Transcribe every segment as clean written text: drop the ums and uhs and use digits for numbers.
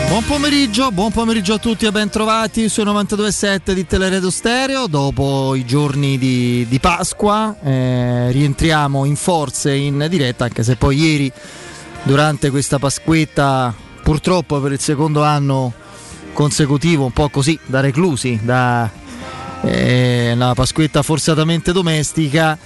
Buon pomeriggio a tutti e ben trovati su 92.7 di Teleradio Stereo. Dopo i giorni di Pasqua rientriamo in forze in diretta, anche se poi ieri durante questa Pasquetta, purtroppo per il secondo anno consecutivo, un po' così da reclusi, da una Pasquetta forzatamente domestica,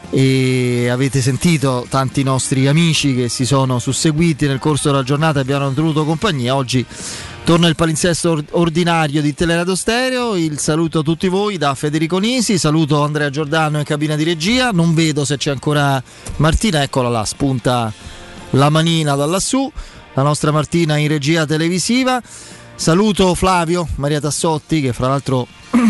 e avete sentito tanti nostri amici che si sono susseguiti nel corso della giornata e abbiano tenuto compagnia. Oggi torna il palinsesto ordinario di Teleradio Stereo. Il saluto a tutti voi da Federico Nisi, saluto Andrea Giordano in cabina di regia. Non vedo se c'è ancora Martina, eccola là, spunta la manina da lassù, la nostra Martina in regia televisiva. Saluto Flavio Maria Tassotti, che fra l'altro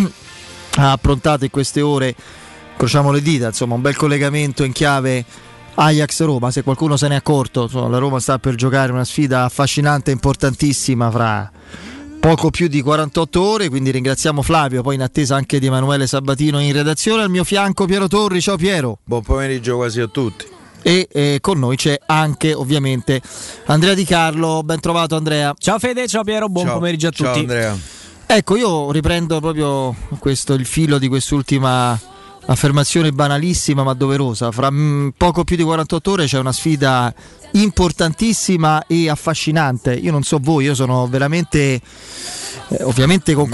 ha approntato in queste ore, incrociamo le dita, insomma un bel collegamento in chiave Ajax-Roma. Se qualcuno se ne è accorto, insomma, la Roma sta per giocare una sfida affascinante e importantissima fra poco più di 48 ore, quindi ringraziamo Flavio, poi in attesa anche di Emanuele Sabatino in redazione. Al mio fianco Piero Torri. Ciao Piero. Buon pomeriggio quasi a tutti. E con noi c'è anche ovviamente Andrea Di Carlo. Ben trovato Andrea. Ciao Fede, ciao Piero, buon pomeriggio a tutti. Ciao Andrea. Ecco, io riprendo proprio il filo di quest'ultima affermazione banalissima ma doverosa. Fra poco più di 48 ore c'è una sfida importantissima e affascinante. Io non so voi, io sono veramente ovviamente con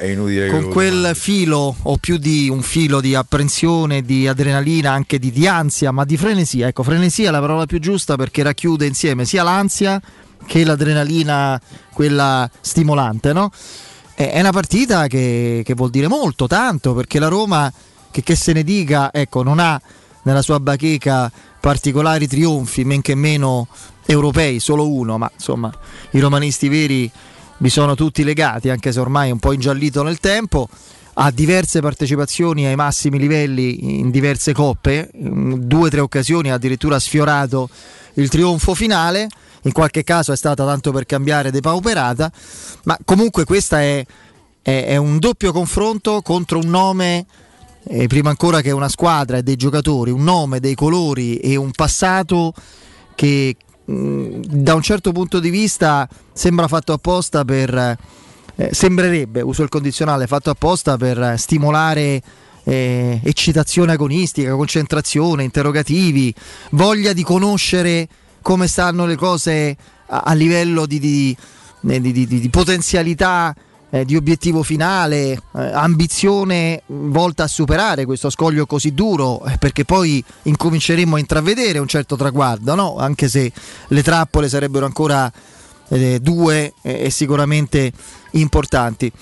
quel filo, o più di un filo, di apprensione, di adrenalina, anche di ansia, ma di frenesia. Ecco, frenesia è la parola più giusta, perché racchiude insieme sia l'ansia che l'adrenalina, quella stimolante, no? È una partita che vuol dire molto, tanto, perché la Roma, che se ne dica, ecco, non ha nella sua bacheca particolari trionfi, men che meno europei, solo uno, ma insomma i romanisti veri vi sono tutti legati, anche se ormai è un po' ingiallito nel tempo. Ha diverse partecipazioni ai massimi livelli in diverse coppe, in 2 o 3 occasioni ha addirittura sfiorato il trionfo finale, in qualche caso è stata, tanto per cambiare, depauperata, ma comunque questa è un doppio confronto contro un nome, prima ancora che una squadra e dei giocatori, un nome, dei colori e un passato che da un certo punto di vista sembra fatto apposta per sembrerebbe, uso il condizionale, fatto apposta per stimolare eccitazione agonistica, concentrazione, interrogativi, voglia di conoscere come stanno le cose a livello di potenzialità, di obiettivo finale, ambizione volta a superare questo scoglio così duro, perché poi incominceremo a intravedere un certo traguardo, no? Anche se le trappole sarebbero ancora 2 e sicuramente importanti.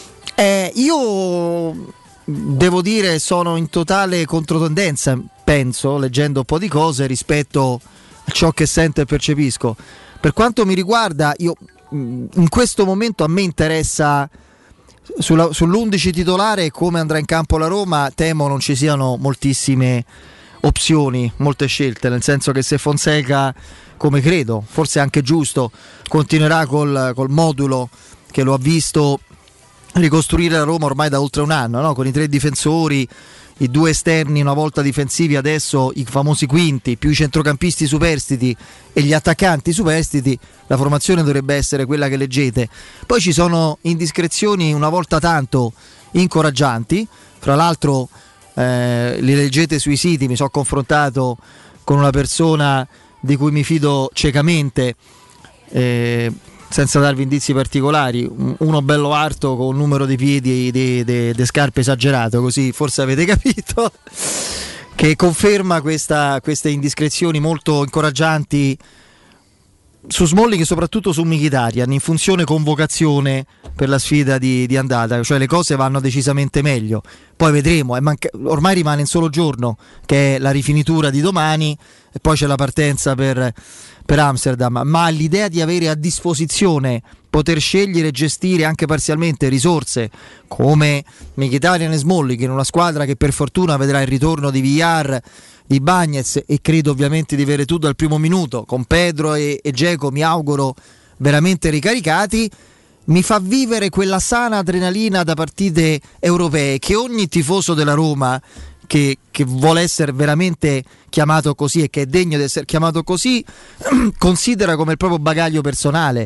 Io devo dire sono in totale controtendenza, penso, leggendo un po' di cose, rispetto a ciò che sento e percepisco. Per quanto mi riguarda, io in questo momento a me interessa sull'11 titolare come andrà in campo la Roma. Temo non ci siano moltissime opzioni, molte scelte, nel senso che se Fonseca, come credo, forse anche giusto, continuerà col modulo che lo ha visto ricostruire la Roma ormai da oltre un anno, no? Con i 3 difensori, i 2 esterni una volta difensivi, adesso i famosi quinti, più i centrocampisti superstiti e gli attaccanti superstiti, la formazione dovrebbe essere quella che leggete. Poi ci sono indiscrezioni una volta tanto incoraggianti, fra l'altro li leggete sui siti. Mi sono confrontato con una persona di cui mi fido ciecamente, senza darvi indizi particolari, uno bello alto con un numero di piedi de scarpe esagerato, così forse avete capito, che conferma queste indiscrezioni molto incoraggianti su Smalling e soprattutto su Mkhitaryan in funzione convocazione per la sfida di andata, cioè le cose vanno decisamente meglio. Poi vedremo, ormai rimane un solo giorno, che è la rifinitura di domani, e poi c'è la partenza per Amsterdam, ma l'idea di avere a disposizione, poter scegliere e gestire anche parzialmente risorse come Mkhitaryan e Smalling in una squadra che per fortuna vedrà il ritorno di Villar, di Bagnez, e credo ovviamente di avere tutto dal primo minuto con Pedro e Dzeko, mi auguro veramente ricaricati, mi fa vivere quella sana adrenalina da partite europee che ogni tifoso della Roma che vuole essere veramente chiamato così e che è degno di essere chiamato così considera come il proprio bagaglio personale,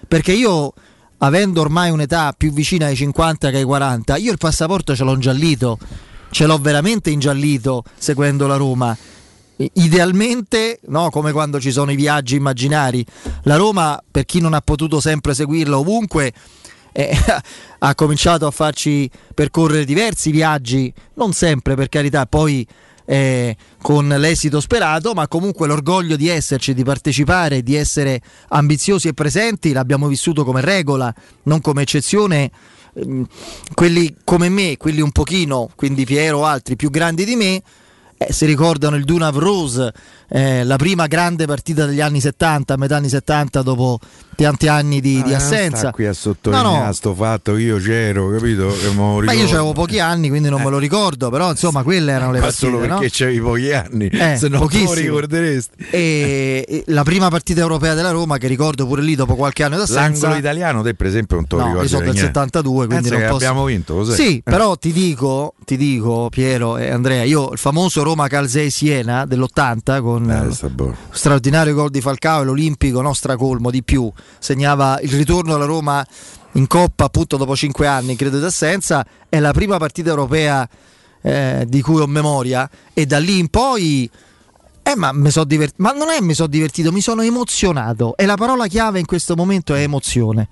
perché io, avendo ormai un'età più vicina ai 50 che ai 40, io il passaporto ce l'ho ingiallito, ce l'ho veramente ingiallito seguendo la Roma. Idealmente, no, come quando ci sono i viaggi immaginari, la Roma, per chi non ha potuto sempre seguirla ovunque, ha cominciato a farci percorrere diversi viaggi, non sempre per carità, poi con l'esito sperato, ma comunque l'orgoglio di esserci, di partecipare, di essere ambiziosi e presenti l'abbiamo vissuto come regola, non come eccezione. Quelli come me, quelli un pochino, quindi Piero o altri più grandi di me, si ricordano il Dunav Rose, la prima grande partita degli anni 70, a metà anni 70, dopo tanti anni di assenza. Sta qui a sottolineare sto fatto che io c'ero, capito? Ma io c'avevo pochi anni, quindi non me lo ricordo, però insomma quelle erano le partite, solo perché c'avevi pochi anni, se non lo ricorderesti. E la prima partita europea della Roma, che ricordo pure lì dopo qualche anno d'assenza. L'angolo italiano, te per esempio non te lo ricordi? Io sono del 72, quindi non posso... abbiamo vinto, cos'è? Sì, però ti dico Piero e Andrea, io il famoso Roma Calzei Siena dell'80 con straordinario gol di Falcao e l'Olimpico, stracolmo di più, segnava il ritorno alla Roma in Coppa appunto dopo 5 anni credo d'assenza, è la prima partita europea di cui ho memoria, e da lì in poi ma mi sono divertito, ma non è mi sono divertito, mi sono emozionato, e la parola chiave in questo momento è emozione.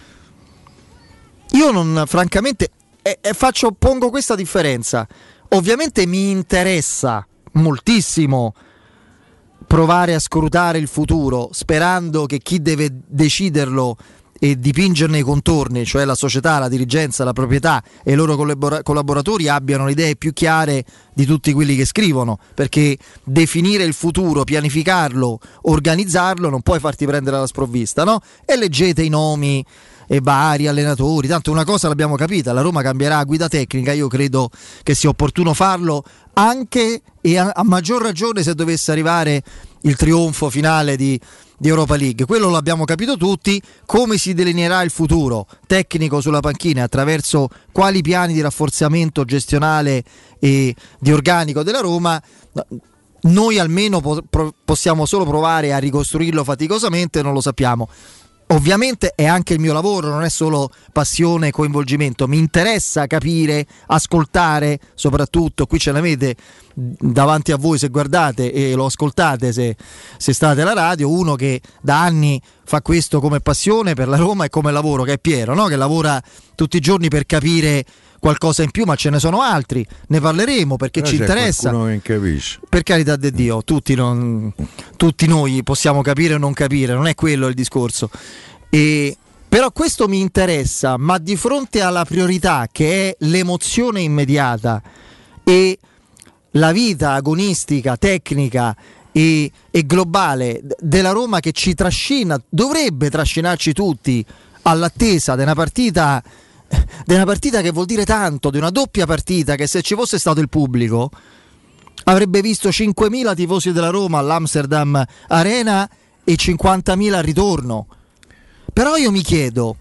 Io non, francamente, pongo questa differenza. Ovviamente mi interessa moltissimo provare a scrutare il futuro, sperando che chi deve deciderlo e dipingerne i contorni, cioè la società, la dirigenza, la proprietà e i loro collaboratori, abbiano le idee più chiare di tutti quelli che scrivono, perché definire il futuro, pianificarlo, organizzarlo, non puoi farti prendere alla sprovvista, no? E leggete i nomi e vari allenatori, tanto una cosa l'abbiamo capita, la Roma cambierà guida tecnica, io credo che sia opportuno farlo, anche e a maggior ragione se dovesse arrivare il trionfo finale di Europa League. Quello l'abbiamo capito tutti. Come si delineerà il futuro tecnico sulla panchina, attraverso quali piani di rafforzamento gestionale e di organico della Roma, noi almeno possiamo solo provare a ricostruirlo faticosamente, non lo sappiamo. Ovviamente è anche il mio lavoro, non è solo passione e coinvolgimento, mi interessa capire, ascoltare, soprattutto qui ce l'avete davanti a voi se guardate e lo ascoltate se state alla radio, uno che da anni fa questo come passione per la Roma e come lavoro, che è Piero, no? Che lavora tutti i giorni per capire qualcosa in più, ma ce ne sono altri, ne parleremo perché però ci interessa. Che capisce. Per carità di Dio, tutti noi possiamo capire o non capire, non è quello il discorso. Però questo mi interessa, ma di fronte alla priorità che è l'emozione immediata e la vita agonistica, tecnica e globale della Roma, che ci trascina, dovrebbe trascinarci tutti all'attesa di una partita che vuol dire tanto, di una doppia partita che, se ci fosse stato il pubblico, avrebbe visto 5.000 tifosi della Roma all'Amsterdam Arena e 50.000 al ritorno. Però io mi chiedo,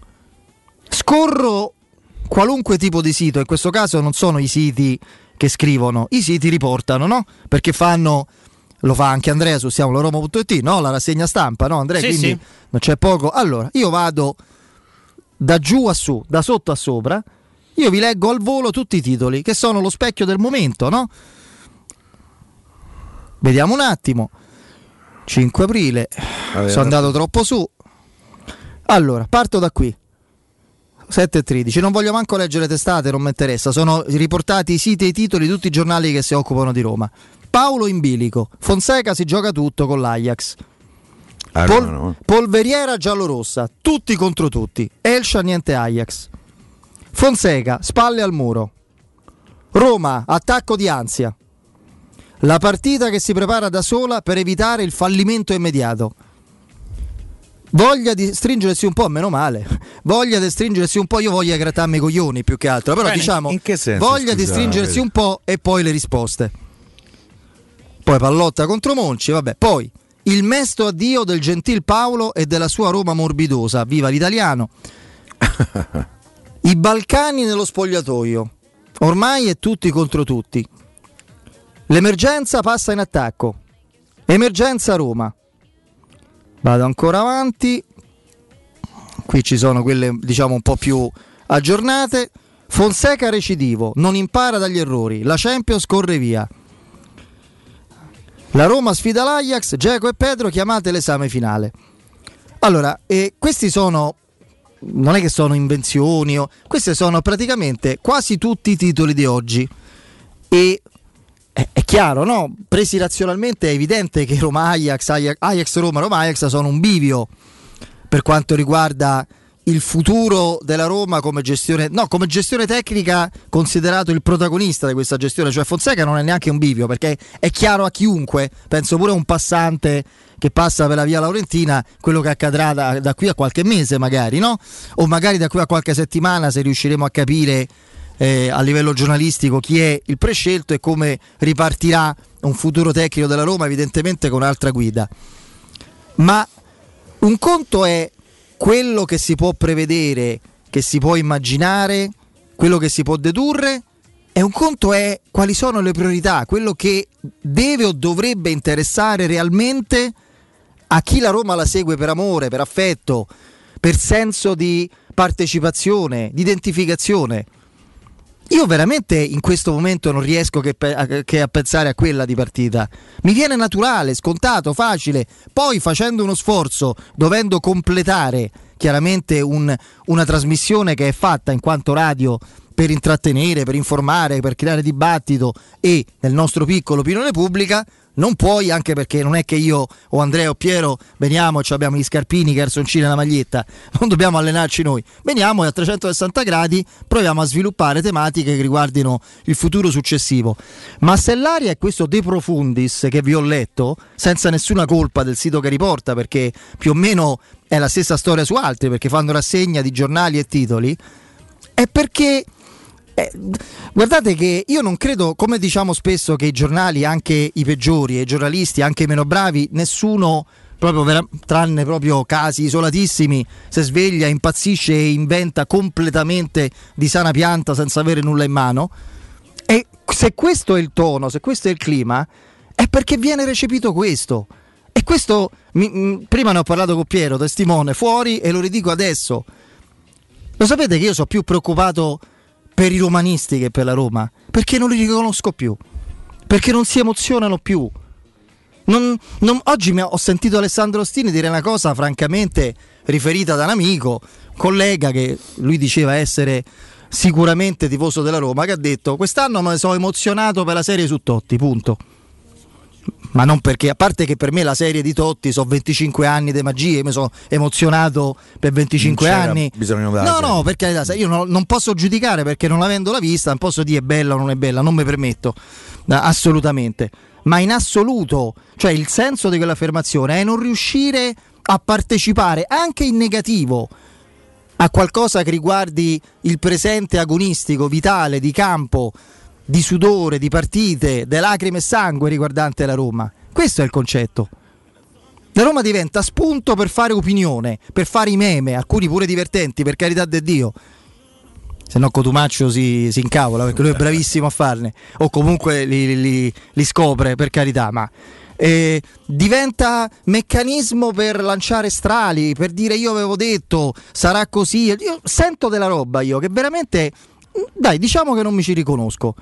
scorro qualunque tipo di sito, in questo caso non sono i siti che scrivono, i siti riportano, no? Perché lo fa anche Andrea su siamoloroma.it, no? La rassegna stampa, no Andrea? Sì, quindi sì. Non c'è poco. Allora, io vado da giù a su, da sotto a sopra, io vi leggo al volo tutti i titoli che sono lo specchio del momento, no? Vediamo un attimo. 5 aprile, sono andato troppo su. Allora, parto da qui. 7:13, non voglio manco leggere testate, non mi interessa, sono riportati i siti e i titoli di tutti i giornali che si occupano di Roma. Paolo in bilico, Fonseca si gioca tutto con l'Ajax. Polveriera giallorossa, tutti contro tutti. Elscia niente Ajax. Fonseca, spalle al muro. Roma, attacco di ansia. La partita che si prepara da sola per evitare il fallimento immediato. Voglia di stringersi un po', meno male. Voglia di stringersi un po', io voglio grattarmi i coglioni più che altro. Però diciamo, in che senso, voglia di stringersi un po' e poi le risposte. Poi pallotta contro Monci, vabbè. Poi il mesto addio del gentil Paolo e della sua Roma morbidosa, viva l'italiano. I Balcani nello spogliatoio, ormai è tutti contro tutti. L'emergenza passa in attacco, emergenza Roma. Vado ancora avanti, qui ci sono quelle diciamo un po' più aggiornate. Fonseca recidivo, non impara dagli errori, la Champions corre via. La Roma sfida l'Ajax, Dzeko e Pedro chiamate l'esame finale. Allora, questi sono, non è che sono invenzioni, questi sono praticamente quasi tutti i titoli di oggi. E è chiaro, no? Presi razionalmente è evidente che Ajax-Roma, Roma-Ajax sono un bivio per quanto riguarda il futuro della Roma come gestione tecnica, considerato il protagonista di questa gestione, cioè Fonseca non è neanche un bivio, perché è chiaro a chiunque, penso pure a un passante che passa per la via Laurentina, quello che accadrà da qui a qualche mese magari, no? O magari da qui a qualche settimana, se riusciremo a capire a livello giornalistico chi è il prescelto e come ripartirà un futuro tecnico della Roma, evidentemente con un'altra guida. Ma un conto è quello che si può prevedere, che si può immaginare, quello che si può dedurre, e un conto è quali sono le priorità, quello che deve o dovrebbe interessare realmente a chi la Roma la segue per amore, per affetto, per senso di partecipazione, di identificazione. Io veramente in questo momento non riesco che a pensare a quella di partita. Mi viene naturale, scontato, facile. Poi facendo uno sforzo, dovendo completare chiaramente una trasmissione che è fatta in quanto radio per intrattenere, per informare, per creare dibattito e nel nostro piccolo opinione pubblica, non puoi, anche perché non è che io o Andrea o Piero veniamo e abbiamo gli scarpini, i calzoncini e la maglietta, non dobbiamo allenarci noi, veniamo e a 360 gradi proviamo a sviluppare tematiche che riguardino il futuro successivo. Ma se l'aria è questo de profundis che vi ho letto, senza nessuna colpa del sito che riporta, perché più o meno è la stessa storia su altri, perché fanno rassegna di giornali e titoli, è perché guardate che io non credo, come diciamo spesso, che i giornali, anche i peggiori, e i giornalisti anche i meno bravi, nessuno, proprio tranne proprio casi isolatissimi, si sveglia, impazzisce e inventa completamente di sana pianta senza avere nulla in mano. E se questo è il tono, se questo è il clima, è perché viene recepito questo. E questo prima ne ho parlato con Piero, testimone fuori, e lo ridico adesso. Lo sapete che io sono più preoccupato per i romanisti che per la Roma, perché non li riconosco più, perché non si emozionano più. Oggi ho sentito Alessandro Ostini dire una cosa francamente riferita da un amico, collega, che lui diceva essere sicuramente tifoso della Roma, che ha detto: quest'anno me ne sono emozionato per la serie su Totti, punto. Ma non perché, a parte che per me la serie di Totti sono 25 anni di magie, mi sono emozionato per 25 anni. No, perché io non posso giudicare, perché non avendola vista non posso dire è bella o non è bella, non mi permetto, assolutamente. Ma in assoluto, cioè il senso di quell'affermazione è non riuscire a partecipare anche in negativo a qualcosa che riguardi il presente agonistico, vitale, di campo, di sudore, di partite, di lacrime e sangue riguardante la Roma. Questo è il concetto. La Roma diventa spunto per fare opinione, per fare i meme, alcuni pure divertenti, per carità di Dio. Se no Cotumaccio si incavola, perché lui è bravissimo a farne, o comunque li scopre, per carità, ma diventa meccanismo per lanciare strali, per dire io avevo detto sarà così. Io sento della roba, io che veramente, dai, diciamo che non mi ci riconosco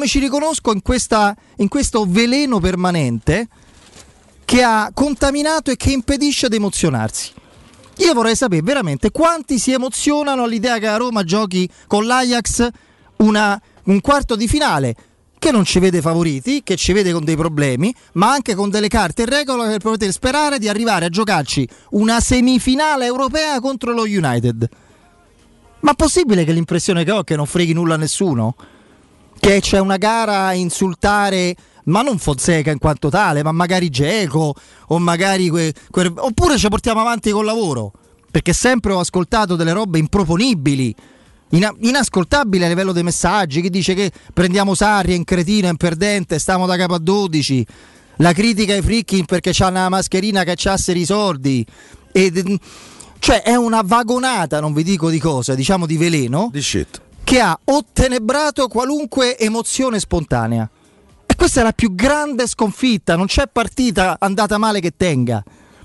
in questo veleno permanente che ha contaminato e che impedisce di emozionarsi. Io vorrei sapere veramente quanti si emozionano all'idea che la Roma giochi con l'Ajax un quarto di finale, che non ci vede favoriti, che ci vede con dei problemi, ma anche con delle carte in regola per poter sperare di arrivare a giocarci una semifinale europea contro lo United. Ma possibile che l'impressione che ho è che non freghi nulla a nessuno? Che c'è una gara a insultare, ma non Fonseca in quanto tale, ma magari Dzeko, o magari oppure ci portiamo avanti col lavoro? Perché sempre ho ascoltato delle robe improponibili, inascoltabili a livello dei messaggi. Chi dice che prendiamo Sarri, è un cretino, è un perdente, stiamo da capo a 12, la critica ai Frickin perché c'hanno la mascherina che c'hassero i sordi, cioè è una vagonata, non vi dico di cosa, diciamo di veleno, di shit, che ha ottenebrato qualunque emozione spontanea. E questa è la più grande sconfitta. Non c'è partita andata male che tenga,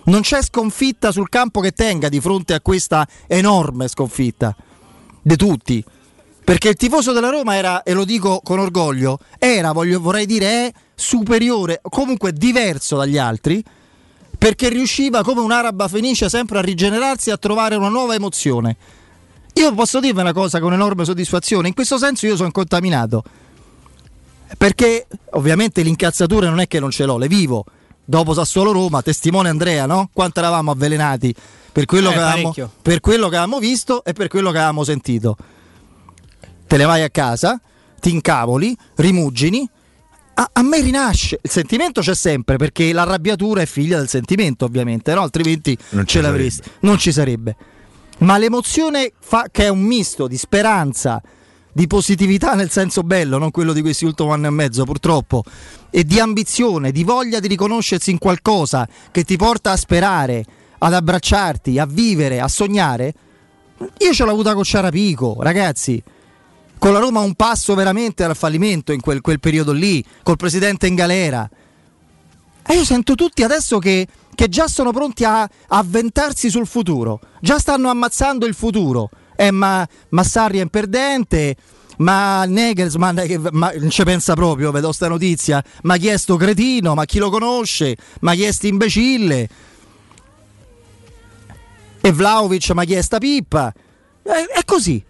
Non c'è sconfitta sul campo che tenga di fronte a questa enorme sconfitta di tutti. Perché il tifoso della Roma era, e lo dico con orgoglio, vorrei dire, è superiore, comunque diverso dagli altri, perché riusciva come un araba fenice sempre a rigenerarsi e a trovare una nuova emozione. Io posso dirvi una cosa con enorme soddisfazione, in questo senso io sono contaminato, perché ovviamente l'incazzatura non è che non ce l'ho, le vivo. Dopo Sassuolo Roma, testimone Andrea, no? Quanto eravamo avvelenati per quello, per quello che avevamo visto e per quello che avevamo sentito. Te ne vai a casa, ti incavoli, rimugini, a me rinasce, il sentimento c'è sempre, perché l'arrabbiatura è figlia del sentimento ovviamente, no? Altrimenti non ce l'avresti, non ci sarebbe. Ma l'emozione che è un misto di speranza, di positività nel senso bello, non quello di questi ultimi anni e mezzo purtroppo, e di ambizione, di voglia di riconoscersi in qualcosa che ti porta a sperare, ad abbracciarti, a vivere, a sognare. Io ce l'ho avuta con Ciarapico, ragazzi, con la Roma un passo veramente dal fallimento in quel periodo lì, col presidente in galera. E io sento tutti adesso che già sono pronti a avventarsi sul futuro, già stanno ammazzando il futuro. Ma Sarri è un perdente, ma Nagelsmann ma non ci pensa proprio, vedo sta notizia, ma chi è sto cretino, ma chi lo conosce, ma chi è sto imbecille, e Vlahovic, ma chi è sta pippa. È così,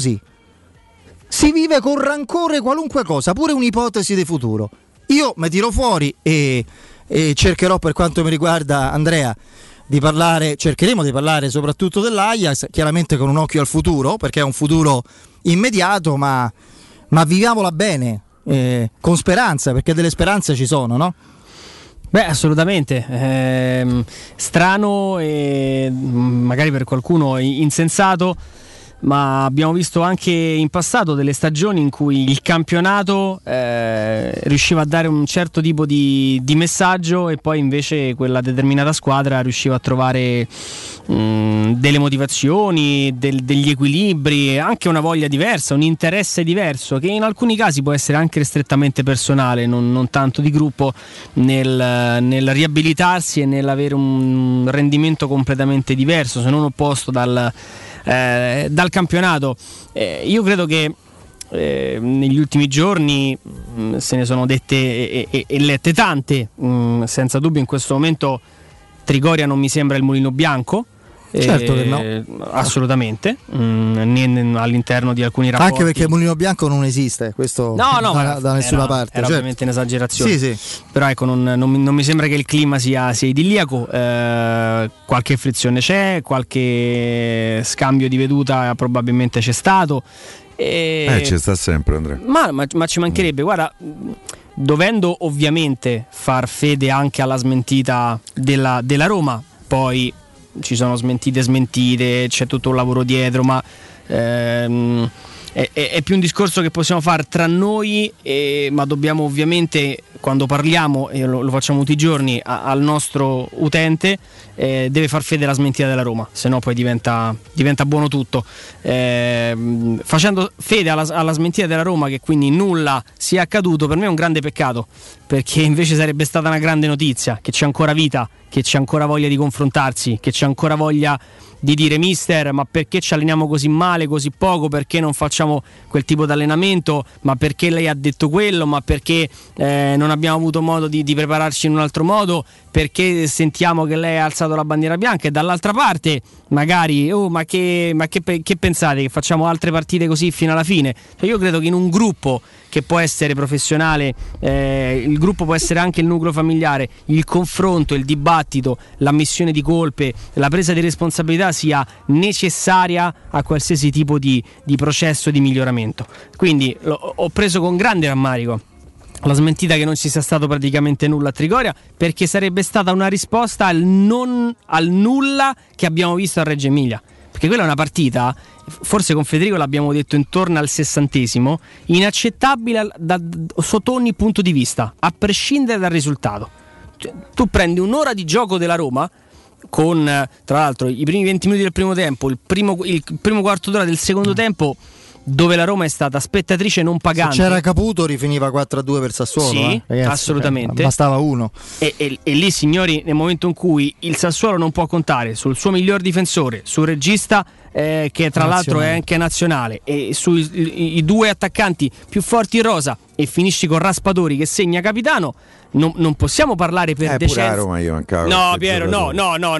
si vive con rancore qualunque cosa, pure un'ipotesi di futuro. Io mi tiro fuori e cercherò, per quanto mi riguarda, Andrea, cercheremo di parlare soprattutto dell'Ajax, chiaramente con un occhio al futuro, perché è un futuro immediato, ma viviamola bene, con speranza, perché delle speranze ci sono, no? Beh, assolutamente. Strano e magari per qualcuno insensato, ma abbiamo visto anche in passato delle stagioni in cui il campionato riusciva a dare un certo tipo di messaggio, e poi invece quella determinata squadra riusciva a trovare delle motivazioni, degli equilibri, anche una voglia diversa, un interesse diverso, che in alcuni casi può essere anche strettamente personale, non tanto di gruppo, nel riabilitarsi e nell'avere un rendimento completamente diverso, se non opposto dal campionato. Io credo che negli ultimi giorni se ne sono dette e lette tante, senza dubbio in questo momento Trigoria non mi sembra il mulino bianco. Certo che no, assolutamente, all'interno di alcuni rapporti, anche perché il mulino bianco non esiste, questo da nessuna parte, era ovviamente un'esagerazione, sì. Però ecco, non mi sembra che il clima sia idilliaco. Qualche frizione c'è, qualche scambio di veduta probabilmente c'è stato, ci sta sempre, Andrea, ma ci mancherebbe. Guarda, dovendo ovviamente far fede anche alla smentita della Roma, poi ci sono smentite, c'è tutto un lavoro dietro, ma è più un discorso che possiamo fare tra noi, ma dobbiamo ovviamente, quando parliamo, e lo facciamo tutti i giorni, al nostro utente, deve far fede alla smentita della Roma, se no poi diventa buono tutto. Facendo fede alla smentita della Roma, che quindi nulla sia accaduto, per me è un grande peccato, perché invece sarebbe stata una grande notizia, che c'è ancora vita, che c'è ancora voglia di confrontarsi, che c'è ancora voglia di dire: mister, ma perché ci alleniamo così male, così poco, perché non facciamo quel tipo di allenamento, ma perché lei ha detto quello, ma perché non abbiamo avuto modo di prepararci in un altro modo, perché sentiamo che lei ha alzato la bandiera bianca, e dall'altra parte magari ma che pensate, che facciamo altre partite così fino alla fine? Cioè, io credo che in un gruppo che può essere professionale, il gruppo può essere anche il nucleo familiare, il confronto, il dibattito, l'ammissione di colpe, la presa di responsabilità sia necessaria a qualsiasi tipo di processo di miglioramento. Quindi ho preso con grande rammarico la smentita che non ci sia stato praticamente nulla a Trigoria, perché sarebbe stata una risposta al nulla che abbiamo visto a Reggio Emilia. Perché quella è una partita, forse con Federico l'abbiamo detto intorno al 60°, inaccettabile sotto ogni punto di vista, a prescindere dal risultato. Cioè, tu prendi un'ora di gioco della Roma, con tra l'altro i primi 20 minuti del primo tempo, il primo quarto d'ora del secondo tempo dove la Roma è stata spettatrice non pagante. Se c'era Caputo rifiniva 4-2 per Sassuolo. Sì, ragazzi, assolutamente. Bastava uno. E lì, signori, nel momento in cui il Sassuolo non può contare sul suo miglior difensore, sul regista che tra l'altro è anche nazionale, e sui i due attaccanti più forti in rosa, e finisci con Raspadori che segna capitano, non possiamo parlare per decenza. Roma io mancavo. No, Piero, no,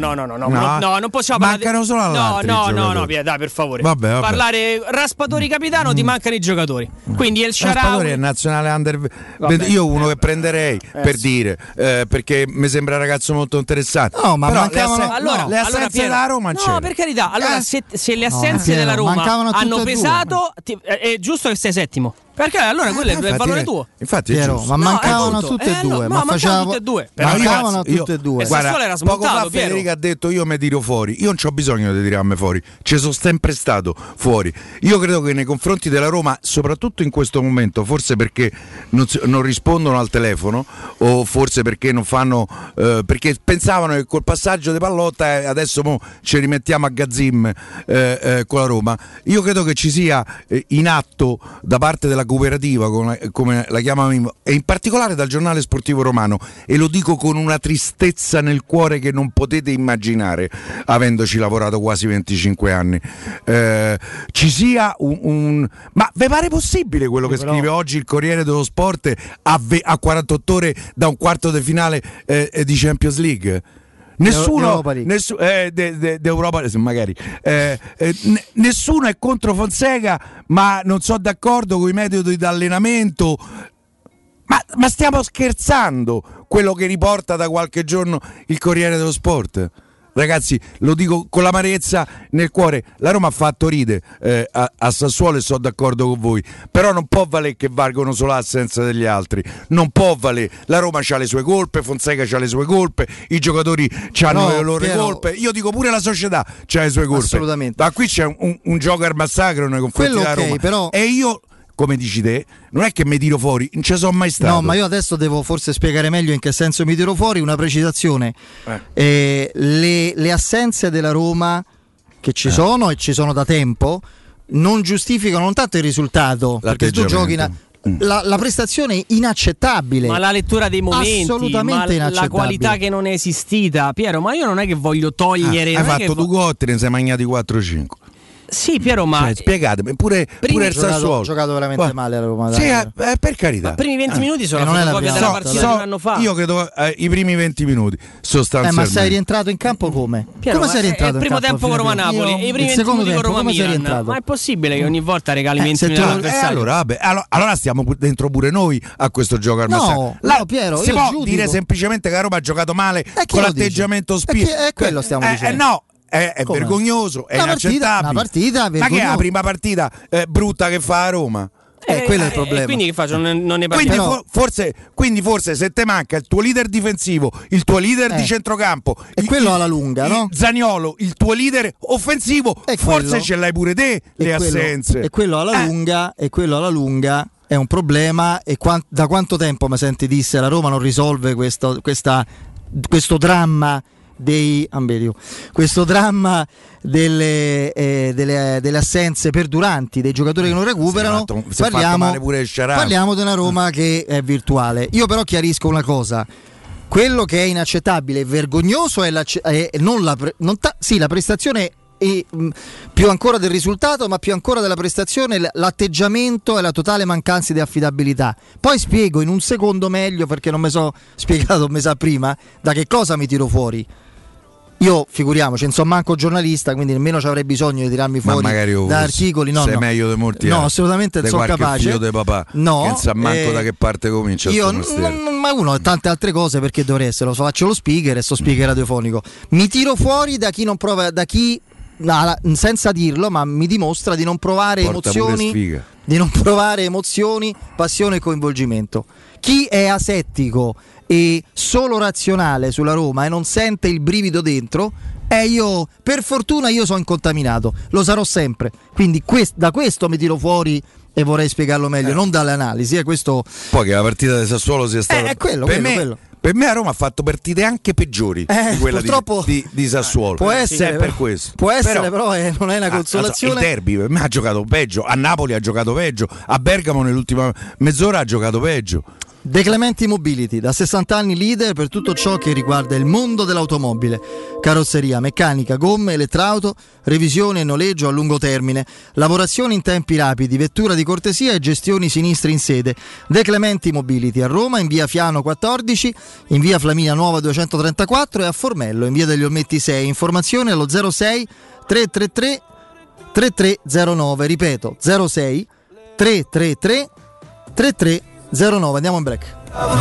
non possiamo mancano solo all'altro. No, Piero, dai, per favore. Vabbè. Parlare Raspadori capitano, ti mancano i giocatori. Quindi El Shaarawy Raspadori è nazionale under. Io uno che prenderei per dire, perché mi sembra un ragazzo molto interessante. No, ma però mancavano le assenze della Roma c'è. No, per carità. Allora, se le assenze della Roma hanno pesato, è giusto che sei settimo. Perché allora quello è il valore tuo. Infatti, Piero, ma mancavano tutte e due. Ma facevano tutte e due. Mancavano tutte e due. Guarda, era poco fa Federica ha detto io mi tiro fuori. Io non c'ho bisogno di tirarmi fuori. Ci sono sempre stato fuori. Io credo che nei confronti della Roma, soprattutto in questo momento, forse perché non rispondono al telefono, o forse perché non fanno, perché pensavano che col passaggio di Pallotta adesso ci rimettiamo a Gazzim con la Roma. Io credo che ci sia in atto da parte della cooperativa, come la chiamano, e in particolare dal giornale sportivo romano, e lo dico con una tristezza nel cuore che non potete immaginare, avendoci lavorato quasi 25 anni, ci sia ma vi pare possibile quello che scrive oggi il Corriere dello Sport a 48 ore da un quarto di finale di Champions League? Nessuno d'Europa, magari nessuno è contro Fonseca, ma non sono d'accordo con i metodi di allenamento. Ma stiamo scherzando? Quello che riporta da qualche giorno il Corriere dello Sport. Ragazzi, lo dico con l'amarezza nel cuore, la Roma ha fatto ride a Sassuolo, e sono d'accordo con voi, però non può valere che valgono solo l'assenza degli altri, non può valere. La Roma c'ha le sue colpe, Fonseca c'ha le sue colpe, i giocatori c'hanno le loro colpe, io dico pure la società c'ha le sue colpe. Assolutamente. Ma qui c'è un gioco al massacro nei confronti della Roma, però... e io, come dici te, non è che mi tiro fuori, non ci sono mai stato. No, ma io adesso devo forse spiegare meglio in che senso mi tiro fuori. Una precisazione: le assenze della Roma che ci sono, e ci sono da tempo, non giustificano non tanto il risultato, perché tu giochi la prestazione è inaccettabile, ma la lettura dei momenti, assolutamente ma la qualità che non è esistita. Piero, ma io non è che voglio togliere, hai fatto due gotti, ne sei magnati 4-5. Sì, Piero, ma spiegatemi pure il Sassuolo. Ha giocato veramente male la Roma. Sì, per carità. I primi 20 minuti sono la fotocopia della partita di un anno fa. Io credo i primi 20 minuti sostanzialmente. Ma sei rientrato in campo come? Piero, come sei rientrato il primo tempo con Roma Napoli, i primi 20 minuti con Roma Milan. Ma è possibile che ogni volta regali 20 minuti all'avversario? Allora stiamo dentro pure noi a questo gioco al massacro. No, Piero, si può dire semplicemente che la Roma ha giocato male con l'atteggiamento spirito? È quello stiamo dicendo. No. È vergognoso, è inaccettabile. Una partita ma che è la prima partita brutta che fa a Roma? Quello è il problema. Quindi che faccio? Non ne parliamo. Quindi forse se te manca il tuo leader difensivo, il tuo leader di centrocampo, e quello alla lunga, no? Zaniolo, il tuo leader offensivo, forse ce l'hai pure te le assenze. E quello alla lunga è un problema. E da quanto tempo mi senti disse la Roma non risolve questo dramma questo dramma delle assenze perduranti dei giocatori che non recuperano. Parliamo di una Roma che è virtuale. Io però chiarisco una cosa: quello che è inaccettabile e vergognoso è la prestazione, e più ancora del risultato, ma più ancora della prestazione, l'atteggiamento e la totale mancanza di affidabilità. Poi spiego in un secondo meglio, perché non mi so spiegato mi sa prima da che cosa mi tiro fuori. Io, figuriamoci, non so manco giornalista, quindi nemmeno ci avrei bisogno di tirarmi fuori da articoli. Sei meglio di molti altri. No, assolutamente non sono capace. Figlio di papà, no, che non sa manco da che parte comincia. Ma uno e tante altre cose, perché dovrei essere. Faccio lo speaker e sto speaker radiofonico. Mi tiro fuori da chi non prova, senza dirlo, ma mi dimostra di non provare emozioni, passione e coinvolgimento. Chi è asettico e solo razionale sulla Roma e non sente il brivido dentro, io per fortuna sono incontaminato, lo sarò sempre, quindi da questo mi tiro fuori e vorrei spiegarlo meglio, non dalle analisi, questo. Poi che la partita di Sassuolo sia stata quello. Per me a Roma ha fatto partite anche peggiori di quella di Sassuolo. Può essere, per questo. Può essere, però non è una consolazione. Il derby per me ha giocato peggio, a Napoli ha giocato peggio, a Bergamo nell'ultima mezz'ora ha giocato peggio. De Clementi Mobility, da 60 anni leader per tutto ciò che riguarda il mondo dell'automobile, carrozzeria, meccanica, gomme, elettrauto, revisione e noleggio a lungo termine, lavorazioni in tempi rapidi, vettura di cortesia e gestioni sinistri in sede. De Clementi Mobility a Roma in via Fiano 14, in via Flaminia Nuova 234 e a Formello in via degli Olmetti 6. Informazioni allo 06 333 3309, ripeto 06 333 3309. Andiamo in break.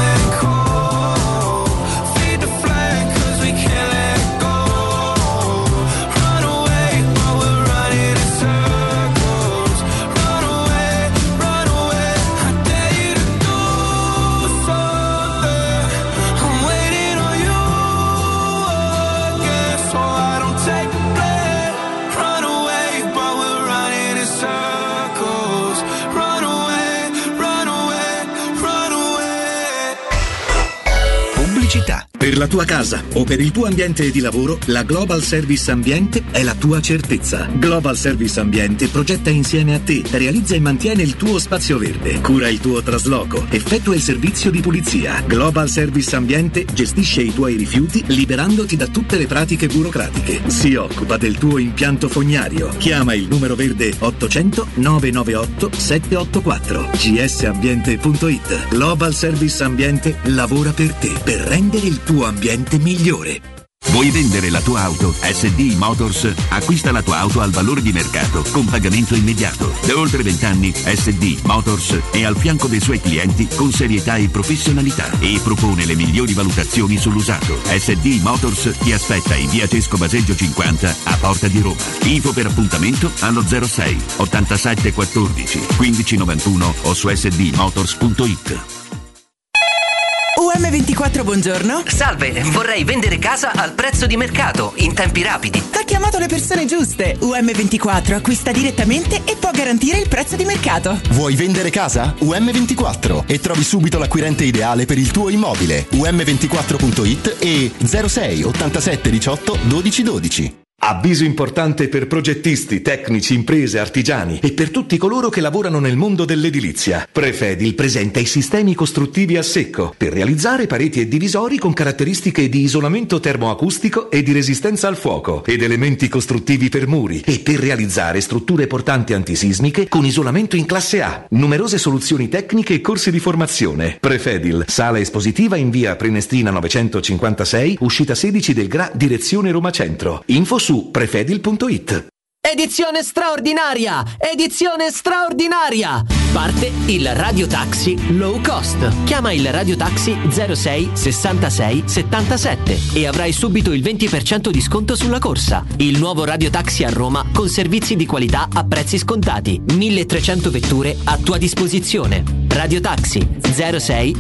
Per la tua casa o per il tuo ambiente di lavoro, la Global Service Ambiente è la tua certezza. Global Service Ambiente progetta insieme a te, realizza e mantiene il tuo spazio verde, cura il tuo trasloco, effettua il servizio di pulizia. Global Service Ambiente gestisce i tuoi rifiuti liberandoti da tutte le pratiche burocratiche. Si occupa del tuo impianto fognario. Chiama il numero verde 800 998 784. gsambiente.it. Global Service Ambiente lavora per te, per rendere il tuo ambiente migliore. Vuoi vendere la tua auto? SD Motors acquista la tua auto al valore di mercato con pagamento immediato. Da oltre 20 anni SD Motors è al fianco dei suoi clienti con serietà e professionalità e propone le migliori valutazioni sull'usato. SD Motors ti aspetta in via Cesco Baseggio 50 a Porta di Roma. Info per appuntamento allo 06 87 14 15 91 o su sdmotors.it. UM24, buongiorno. Salve, vorrei vendere casa al prezzo di mercato, in tempi rapidi. Ha chiamato le persone giuste. UM24 acquista direttamente e può garantire il prezzo di mercato. Vuoi vendere casa? UM24 e trovi subito l'acquirente ideale per il tuo immobile. UM24.it e 06 87 18 12 12. Avviso importante per progettisti, tecnici, imprese, artigiani e per tutti coloro che lavorano nel mondo dell'edilizia. Prefedil presenta i sistemi costruttivi a secco per realizzare pareti e divisori con caratteristiche di isolamento termoacustico e di resistenza al fuoco ed elementi costruttivi per muri e per realizzare strutture portanti antisismiche con isolamento in classe A. Numerose soluzioni tecniche e corsi di formazione. Prefedil, sala espositiva in via Prenestina 956, uscita 16 del GRA, direzione Roma Centro. Info su prefedil.it. Edizione straordinaria! Edizione straordinaria! Parte il Radio Taxi Low Cost. Chiama il Radio Taxi 06 66 77 e avrai subito il 20% di sconto sulla corsa. Il nuovo Radio Taxi a Roma con servizi di qualità a prezzi scontati. 1300 vetture a tua disposizione. Radio Taxi 06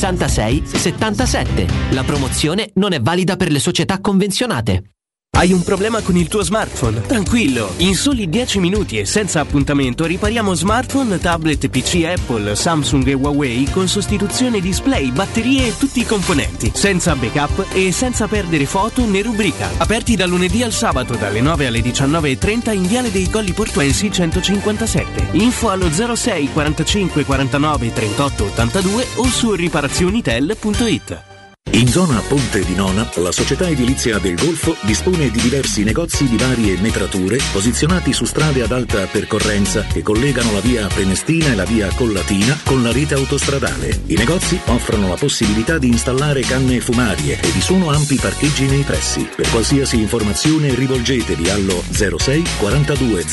66 77. La promozione non è valida per le società convenzionate. Hai un problema con il tuo smartphone? Tranquillo, in soli 10 minuti e senza appuntamento ripariamo smartphone, tablet, PC Apple, Samsung e Huawei con sostituzione display, batterie e tutti i componenti, senza backup e senza perdere foto né rubrica. Aperti dal lunedì al sabato dalle 9 alle 19:30 in Viale dei Colli Portuensi 157. Info allo 06 45 49 38 82 o su riparazionitel.it. In zona Ponte di Nona, la società edilizia del Golfo dispone di diversi negozi di varie metrature posizionati su strade ad alta percorrenza che collegano la via Prenestina e la via Collatina con la rete autostradale. I negozi offrono la possibilità di installare canne fumarie e vi sono ampi parcheggi nei pressi. Per qualsiasi informazione rivolgetevi allo 06 42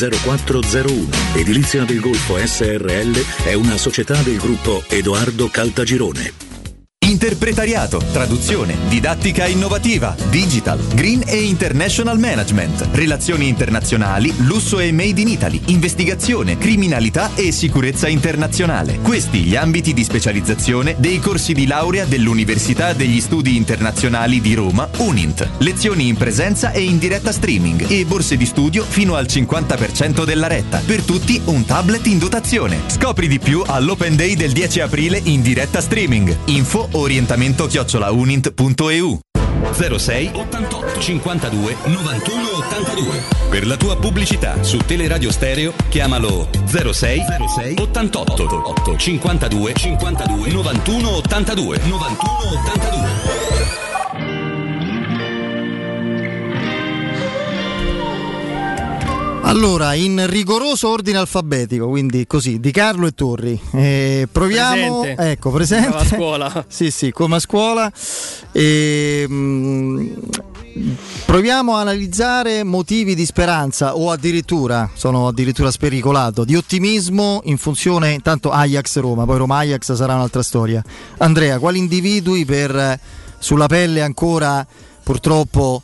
0401. Edilizia del Golfo SRL è una società del gruppo Edoardo Caltagirone. Interpretariato, traduzione, didattica innovativa, digital, green e international management, relazioni internazionali, lusso e made in Italy, investigazione, criminalità e sicurezza internazionale. Questi gli ambiti di specializzazione dei corsi di laurea dell'Università degli Studi Internazionali di Roma, UNINT. Lezioni in presenza e in diretta streaming e borse di studio fino al 50% della retta. Per tutti un tablet in dotazione. Scopri di più all'Open Day del 10 aprile in diretta streaming. Info orientamento@unint.eu. 06 88 52 91 82. Per la tua pubblicità su Teleradio Stereo chiamalo 06 88 52 91 82. Allora, in rigoroso ordine alfabetico, quindi così, Di Carlo e Torri. Proviamo, presente. Ecco, presente. A scuola. Sì, come a scuola. Proviamo a analizzare motivi di speranza o addirittura, sono addirittura spericolato, di ottimismo in funzione, intanto Ajax-Roma, poi Roma-Ajax sarà un'altra storia. Andrea, quali individui per sulla pelle ancora purtroppo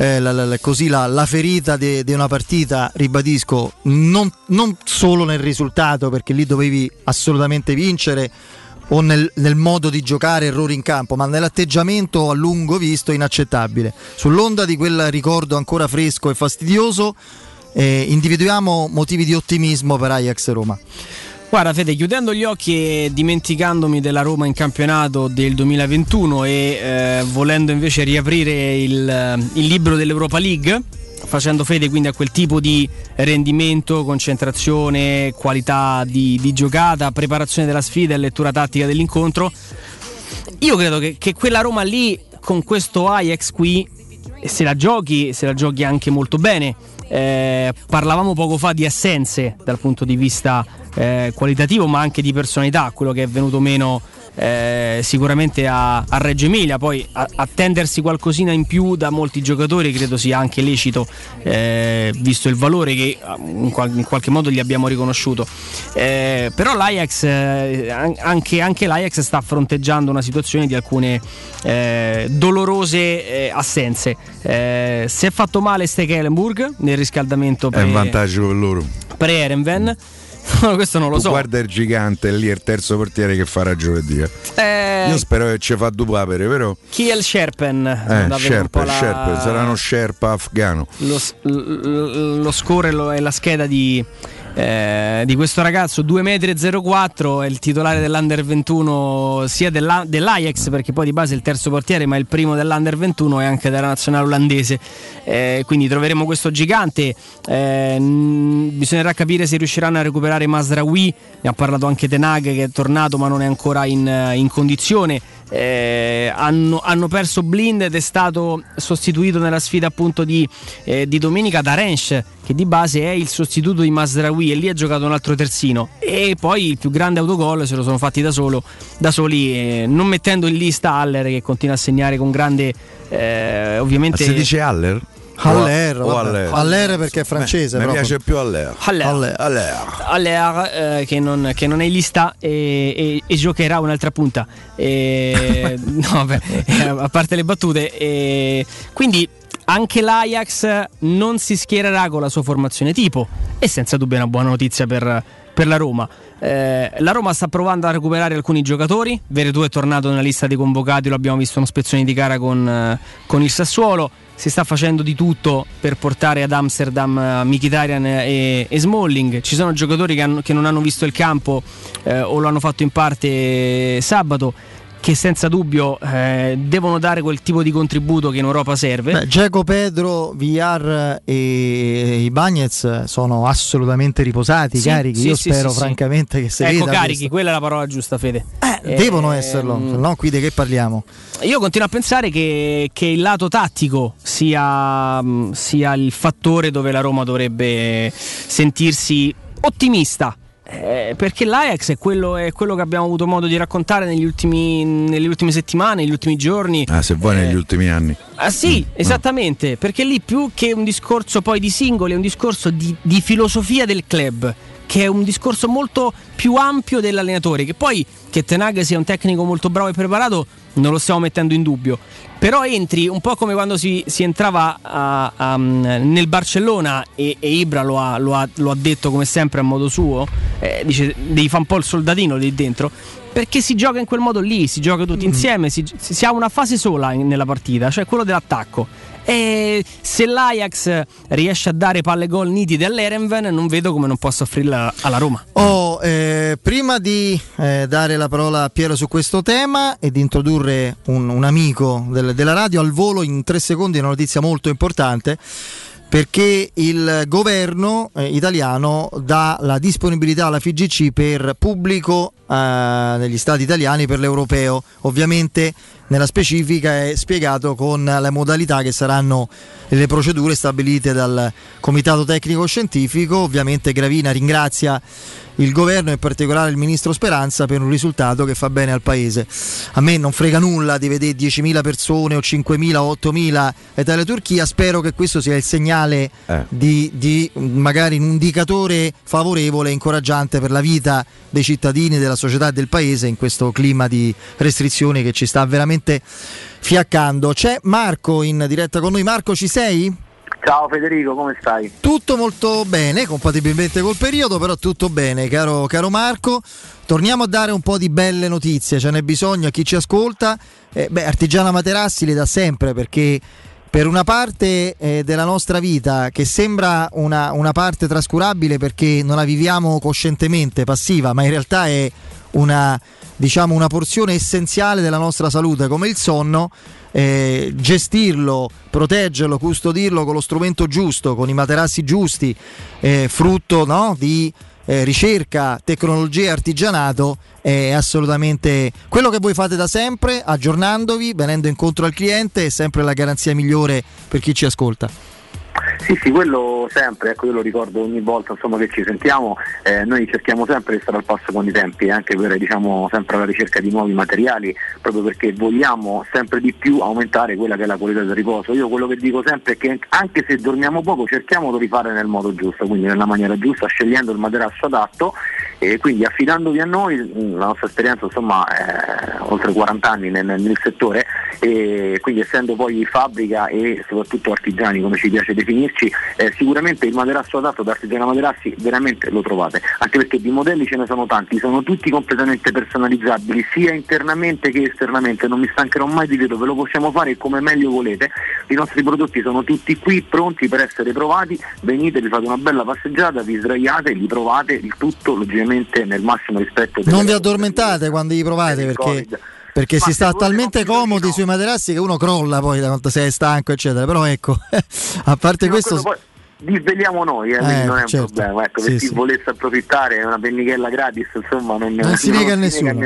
la ferita di una partita, ribadisco, non solo nel risultato, perché lì dovevi assolutamente vincere, o nel modo di giocare, errori in campo, ma nell'atteggiamento a lungo visto inaccettabile. Sull'onda di quel ricordo ancora fresco e fastidioso, individuiamo motivi di ottimismo per Ajax Roma. Guarda Fede, chiudendo gli occhi e dimenticandomi della Roma in campionato del 2021 e volendo invece riaprire il libro dell'Europa League, facendo fede quindi a quel tipo di rendimento, concentrazione, qualità di giocata, preparazione della sfida e lettura tattica dell'incontro, io credo che quella Roma lì, con questo Ajax qui, se la giochi anche molto bene. Parlavamo poco fa di assenze dal punto di vista qualitativo, ma anche di personalità, quello che è venuto meno sicuramente a Reggio Emilia. Poi attendersi qualcosina in più da molti giocatori credo sia anche lecito, visto il valore che in qualche modo gli abbiamo riconosciuto. Però l'Ajax, anche l'Ajax sta fronteggiando una situazione di alcune dolorose assenze. Si è fatto male Stekelenburg nel riscaldamento è un vantaggio per loro pre-Erenven. Questo non lo so. Guarda il gigante lì, è il terzo portiere che farà giovedì. Io spero che ci fa due papere, però. Kiel Sherpen. Sherpen, sarà uno Sherpa afghano. Lo score e la scheda di questo ragazzo, 2,04 m, è il titolare dell'Under 21 sia dell'Ajax, perché poi di base è il terzo portiere, ma è il primo dell'Under 21 e anche della nazionale olandese, quindi troveremo questo gigante. Bisognerà capire se riusciranno a recuperare Mazraoui, ne ha parlato anche Ten Hag, che è tornato ma non è ancora in condizione. Hanno perso Blind ed è stato sostituito nella sfida appunto di domenica da Rensch, che di base è il sostituto di Mazraoui, e lì ha giocato un altro terzino, e poi il più grande autogol se lo sono fatti da soli, non mettendo in lista Haller, che continua a segnare con grande ovviamente. Si dice Haller? Haller perché è francese. Mi piace più Haller che non è in lista e giocherà un'altra punta. A parte le battute, quindi anche l'Ajax non si schiererà con la sua formazione tipo, e senza dubbio è una buona notizia per la Roma. La Roma sta provando a recuperare alcuni giocatori. Veretù è tornato nella lista dei convocati, lo abbiamo visto una spezzone di gara con il Sassuolo. Si sta facendo di tutto per portare ad Amsterdam Mkhitaryan e Smalling. Ci sono giocatori che non hanno visto il campo o lo hanno fatto in parte sabato, che senza dubbio devono dare quel tipo di contributo che in Europa serve. Dzeko, Pedro, Villar e Ibañez sono assolutamente riposati, carichi. Io spero francamente che se veda carichi, questo. Quella è la parola giusta, Fede. Devono esserlo, no? Qui di che parliamo? Io continuo a pensare che il lato tattico sia il fattore dove la Roma dovrebbe sentirsi ottimista. Perché l'Ajax è quello che abbiamo avuto modo di raccontare nelle ultime settimane, negli ultimi giorni. Se vuoi negli ultimi anni. Sì, esattamente, perché lì più che un discorso poi di singoli è un discorso di filosofia del club, che è un discorso molto più ampio dell'allenatore. Che poi che Ten Hag sia un tecnico molto bravo e preparato non lo stiamo mettendo in dubbio, però entri un po' come quando si entrava nel Barcellona, e Ibra lo ha detto come sempre a modo suo, dice devi fare un po' il soldatino lì dentro, perché si gioca in quel modo lì, si gioca tutti insieme, si ha una fase sola nella partita, cioè quello dell'attacco. E se l'Ajax riesce a dare palle gol nitide all'Erenven, non vedo come non possa offrirla alla Roma. Prima di dare la parola a Piero su questo tema e di introdurre un amico della radio al volo, in 3 secondi una notizia molto importante, perché il governo italiano dà la disponibilità alla FIGC per pubblico negli stati italiani per l'europeo. Ovviamente nella specifica è spiegato con le modalità che saranno le procedure stabilite dal Comitato Tecnico Scientifico. Ovviamente Gravina ringrazia il governo e in particolare il ministro Speranza per un risultato che fa bene al paese. A me non frega nulla di vedere 10.000 persone o 5.000 o 8.000 Italia-Turchia, spero che questo sia il segnale di magari un indicatore favorevole e incoraggiante per la vita dei cittadini, della società e del paese in questo clima di restrizioni che ci sta veramente fiaccando. C'è Marco in diretta con noi. Marco, ci sei? Ciao Federico, come stai? Tutto molto bene, compatibilmente col periodo, però tutto bene, caro Marco. Torniamo a dare un po' di belle notizie, ce n'è bisogno a chi ci ascolta. Artigiana Materassi le dà sempre, perché per una parte della nostra vita che sembra una parte trascurabile perché non la viviamo coscientemente, passiva, ma in realtà è una porzione essenziale della nostra salute, come il sonno. Gestirlo, proteggerlo, custodirlo con lo strumento giusto, con i materassi giusti, frutto di ricerca, tecnologia e artigianato, è assolutamente quello che voi fate da sempre, aggiornandovi, venendo incontro al cliente, è sempre la garanzia migliore per chi ci ascolta. Sì, quello sempre, io lo ricordo ogni volta che ci sentiamo, noi cerchiamo sempre di stare al passo con i tempi, anche per sempre alla ricerca di nuovi materiali, proprio perché vogliamo sempre di più aumentare quella che è la qualità del riposo. Io quello che dico sempre è che anche se dormiamo poco cerchiamo di rifare nel modo giusto, quindi nella maniera giusta, scegliendo il materasso adatto, e quindi affidandovi a noi. La nostra esperienza è oltre 40 anni nel settore, e quindi essendo poi fabbrica e soprattutto artigiani, come ci piace definirci, sicuramente il materasso adatto da Artigiana Materassi veramente lo trovate, anche perché di modelli ce ne sono tanti, sono tutti completamente personalizzabili sia internamente che esternamente, non mi stancherò mai di dirlo, ve lo possiamo fare come meglio volete. I nostri prodotti sono tutti qui pronti per essere provati, venite, vi fate una bella passeggiata, vi sdraiate, li provate, il tutto logicamente nel massimo rispetto. Non vi addormentate quando li provate, perché si sta talmente comodi sui materassi che uno crolla poi da quanto sei stanco, eccetera. Però ecco, a parte questo vi svegliamo noi, quindi non è un problema. Per chi volesse approfittare, è una pennichella gratis, non si nega a nessuno.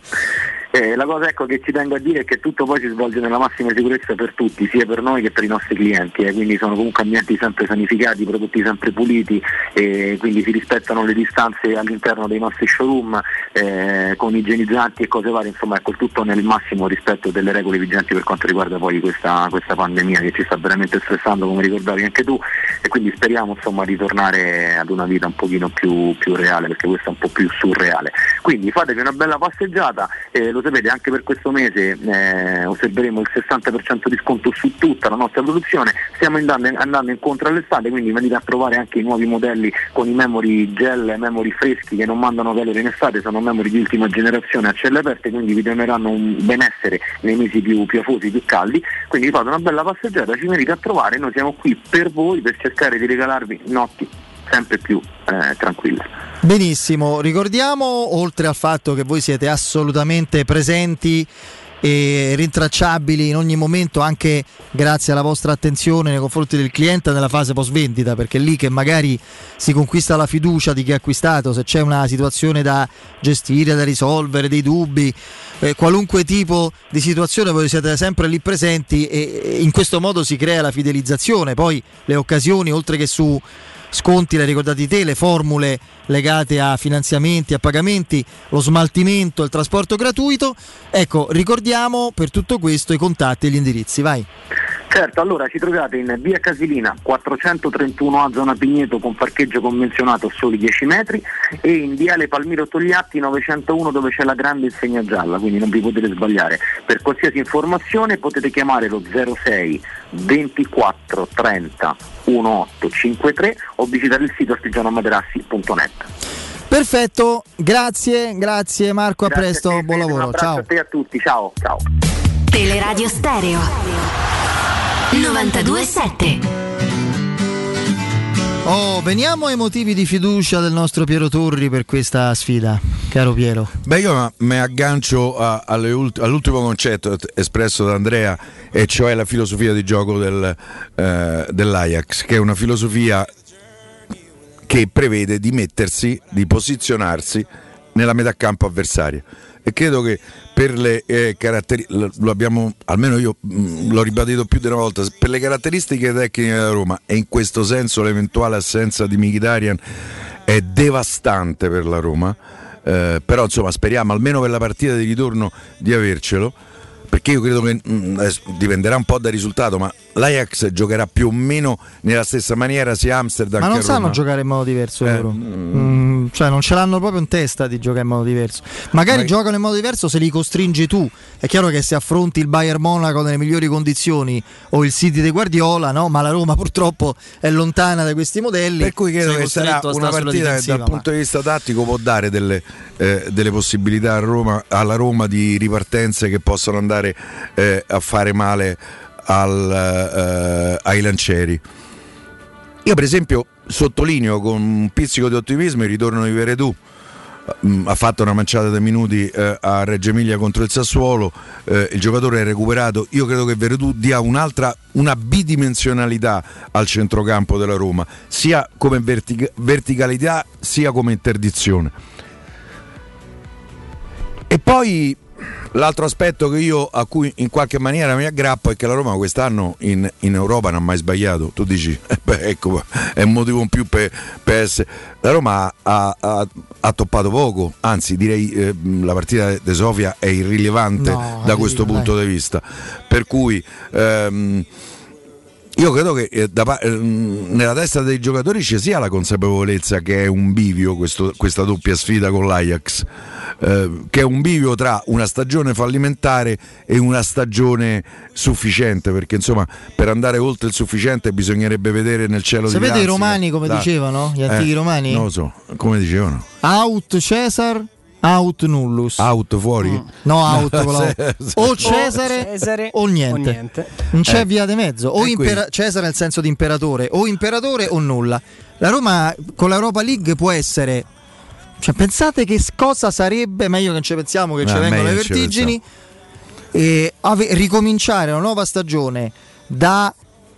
La cosa che ci tengo a dire è che tutto poi si svolge nella massima sicurezza per tutti, sia per noi che per i nostri clienti, quindi sono comunque ambienti sempre sanificati, prodotti sempre puliti, quindi si rispettano le distanze all'interno dei nostri showroom, con igienizzanti e cose varie, il tutto nel massimo rispetto delle regole vigenti per quanto riguarda poi questa pandemia che ci sta veramente stressando, come ricordavi anche tu, e quindi speriamo di tornare ad una vita un pochino più reale, perché questa è un po' più surreale. Quindi fatevi una bella passeggiata, lo sapete, anche per questo mese osserveremo il 60% di sconto su tutta la nostra produzione. Stiamo andando incontro all'estate, quindi venite a provare anche i nuovi modelli con i memory gel, memory freschi che non mandano calore in estate, sono memory di ultima generazione a celle aperte, quindi vi doneranno un benessere nei mesi più afosi, più caldi. Quindi fate una bella passeggiata, ci venite a trovare, noi siamo qui per voi, per cercare di regalarvi notti sempre più tranquille. Benissimo, ricordiamo, oltre al fatto che voi siete assolutamente presenti e rintracciabili in ogni momento, anche grazie alla vostra attenzione nei confronti del cliente nella fase post vendita, perché è lì che magari si conquista la fiducia di chi ha acquistato, se c'è una situazione da gestire, da risolvere, dei dubbi, qualunque tipo di situazione, voi siete sempre lì presenti e in questo modo si crea la fidelizzazione. Poi le occasioni, oltre che su sconti, le ricordate te, le formule legate a finanziamenti, a pagamenti, lo smaltimento, il trasporto gratuito. Ecco, ricordiamo per tutto questo i contatti e gli indirizzi, vai. Certo, allora ci trovate in via Casilina 431A zona Pigneto con parcheggio convenzionato soli 10 metri e in viale Palmiro Togliatti 901 dove c'è la grande insegna gialla, quindi non vi potete sbagliare. Per qualsiasi informazione potete chiamare lo 06 24 30 1853 o visitare il sito artigianamaterassi.net. Perfetto, grazie Marco, a presto, buon lavoro, un abbraccio ciao a te e a tutti, ciao. Teleradio Stereo 92.7. Veniamo ai motivi di fiducia del nostro Piero Torri per questa sfida, caro Piero. Beh, io mi aggancio all'ultimo concetto espresso da Andrea, e cioè la filosofia di gioco dell'Ajax, che è una filosofia che prevede di posizionarsi nella metà campo avversaria, e credo che per le caratteristiche, lo abbiamo, almeno io l'ho ribadito più di una volta, per le caratteristiche tecniche della Roma, e in questo senso l'eventuale assenza di Mkhitaryan è devastante per la Roma, però insomma speriamo almeno per la partita di ritorno di avercelo, perché io credo che dipenderà un po' dal risultato, ma l'Ajax giocherà più o meno nella stessa maniera sia Amsterdam che Roma. Ma non sanno giocare in modo diverso loro. Cioè non ce l'hanno proprio in testa di giocare in modo diverso. Magari giocano in modo diverso se li costringi tu. È chiaro che se affronti il Bayern Monaco nelle migliori condizioni o il City di Guardiola, no? Ma la Roma purtroppo è lontana da questi modelli. Per cui credo che sarà una partita che dal punto di vista tattico può dare delle possibilità alla Roma di ripartenze che possono andare a fare male ai lancieri. Io per esempio sottolineo con un pizzico di ottimismo il ritorno di Veretout. Ha fatto una manciata di minuti a Reggio Emilia contro il Sassuolo, il giocatore è recuperato. Io credo che Veretout dia una bidimensionalità al centrocampo della Roma, sia come verticalità sia come interdizione. E poi l'altro aspetto a cui in qualche maniera mi aggrappo è che la Roma quest'anno in Europa non ha mai sbagliato. Tu dici, ecco, è un motivo in più per essere. La Roma ha toppato poco, anzi direi la partita di Sofia è irrilevante da questo punto di vista. Per cui io credo che nella testa dei giocatori ci sia la consapevolezza che è un bivio questa doppia sfida con l'Ajax, che è un bivio tra una stagione fallimentare e una stagione sufficiente, perché insomma per andare oltre il sufficiente bisognerebbe vedere nel cielo di Danzica. Sapete i romani come dicevano, gli antichi romani? Non lo so, come dicevano? Out Cesar, out nullus. Out fuori? No, out con la o Cesare o niente. Non c'è via di mezzo. O Cesare nel senso di imperatore, o imperatore o nulla. La Roma con l'Europa League può essere, cioè pensate che cosa sarebbe, meglio che non ci pensiamo che ci vengono le vertigini, e ricominciare una nuova stagione da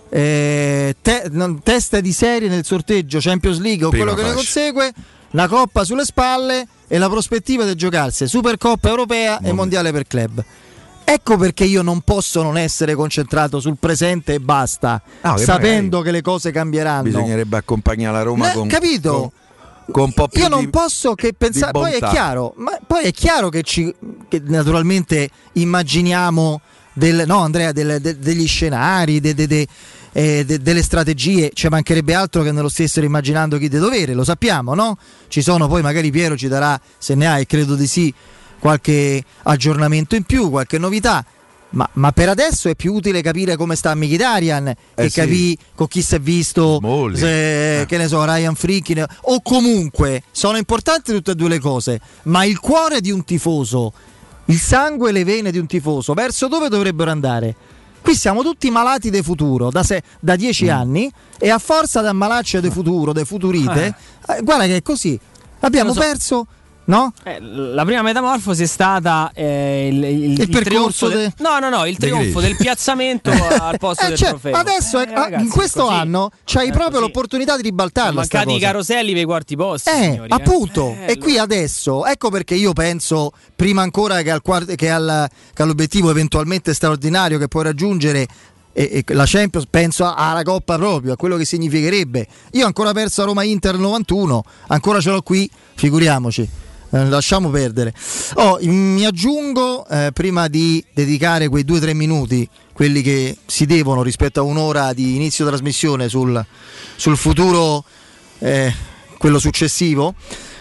testa di serie nel sorteggio Champions League o quello che ne consegue, una coppa sulle spalle e la prospettiva di giocarsi Supercoppa europea e mondiale per club. Ecco perché io non posso non essere concentrato sul presente e basta, sapendo che le cose cambieranno. Bisognerebbe accompagnare la Roma con, capito? Con un po' più io non posso che pensare, poi è chiaro che naturalmente immaginiamo degli scenari, delle strategie, ci mancherebbe altro che nello stessero immaginando chi di dovere, lo sappiamo, no? Ci sono, poi magari Piero ci darà, se ne ha, e credo di sì, qualche aggiornamento in più, qualche novità, ma per adesso è più utile capire come sta Mkhitaryan e capire con chi si è visto, che ne so, Ryan Frickin, o comunque sono importanti tutte e due le cose, ma il cuore di un tifoso, il sangue e le vene di un tifoso, verso dove dovrebbero andare? Qui siamo tutti malati del futuro da 10 anni, e a forza di ammalarci del futuro, de futurite, guarda che è così, abbiamo perso. No? La prima metamorfosi è stata il percorso il trionfo del piazzamento al posto del trofeo. Adesso ragazzi, in questo anno c'hai proprio l'opportunità di ribaltarla. Mancati i caroselli per i quarti posti, signori, appunto. E qui adesso, ecco perché io penso, prima ancora che all'obiettivo eventualmente straordinario che puoi raggiungere, e la Champions, penso alla Coppa proprio, a quello che significherebbe. Io ho ancora perso a Roma Inter 91, ancora ce l'ho qui, figuriamoci. Lasciamo perdere. Mi aggiungo, prima di dedicare quei 2-3 minuti, quelli che si devono rispetto a un'ora di inizio trasmissione sul futuro, quello successivo,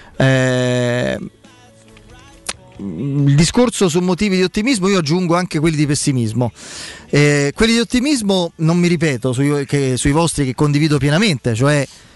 il discorso su motivi di ottimismo, io aggiungo anche quelli di pessimismo. Quelli di ottimismo non mi ripeto sui vostri, che condivido pienamente, cioè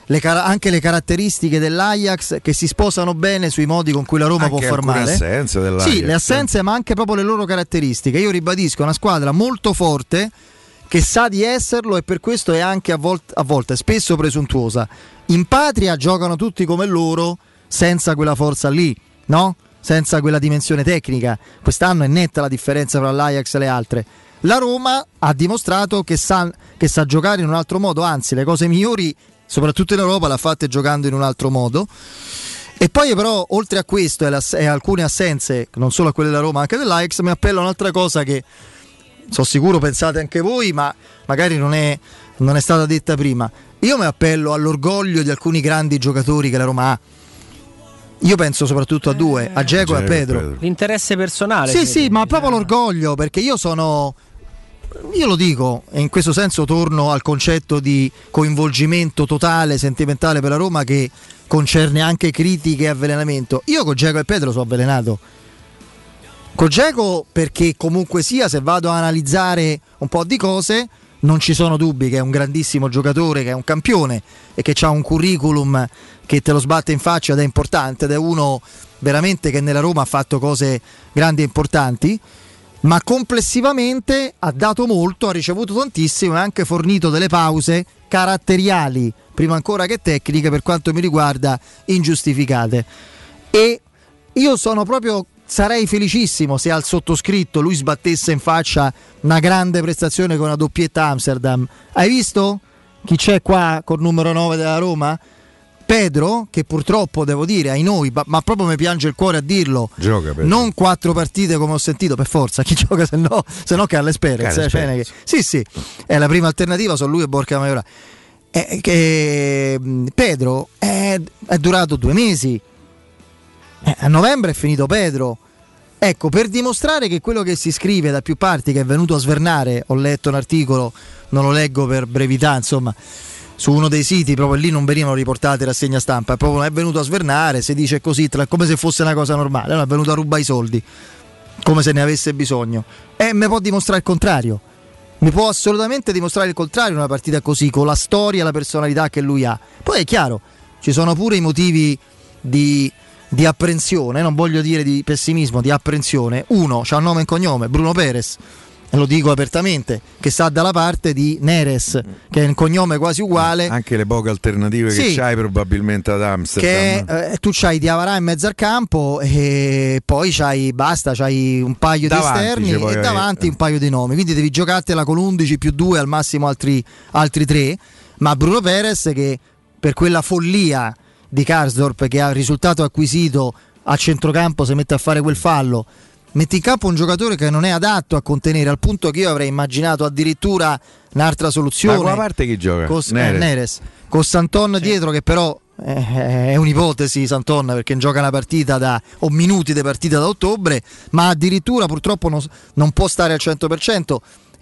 anche le caratteristiche dell'Ajax che si sposano bene sui modi con cui la Roma anche può far male. Assenze dell'Ajax. Sì, le assenze, ma anche proprio le loro caratteristiche. Io ribadisco, è una squadra molto forte che sa di esserlo, e per questo è anche a volte spesso presuntuosa. In patria giocano tutti come loro, senza quella forza lì, no? Senza quella dimensione tecnica. Quest'anno è netta la differenza tra l'Ajax e le altre. La Roma ha dimostrato che sa giocare in un altro modo, anzi le cose migliori, soprattutto in Europa, l'ha fatte giocando in un altro modo. E poi però, oltre a questo e alcune assenze, non solo a quelle della Roma, anche dell'Ajax, mi appello a un'altra cosa che sono sicuro pensate anche voi, ma magari non è stata detta prima. Io mi appello all'orgoglio di alcuni grandi giocatori che la Roma ha. Io penso soprattutto a due, a Dzeko e a Pedro. L'interesse personale. Sì, ma proprio l'orgoglio, perché io lo dico, e in questo senso torno al concetto di coinvolgimento totale, sentimentale per la Roma, che concerne anche critiche e avvelenamento. Io con Dzeko e Pedro sono avvelenato. Con Dzeko perché comunque sia, se vado a analizzare un po' di cose, non ci sono dubbi che è un grandissimo giocatore, che è un campione e che ha un curriculum che te lo sbatte in faccia ed è importante, ed è uno veramente che nella Roma ha fatto cose grandi e importanti, ma complessivamente ha dato molto, ha ricevuto tantissimo e ha anche fornito delle pause caratteriali, prima ancora che tecniche, per quanto mi riguarda ingiustificate. E io sarei felicissimo se al sottoscritto lui sbattesse in faccia una grande prestazione con una doppietta Amsterdam. Hai visto chi c'è qua col numero 9 della Roma? Pedro, che purtroppo devo dire ai noi, ma proprio mi piange il cuore a dirlo, gioca, non 4 partite come ho sentito, per forza chi gioca, se no Carles Perez, sì, è la prima alternativa, sono lui e Borca Maioral. Pedro è durato 2 mesi, a novembre è finito Pedro. Ecco, per dimostrare che quello che si scrive da più parti, che è venuto a svernare, ho letto un articolo, non lo leggo per brevità, insomma, su uno dei siti, proprio lì non venivano riportate rassegna stampa, proprio non è venuto a svernare, si dice così, come se fosse una cosa normale, non è venuto a rubare i soldi, come se ne avesse bisogno. E mi può dimostrare il contrario, mi può assolutamente dimostrare il contrario una partita così, con la storia e la personalità che lui ha. Poi è chiaro, ci sono pure i motivi di apprensione, non voglio dire di pessimismo, di apprensione. Uno c'ha un nome e cognome, Bruno Perez, e lo dico apertamente, che sta dalla parte di Neres, che è un cognome quasi uguale. Anche le poche alternative che c'hai probabilmente ad Amsterdam. Tu c'hai Diawara in mezzo al campo e poi c'hai un paio davanti, di esterni e davanti un paio di nomi, quindi devi giocartela con 11 più 2, al massimo altri 3, ma Bruno Perez, che per quella follia di Karsdorp, che ha il risultato acquisito a centrocampo, si mette a fare quel fallo, metti in campo un giocatore che non è adatto a contenere, al punto che io avrei immaginato addirittura un'altra soluzione. Ma quella parte chi gioca? Neres. Con Santon dietro, che però è un'ipotesi Santon, perché gioca una partita o minuti di partita da ottobre, ma addirittura purtroppo non può stare al 100%.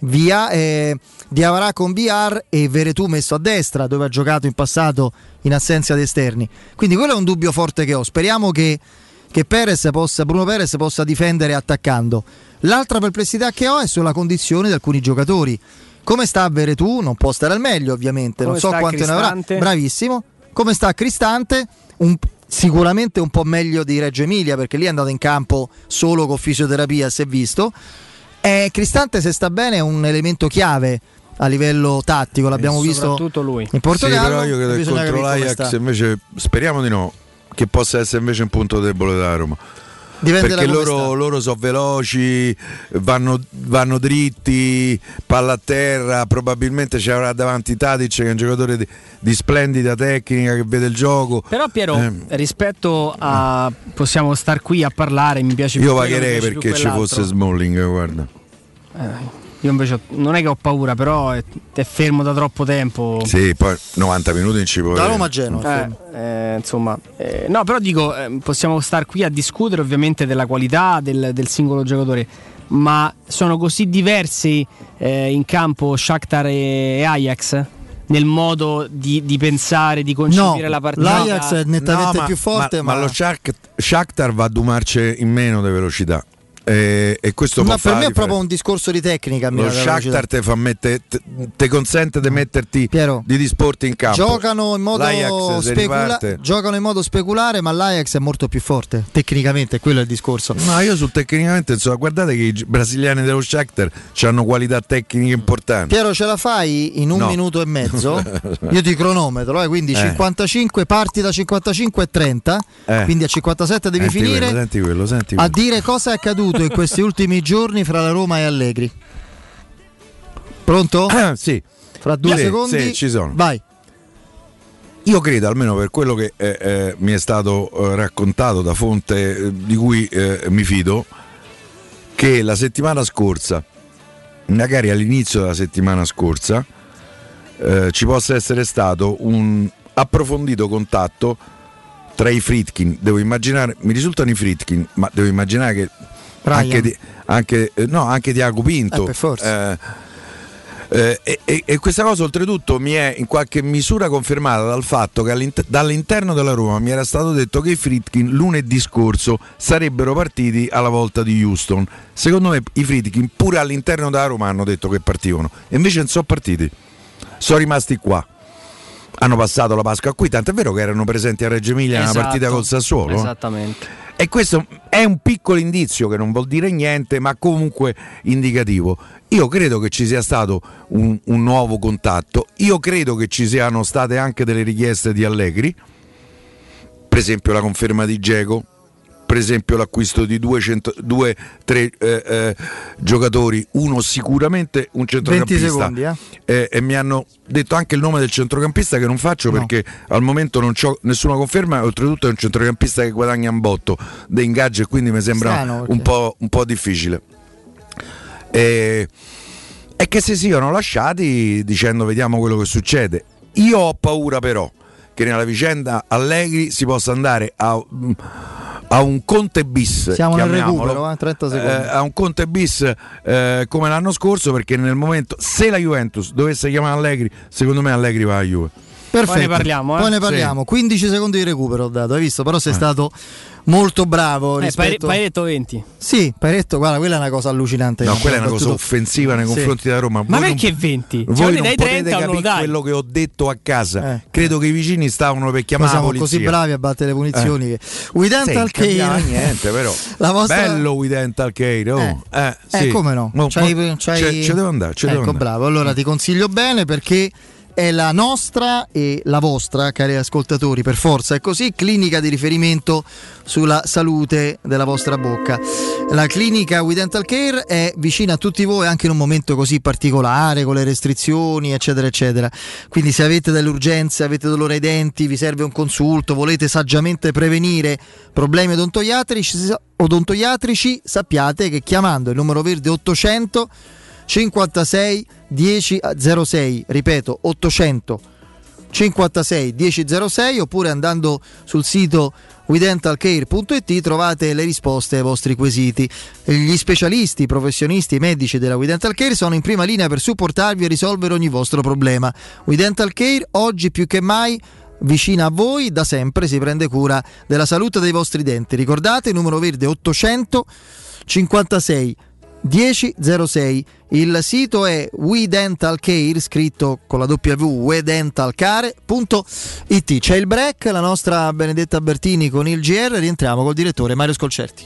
Diawara con VR e Veretout messo a destra, dove ha giocato in passato in assenza di esterni. Quindi quello è un dubbio forte che ho. Speriamo che Bruno Perez possa difendere attaccando. L'altra perplessità che ho è sulla condizione di alcuni giocatori. Come sta Veretout? Non può stare al meglio, ovviamente. Come non so quante ne avrà. Bravissimo. Come sta Cristante? Sicuramente un po' meglio di Reggio Emilia, perché lì è andato in campo solo con fisioterapia, si è visto. Cristante, se sta bene, è un elemento chiave a livello tattico, l'abbiamo visto soprattutto lui in Portogallo. Sì, però io credo che contro l'Ajax invece, speriamo di no, che possa essere invece un punto debole della Roma. Dipende, perché loro sono veloci, vanno dritti, palla a terra, probabilmente ci avrà davanti Tadic, che è un giocatore di splendida tecnica, che vede il gioco. Però Piero, rispetto a possiamo star qui a parlare, mi piace più. Io pagherei perché ci fosse Smalling, guarda. Io invece non è che ho paura, però è fermo da troppo tempo. Sì, poi 90 minuti in cibo. Da Roma a Genova. Insomma, no, però dico, possiamo star qui a discutere ovviamente della qualità del singolo giocatore, ma sono così diversi in campo Shakhtar e Ajax nel modo di pensare, di concepire la partita. L'Ajax è nettamente più forte, ma lo Shakhtar va a 2 marce in meno di velocità. E questo ma per me è proprio un discorso di tecnica. Lo Shakhtar te consente di metterti, di disporti in campo. Giocano in modo speculare, ma l'Ajax è molto più forte tecnicamente, quello è il discorso. No, io sul tecnicamente, insomma, guardate che i brasiliani dello Shakhtar hanno qualità tecniche importanti. Piero, ce la fai in un minuto e mezzo? Io ti cronometro, quindi 55, parti da 55 e 30, quindi a 57 devi finire. Senti quello. A dire cosa è accaduto in questi ultimi giorni fra la Roma e Allegri. Pronto? Sì. Fra 2 secondi. Sì, ci sono. Vai. Io credo, almeno per quello che mi è stato raccontato da fonte di cui mi fido, che la settimana scorsa, magari all'inizio della settimana scorsa, ci possa essere stato un approfondito contatto tra i Friedkin. Devo immaginare, mi risultano i Friedkin, ma devo immaginare che anche Tiago Pinto, per forza. E questa cosa oltretutto mi è in qualche misura confermata dal fatto che dall'interno della Roma mi era stato detto che i Friedkin lunedì scorso sarebbero partiti alla volta di Houston. Secondo me i Friedkin pure all'interno della Roma hanno detto che partivano, e invece non sono partiti, sono rimasti qua. Hanno passato la Pasqua qui, tant'è vero che erano presenti a Reggio Emilia nella partita col Sassuolo. Esattamente. E questo è un piccolo indizio che non vuol dire niente, ma comunque indicativo. Io credo che ci sia stato un nuovo contatto, io credo che ci siano state anche delle richieste di Allegri, per esempio la conferma di Dzeko, per esempio l'acquisto di 2-3 giocatori, uno sicuramente un centrocampista. 20 secondi, e mi hanno detto anche il nome del centrocampista, che non faccio perché al momento non c'ho nessuna conferma, oltretutto è un centrocampista che guadagna un botto di ingaggio e quindi mi sembra un po' difficile. E che si siano lasciati dicendo vediamo quello che succede. Io ho paura però che nella vicenda Allegri si possa andare a un Conte bis, siamo nel recupero, 30 secondi. A un Conte bis come l'anno scorso, perché nel momento, se la Juventus dovesse chiamare Allegri, secondo me Allegri va a Juve. Perfetto. Poi ne parliamo. Sì. 15 secondi di recupero ho dato, hai visto? Però sei stato molto bravo rispetto... Pairetto 20. Sì, Pairetto, guarda, quella è una cosa allucinante. No, quella è una cosa offensiva nei confronti della Roma. Ma perché 20? Voi non potete capire quello che ho detto a casa. Credo che i vicini stavano per chiamare la polizia. Siamo così bravi a battere le punizioni che... We Dental Care. Niente, però. Bello We Dental Care. Sì. Come no? Ci devo andare. Bravo. Allora ti consiglio bene, perché è la nostra e la vostra, cari ascoltatori, per forza è così, clinica di riferimento sulla salute della vostra bocca. La clinica We Dental Care è vicina a tutti voi anche in un momento così particolare, con le restrizioni eccetera eccetera. Quindi se avete delle urgenze, avete dolore ai denti, vi serve un consulto, volete saggiamente prevenire problemi odontoiatrici, sappiate che chiamando il numero verde 800 56 1006, ripeto 800 56 1006, oppure andando sul sito WeDentalCare.it trovate le risposte ai vostri quesiti. Gli specialisti, i professionisti, i medici della We Dental Care sono in prima linea per supportarvi e risolvere ogni vostro problema. We Dental Care oggi più che mai vicina a voi, da sempre si prende cura della salute dei vostri denti. Ricordate, numero verde 800 56 1006. Il sito è We Dental Care, scritto con la W, wedentalcare.it. C'è il break, la nostra Benedetta Bertini con il GR, rientriamo col direttore Mario Scolcerti.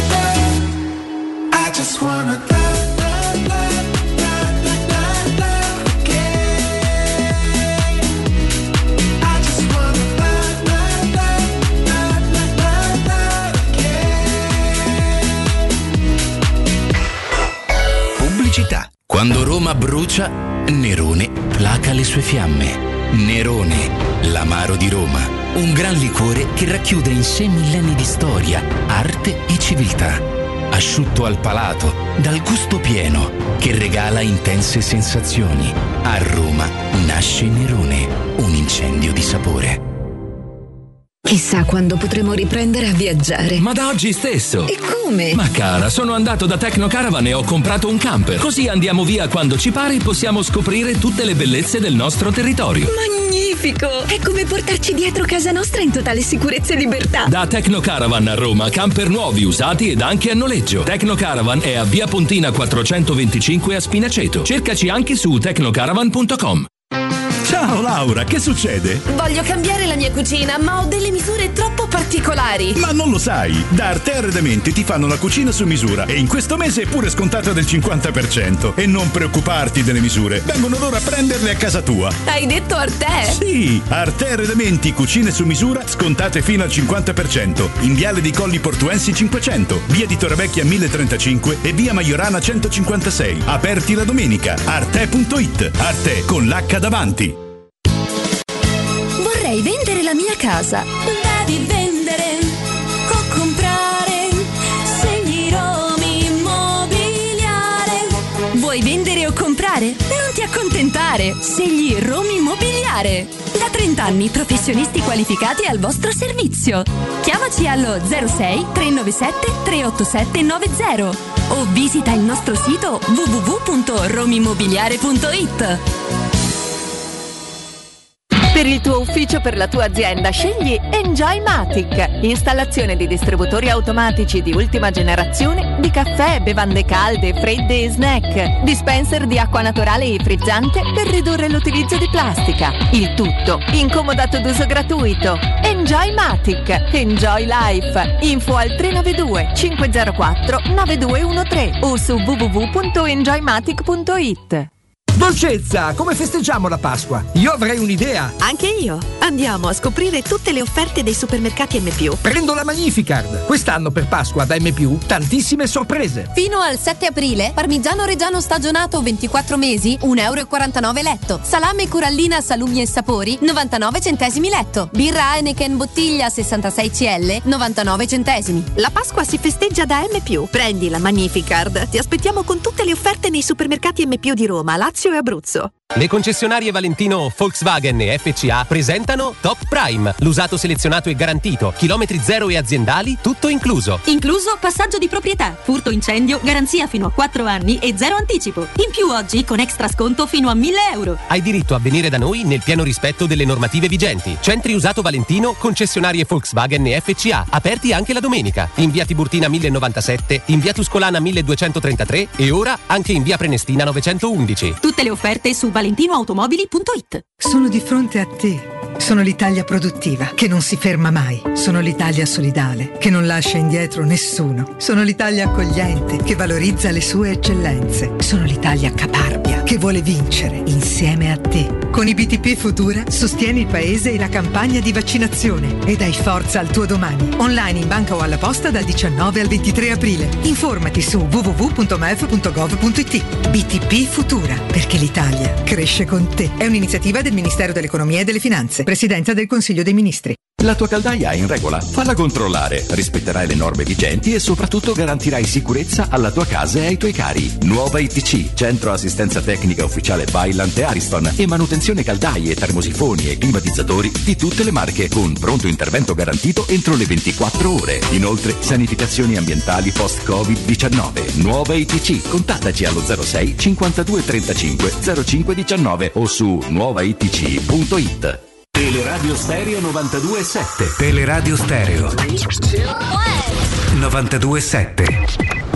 Quando Roma brucia, Nerone placa le sue fiamme. Nerone, l'amaro di Roma. Un gran liquore che racchiude in sé millenni di storia, arte e civiltà. Asciutto al palato, dal gusto pieno, che regala intense sensazioni. A Roma nasce Nerone, un incendio di sapore. Chissà quando potremo riprendere a viaggiare. Ma da oggi stesso. E come? Ma cara, sono andato da Tecnocaravan e ho comprato un camper. Così andiamo via quando ci pare e possiamo scoprire tutte le bellezze del nostro territorio. Magnifico! È come portarci dietro casa nostra in totale sicurezza e libertà. Da Tecnocaravan a Roma, camper nuovi, usati ed anche a noleggio. Tecnocaravan è a Via Pontina 425 a Spinaceto. Cercaci anche su tecnocaravan.com. Ciao Laura, che succede? Voglio cambiare la mia cucina, ma ho delle misure troppo particolari. Ma non lo sai, da Arte Arredamenti ti fanno la cucina su misura e in questo mese è pure scontata del 50%. E non preoccuparti delle misure, vengono loro a prenderle a casa tua. Hai detto Arte? Sì, Arte Arredamenti, cucine su misura, scontate fino al 50%. In Viale dei Colli Portuensi 500, Via di Torrevecchia 1035 e Via Majorana 156. Aperti la domenica. Arte.it. Arte con l'H davanti. Vorrei vendere la mia casa. Devi vendere o comprare. Scegli Romi Immobiliare. Vuoi vendere o comprare? Non ti accontentare. Scegli Romi Immobiliare. Da 30 anni professionisti qualificati al vostro servizio. Chiamaci allo 06 397 387 90 o visita il nostro sito www.romimmobiliare.it. Per il tuo ufficio, per la tua azienda, scegli Enjoymatic. Installazione di distributori automatici di ultima generazione di caffè, bevande calde, fredde e snack. Dispenser di acqua naturale e frizzante per ridurre l'utilizzo di plastica. Il tutto in comodato d'uso gratuito. Enjoymatic. Enjoy Life. Info al 392 504 9213 o su www.enjoymatic.it. Dolcezza, come festeggiamo la Pasqua? Io avrei un'idea. Anche io. Andiamo a scoprire tutte le offerte dei supermercati M+. Prendo la Magnificard. Quest'anno per Pasqua da M+, tantissime sorprese. Fino al 7 aprile, parmigiano reggiano stagionato 24 mesi, 1,49 € letto. Salame corallina salumi e sapori, 99 centesimi letto. Birra Heineken bottiglia 66 CL, 99 centesimi. La Pasqua si festeggia da M+. Prendi la Magnificard. Ti aspettiamo con tutte le offerte nei supermercati M+ di Roma, Lazio e Abruzzo. Le concessionarie Valentino, Volkswagen e FCA presentano Top Prime, l'usato selezionato e garantito, chilometri zero e aziendali, tutto incluso. Incluso passaggio di proprietà, furto incendio, garanzia fino a 4 anni e zero anticipo. In più oggi con extra sconto fino a 1.000 euro. Hai diritto a venire da noi nel pieno rispetto delle normative vigenti. Centri usato Valentino, concessionarie Volkswagen e FCA, aperti anche la domenica. In via Tiburtina 1097, in via Tuscolana 1233 e ora anche in via Prenestina 911. Tutte le offerte su valentinoautomobili.it. Sono di fronte a te. Sono l'Italia produttiva, che non si ferma mai. Sono l'Italia solidale, che non lascia indietro nessuno. Sono l'Italia accogliente, che valorizza le sue eccellenze. Sono l'Italia caparbia, che vuole vincere insieme a te. Con i BTP Futura sostieni il paese e la campagna di vaccinazione e dai forza al tuo domani. Online in banca o alla posta dal 19 al 23 aprile. Informati su www.mef.gov.it. BTP Futura, perché l'Italia cresce con te. È un'iniziativa del Ministero dell'Economia e delle Finanze. Presidenza del Consiglio dei Ministri. La tua caldaia è in regola? Falla controllare, rispetterai le norme vigenti e soprattutto garantirai sicurezza alla tua casa e ai tuoi cari. Nuova ITC, Centro Assistenza Tecnica Ufficiale Vaillant e Ariston e manutenzione caldaie, termosifoni e climatizzatori di tutte le marche con pronto intervento garantito entro le 24 ore. Inoltre, sanificazioni ambientali post-Covid-19. Nuova ITC, contattaci allo 06 52 35 05 19 o su nuovaitc.it. Teleradio Stereo 92.7. Teleradio Stereo 92.7.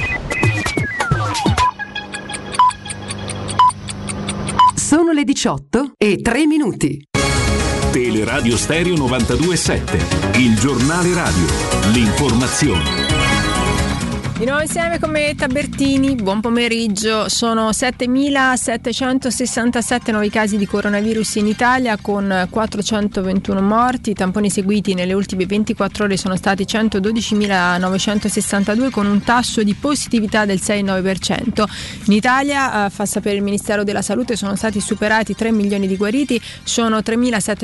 Sono le 18:03. Teleradio Stereo 92.7. Il giornale radio. L'informazione. Di nuovo insieme con me Tabertini, buon pomeriggio. Sono 7.767 nuovi casi di coronavirus in Italia con 421 morti. I tamponi eseguiti nelle ultime 24 ore sono stati 112.962 con un tasso di positività del 6,9%. In Italia, fa sapere il Ministero della Salute, sono stati superati 3 milioni di guariti, sono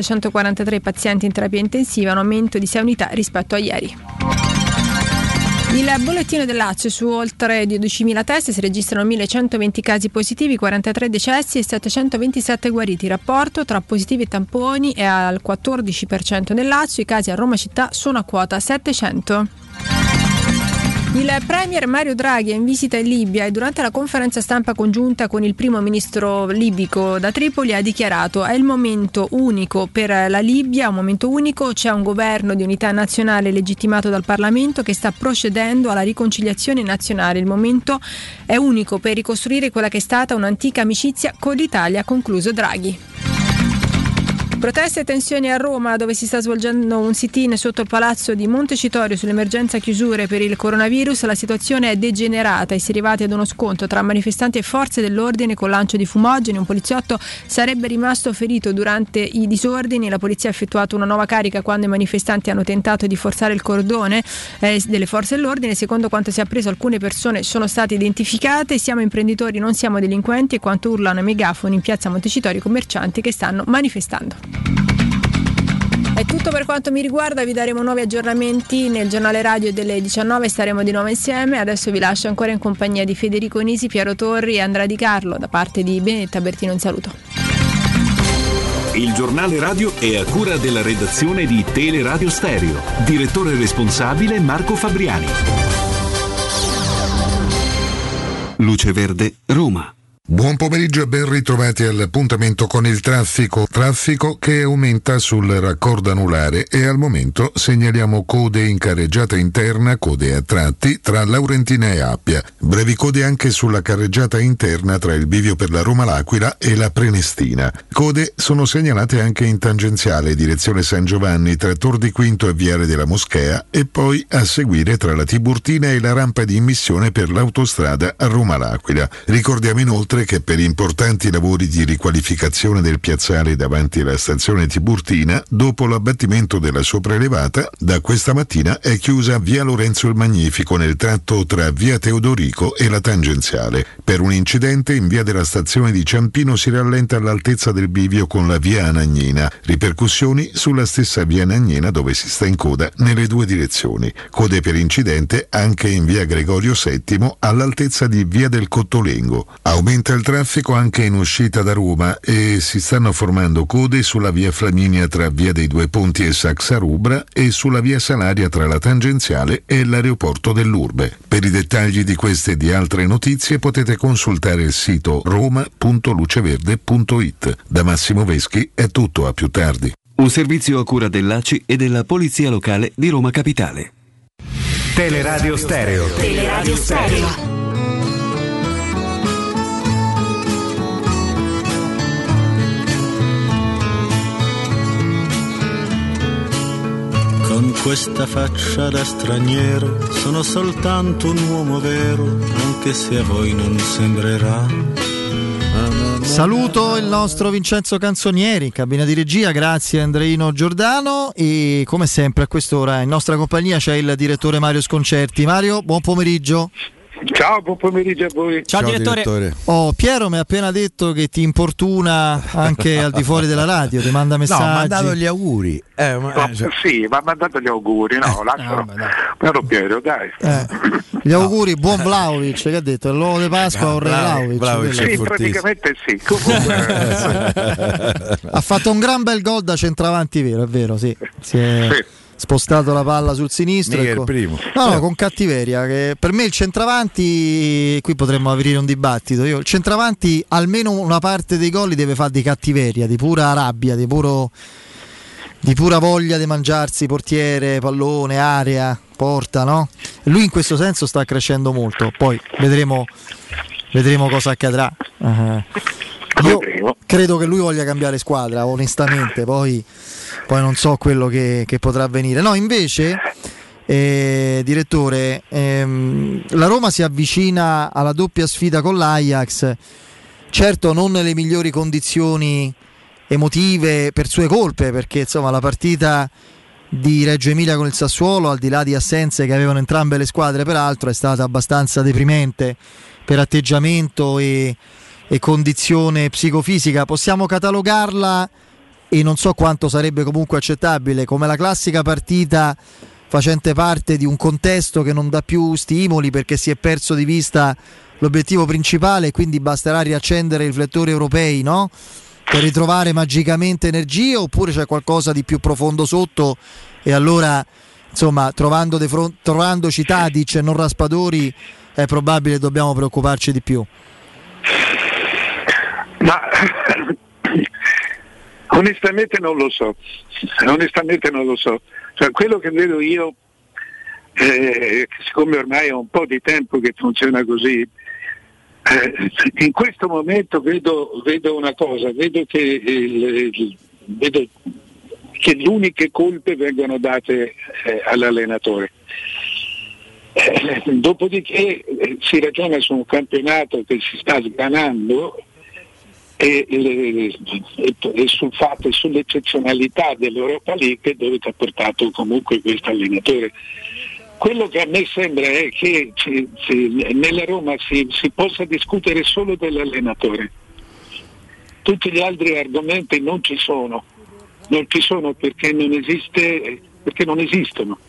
3.743 pazienti in terapia intensiva, un aumento di 6 unità rispetto a ieri. Il bollettino del Lazio: su oltre 12.000 test si registrano 1.120 casi positivi, 43 decessi e 727 guariti. Il rapporto tra positivi e tamponi è al 14% nel Lazio. I casi a Roma città sono a quota 700. Il premier Mario Draghi è in visita in Libia e durante la conferenza stampa congiunta con il primo ministro libico da Tripoli ha dichiarato: è il momento unico per la Libia, un momento unico, c'è un governo di unità nazionale legittimato dal Parlamento che sta procedendo alla riconciliazione nazionale, il momento è unico per ricostruire quella che è stata un'antica amicizia con l'Italia, ha concluso Draghi. Proteste e tensioni a Roma, dove si sta svolgendo un sit-in sotto il palazzo di Montecitorio sull'emergenza chiusure per il coronavirus. La situazione è degenerata e si è arrivati ad uno scontro tra manifestanti e forze dell'ordine con lancio di fumogeni. Un poliziotto sarebbe rimasto ferito durante i disordini. La polizia ha effettuato una nuova carica quando i manifestanti hanno tentato di forzare il cordone delle forze dell'ordine. Secondo quanto si è appreso, alcune persone sono state identificate. Siamo imprenditori, non siamo delinquenti, e quanto urlano ai megafoni in piazza Montecitorio i commercianti che stanno manifestando. È tutto per quanto mi riguarda, vi daremo nuovi aggiornamenti nel giornale radio delle 19, staremo di nuovo insieme. Adesso vi lascio ancora in compagnia di Federico Nisi, Piero Torri e Andrea Di Carlo. Da parte di Benedetta Bertino un saluto. Il giornale radio è a cura della redazione di Teleradio Stereo. Direttore responsabile Marco Fabriani. Luce Verde, Roma. Buon pomeriggio e ben ritrovati all'appuntamento con il traffico che aumenta sul raccordo anulare e al momento segnaliamo code in carreggiata interna, code a tratti tra Laurentina e Appia, brevi code anche sulla carreggiata interna tra il bivio per la Roma-L'Aquila e la Prenestina. Code sono segnalate anche in tangenziale direzione San Giovanni tra Tor di Quinto e Viale della Moschea e poi a seguire tra la Tiburtina e la rampa di immissione per l'autostrada a Roma-L'Aquila. Ricordiamo inoltre che per importanti lavori di riqualificazione del piazzale davanti alla stazione Tiburtina, dopo l'abbattimento della sopraelevata, da questa mattina è chiusa via Lorenzo il Magnifico nel tratto tra via Teodorico e la tangenziale. Per un incidente in via della stazione di Ciampino si rallenta all'altezza del bivio con la via Anagnina. Ripercussioni sulla stessa via Anagnina dove si sta in coda nelle due direzioni. Code per incidente anche in via Gregorio VII all'altezza di via del Cottolengo. Aumenta il traffico anche in uscita da Roma e si stanno formando code sulla via Flaminia tra via dei Due Ponti e Saxa Rubra e sulla via Salaria tra la tangenziale e l'aeroporto dell'Urbe. Per i dettagli di queste e di altre notizie potete consultare il sito roma.luceverde.it. Da Massimo Veschi è tutto, a più tardi. Un servizio a cura dell'ACI e della Polizia Locale di Roma Capitale. Teleradio Stereo. Teleradio Stereo. Con questa faccia da straniero sono soltanto un uomo vero, anche se a voi non sembrerà. Saluto il nostro Vincenzo Canzonieri in cabina di regia, grazie Andreino Giordano, e come sempre a quest'ora in nostra compagnia c'è il direttore Mario Sconcerti. Mario, buon pomeriggio. Ciao, buon pomeriggio a voi. Ciao direttore. Oh, Piero mi ha appena detto che ti importuna anche al di fuori della radio, ti manda messaggi. No, ha mandato gli auguri. Sì, mi ha mandato gli auguri, lascialo Piero, dai. Gli auguri, buon Vlahovic, che ha detto? L'uovo di Pasqua o Vlahovic? Sì, praticamente sì. Ha fatto un gran bel gol da centravanti, vero, è vero, sì. Sì. Spostato la palla sul sinistro, ecco. Il primo. No, con cattiveria, che per me il centravanti, qui potremmo aprire un dibattito, il centravanti almeno una parte dei gol li deve fare di cattiveria, di pura rabbia, di pura voglia di mangiarsi portiere, pallone, area, porta, no? Lui in questo senso sta crescendo molto, poi vedremo cosa accadrà. Io credo che lui voglia cambiare squadra, onestamente, poi non so quello che potrà avvenire. No, invece, direttore, la Roma si avvicina alla doppia sfida con l'Ajax, certo non nelle migliori condizioni emotive per sue colpe, perché insomma la partita di Reggio Emilia con il Sassuolo, al di là di assenze che avevano entrambe le squadre peraltro, è stata abbastanza deprimente per atteggiamento e condizione psicofisica. Possiamo catalogarla, e non so quanto sarebbe comunque accettabile, come la classica partita facente parte di un contesto che non dà più stimoli perché si è perso di vista l'obiettivo principale, quindi basterà riaccendere i riflettori europei, no? Per ritrovare magicamente energia, oppure c'è qualcosa di più profondo sotto e allora insomma trovandoci Tadic e non Raspadori è probabile dobbiamo preoccuparci di più. Ma onestamente non lo so, cioè, quello che vedo io, siccome ormai è un po' di tempo che funziona così, in questo momento vedo una cosa, vedo che le uniche colpe vengono date all'allenatore. Dopodiché si ragiona su un campionato che si sta sgranando e sul fatto e sull'eccezionalità dell'Europa League dove ti ha portato comunque questo allenatore. Quello che a me sembra è che nella Roma si possa discutere solo dell'allenatore. Tutti gli altri argomenti non ci sono perché non esistono.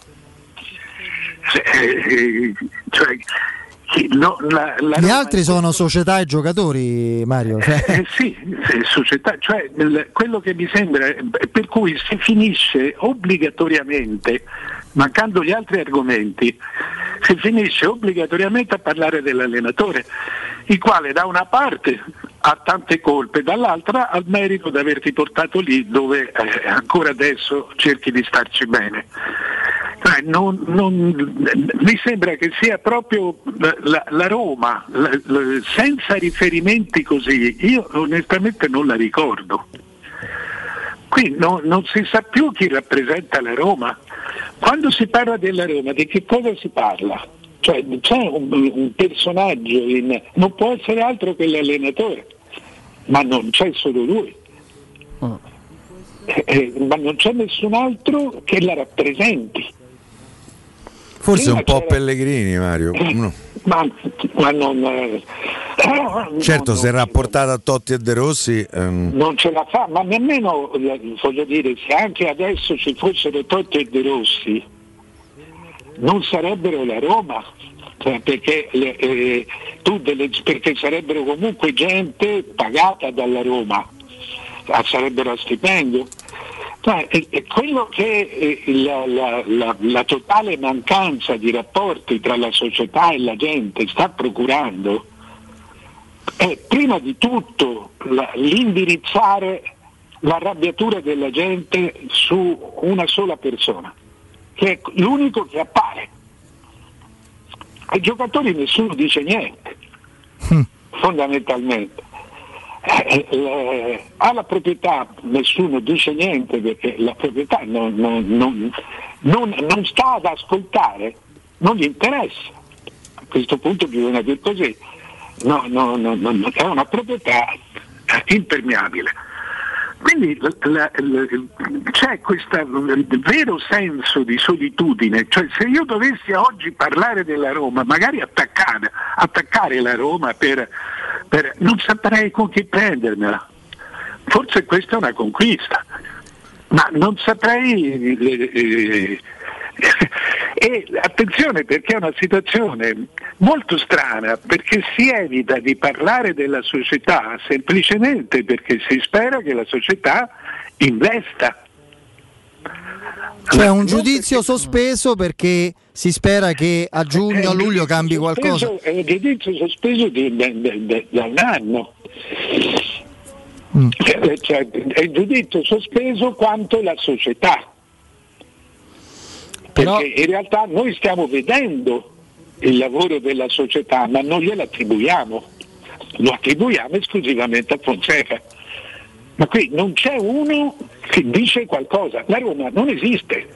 Gli altri sono società e giocatori, Mario. Sì, società, cioè quello che mi sembra, per cui si finisce obbligatoriamente, mancando gli altri argomenti, si finisce obbligatoriamente a parlare dell'allenatore, il quale da una parte ha tante colpe, dall'altra ha il merito di averti portato lì dove ancora adesso cerchi di starci bene. Mi sembra che sia proprio la Roma, senza riferimenti così, io onestamente non la ricordo. Qui non si sa più chi rappresenta la Roma. Quando si parla della Roma, di che cosa si parla? Cioè c'è un personaggio, non può essere altro che l'allenatore, ma non c'è solo lui. Ma non c'è nessun altro che la rappresenti. Forse un po' Pellegrini, Mario. No. Ma non. Certo, se rapportato a Totti e De Rossi. Non ce la fa, ma nemmeno, voglio dire, se anche adesso ci fossero Totti e De Rossi, non sarebbero la Roma. Cioè, perché sarebbero comunque gente pagata dalla Roma, sarebbero a stipendio. È quello che la totale mancanza di rapporti tra la società e la gente sta procurando è prima di tutto l'indirizzare l'arrabbiatura della gente su una sola persona, che è l'unico che appare. Ai giocatori nessuno dice niente, fondamentalmente. Alla proprietà nessuno dice niente perché la proprietà non sta ad ascoltare, non gli interessa. A questo punto bisogna dire così, no, è una proprietà impermeabile. Quindi c'è questo vero senso di solitudine, cioè se io dovessi oggi parlare della Roma, magari attaccare la Roma per non saprei con chi prendermela. Forse questa è una conquista, ma non saprei. E attenzione, perché è una situazione molto strana, perché si evita di parlare della società semplicemente perché si spera che la società investa. C'è un giudizio sospeso perché si spera che a giugno, a luglio cambi qualcosa. È un giudizio sospeso da un anno. Cioè, è il giudizio sospeso quanto la società. Perché in realtà noi stiamo vedendo il lavoro della società, ma non glielo attribuiamo, lo attribuiamo esclusivamente a Fonseca. Ma qui non c'è uno che dice qualcosa, la Roma non esiste.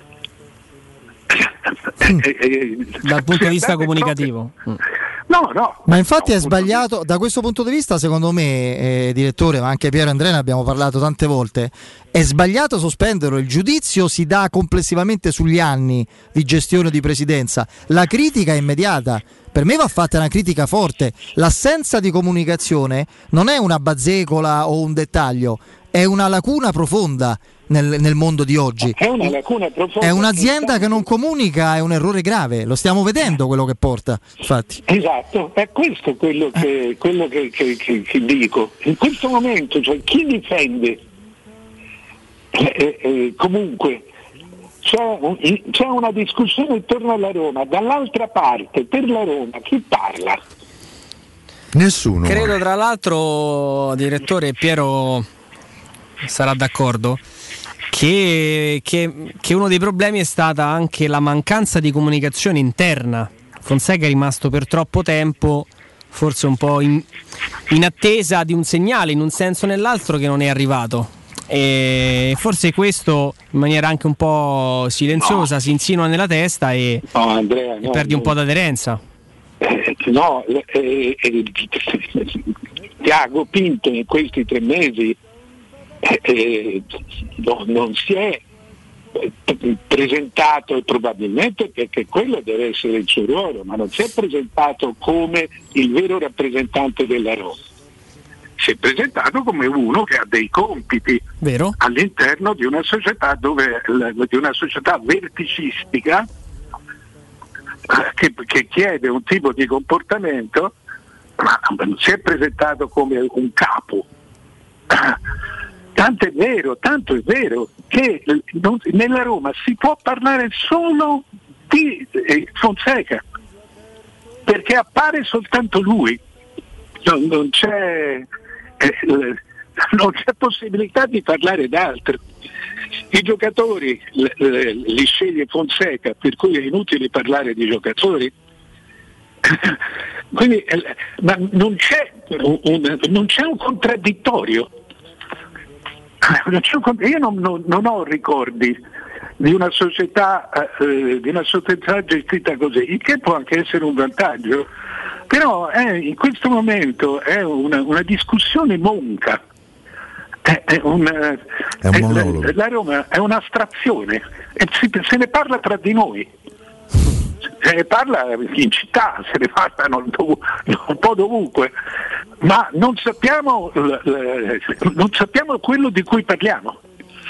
Dal punto di vista comunicativo. No. Ma infatti è sbagliato da questo punto di vista, secondo me, direttore, ma anche Piero Andrea ne abbiamo parlato tante volte, è sbagliato sospenderlo, il giudizio si dà complessivamente sugli anni di gestione di presidenza, la critica è immediata. Per me va fatta una critica forte, l'assenza di comunicazione non è una bazzecola o un dettaglio, è una lacuna profonda nel mondo di oggi. È una lacuna profonda. È un'azienda che non comunica, è un errore grave, lo stiamo vedendo quello che porta, infatti. Esatto, è questo quello che dico. In questo momento, cioè, chi difende comunque c'è una discussione intorno alla Roma, dall'altra parte per la Roma chi parla? Nessuno. Credo tra l'altro, direttore, Piero sarà d'accordo, che uno dei problemi è stata anche la mancanza di comunicazione interna. Fonseca è rimasto per troppo tempo forse un po' in attesa di un segnale in un senso o nell'altro che non è arrivato, e forse questo in maniera anche un po' silenziosa si insinua nella testa e perdi un po' d'aderenza. Tiago Pinto in questi 3 mesi non si è presentato, e probabilmente perché quello deve essere il suo ruolo, ma non si è presentato come il vero rappresentante della Roma. Si è presentato come uno che ha dei compiti, vero, all'interno di una società di una società verticistica che chiede un tipo di comportamento, ma non si è presentato come un capo. Tanto è vero che nella Roma si può parlare solo di Fonseca, perché appare soltanto lui, non c'è possibilità di parlare d'altro. I giocatori li sceglie Fonseca, per cui è inutile parlare di giocatori. Quindi, ma non c'è un contraddittorio. Io non ho ricordi di una società gestita così, il che può anche essere un vantaggio, però in questo momento è una discussione monca. È un monologo. La Roma è un'astrazione e se ne parla tra di noi, se ne parla in città, se ne parla un po' dovunque, ma non sappiamo quello di cui parliamo.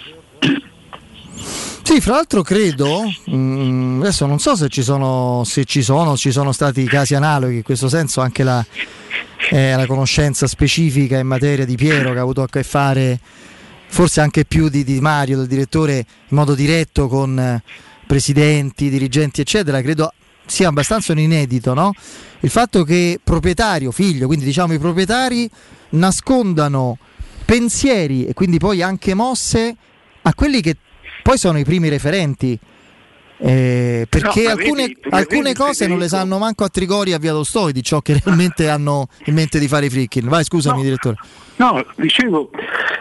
Sì, fra l'altro credo, adesso non so se ci sono stati casi analoghi, in questo senso anche la conoscenza specifica in materia di Piero, che ha avuto a che fare forse anche più di Mario, del direttore, in modo diretto con presidenti, dirigenti eccetera, credo sia abbastanza un inedito, no? Il fatto che proprietario, figlio, quindi diciamo i proprietari nascondano pensieri e quindi poi anche mosse a quelli che poi sono i primi referenti, perché alcune cose non le sanno manco a Trigori e a Via Tolstoi di ciò che realmente hanno in mente di fare i Friedkin. Vai, scusami, direttore. No, dicevo,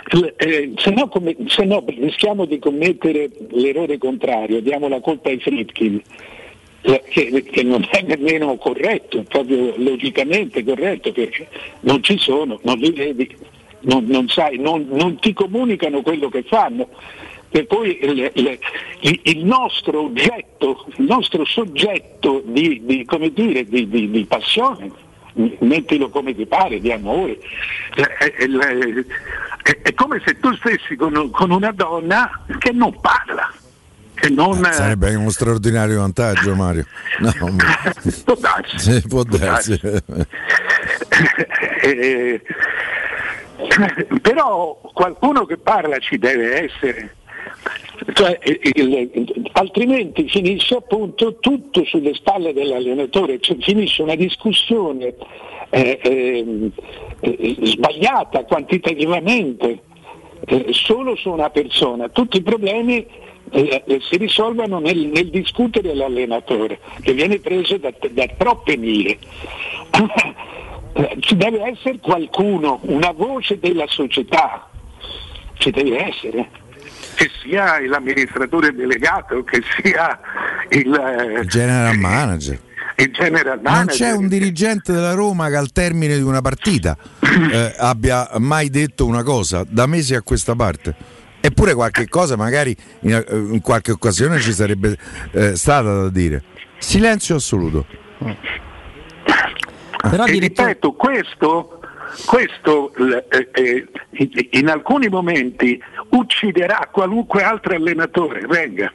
se no rischiamo di commettere l'errore contrario, diamo la colpa ai Friedkin, che non è nemmeno corretto, proprio logicamente corretto, perché non ci sono, non li vedi, non sai, non ti comunicano quello che fanno. Per cui il nostro oggetto, il nostro soggetto di passione, mettilo come ti pare, di amore, è come se tu stessi con una donna che non parla. Sarebbe uno straordinario vantaggio, Mario. No, può darsi. Può darsi. Però qualcuno che parla ci deve essere. Cioè, altrimenti finisce appunto tutto sulle spalle dell'allenatore, cioè, finisce una discussione sbagliata quantitativamente solo su una persona. Tutti i problemi si risolvono nel discutere l'allenatore, che viene preso da troppe mire. Ci deve essere qualcuno, una voce della società, ci deve essere, che sia l'amministratore delegato, che sia il general manager. Non c'è un dirigente della Roma che al termine di una partita abbia mai detto una cosa da mesi a questa parte. Eppure qualche cosa magari in qualche occasione ci sarebbe stata da dire. Silenzio assoluto. Però ripeto, questo questo in alcuni momenti ucciderà qualunque altro allenatore venga.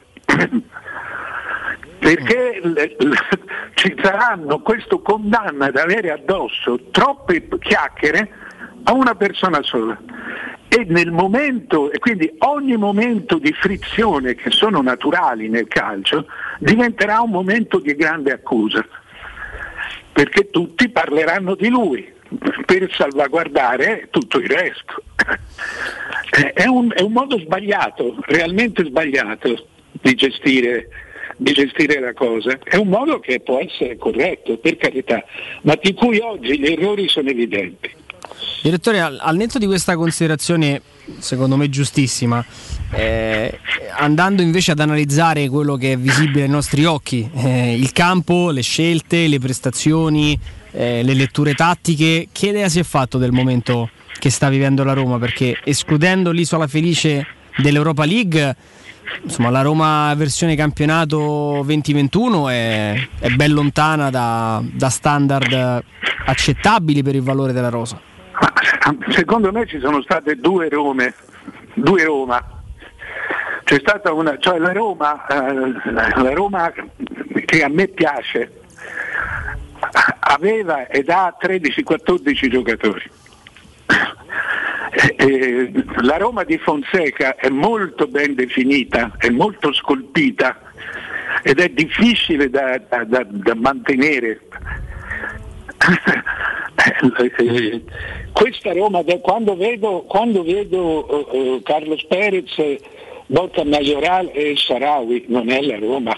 Perché ci saranno questo condanna ad avere addosso troppe chiacchiere a una persona sola, e nel momento, e quindi ogni momento di frizione che sono naturali nel calcio diventerà un momento di grande accusa, perché tutti parleranno di lui per salvaguardare tutto il resto. È un modo sbagliato, realmente sbagliato di gestire la cosa. È un modo che può essere corretto, per carità, ma di cui oggi gli errori sono evidenti. Direttore, al netto di questa considerazione secondo me giustissima, andando invece ad analizzare quello che è visibile ai nostri occhi, il campo, le scelte, le prestazioni, le letture tattiche, che idea si è fatto del momento che sta vivendo la Roma? Perché escludendo l'isola felice dell'Europa League, insomma, la Roma versione campionato 2021 è ben lontana da standard accettabili per il valore della rosa. Secondo me ci sono state due Roma. C'è stata la Roma che a me piace aveva ed ha 13-14 giocatori. La Roma di Fonseca è molto ben definita, è molto scolpita ed è difficile da mantenere. Questa Roma, quando vedo Carlos Perez, Borja Mayoral e Shaarawy, non è la Roma.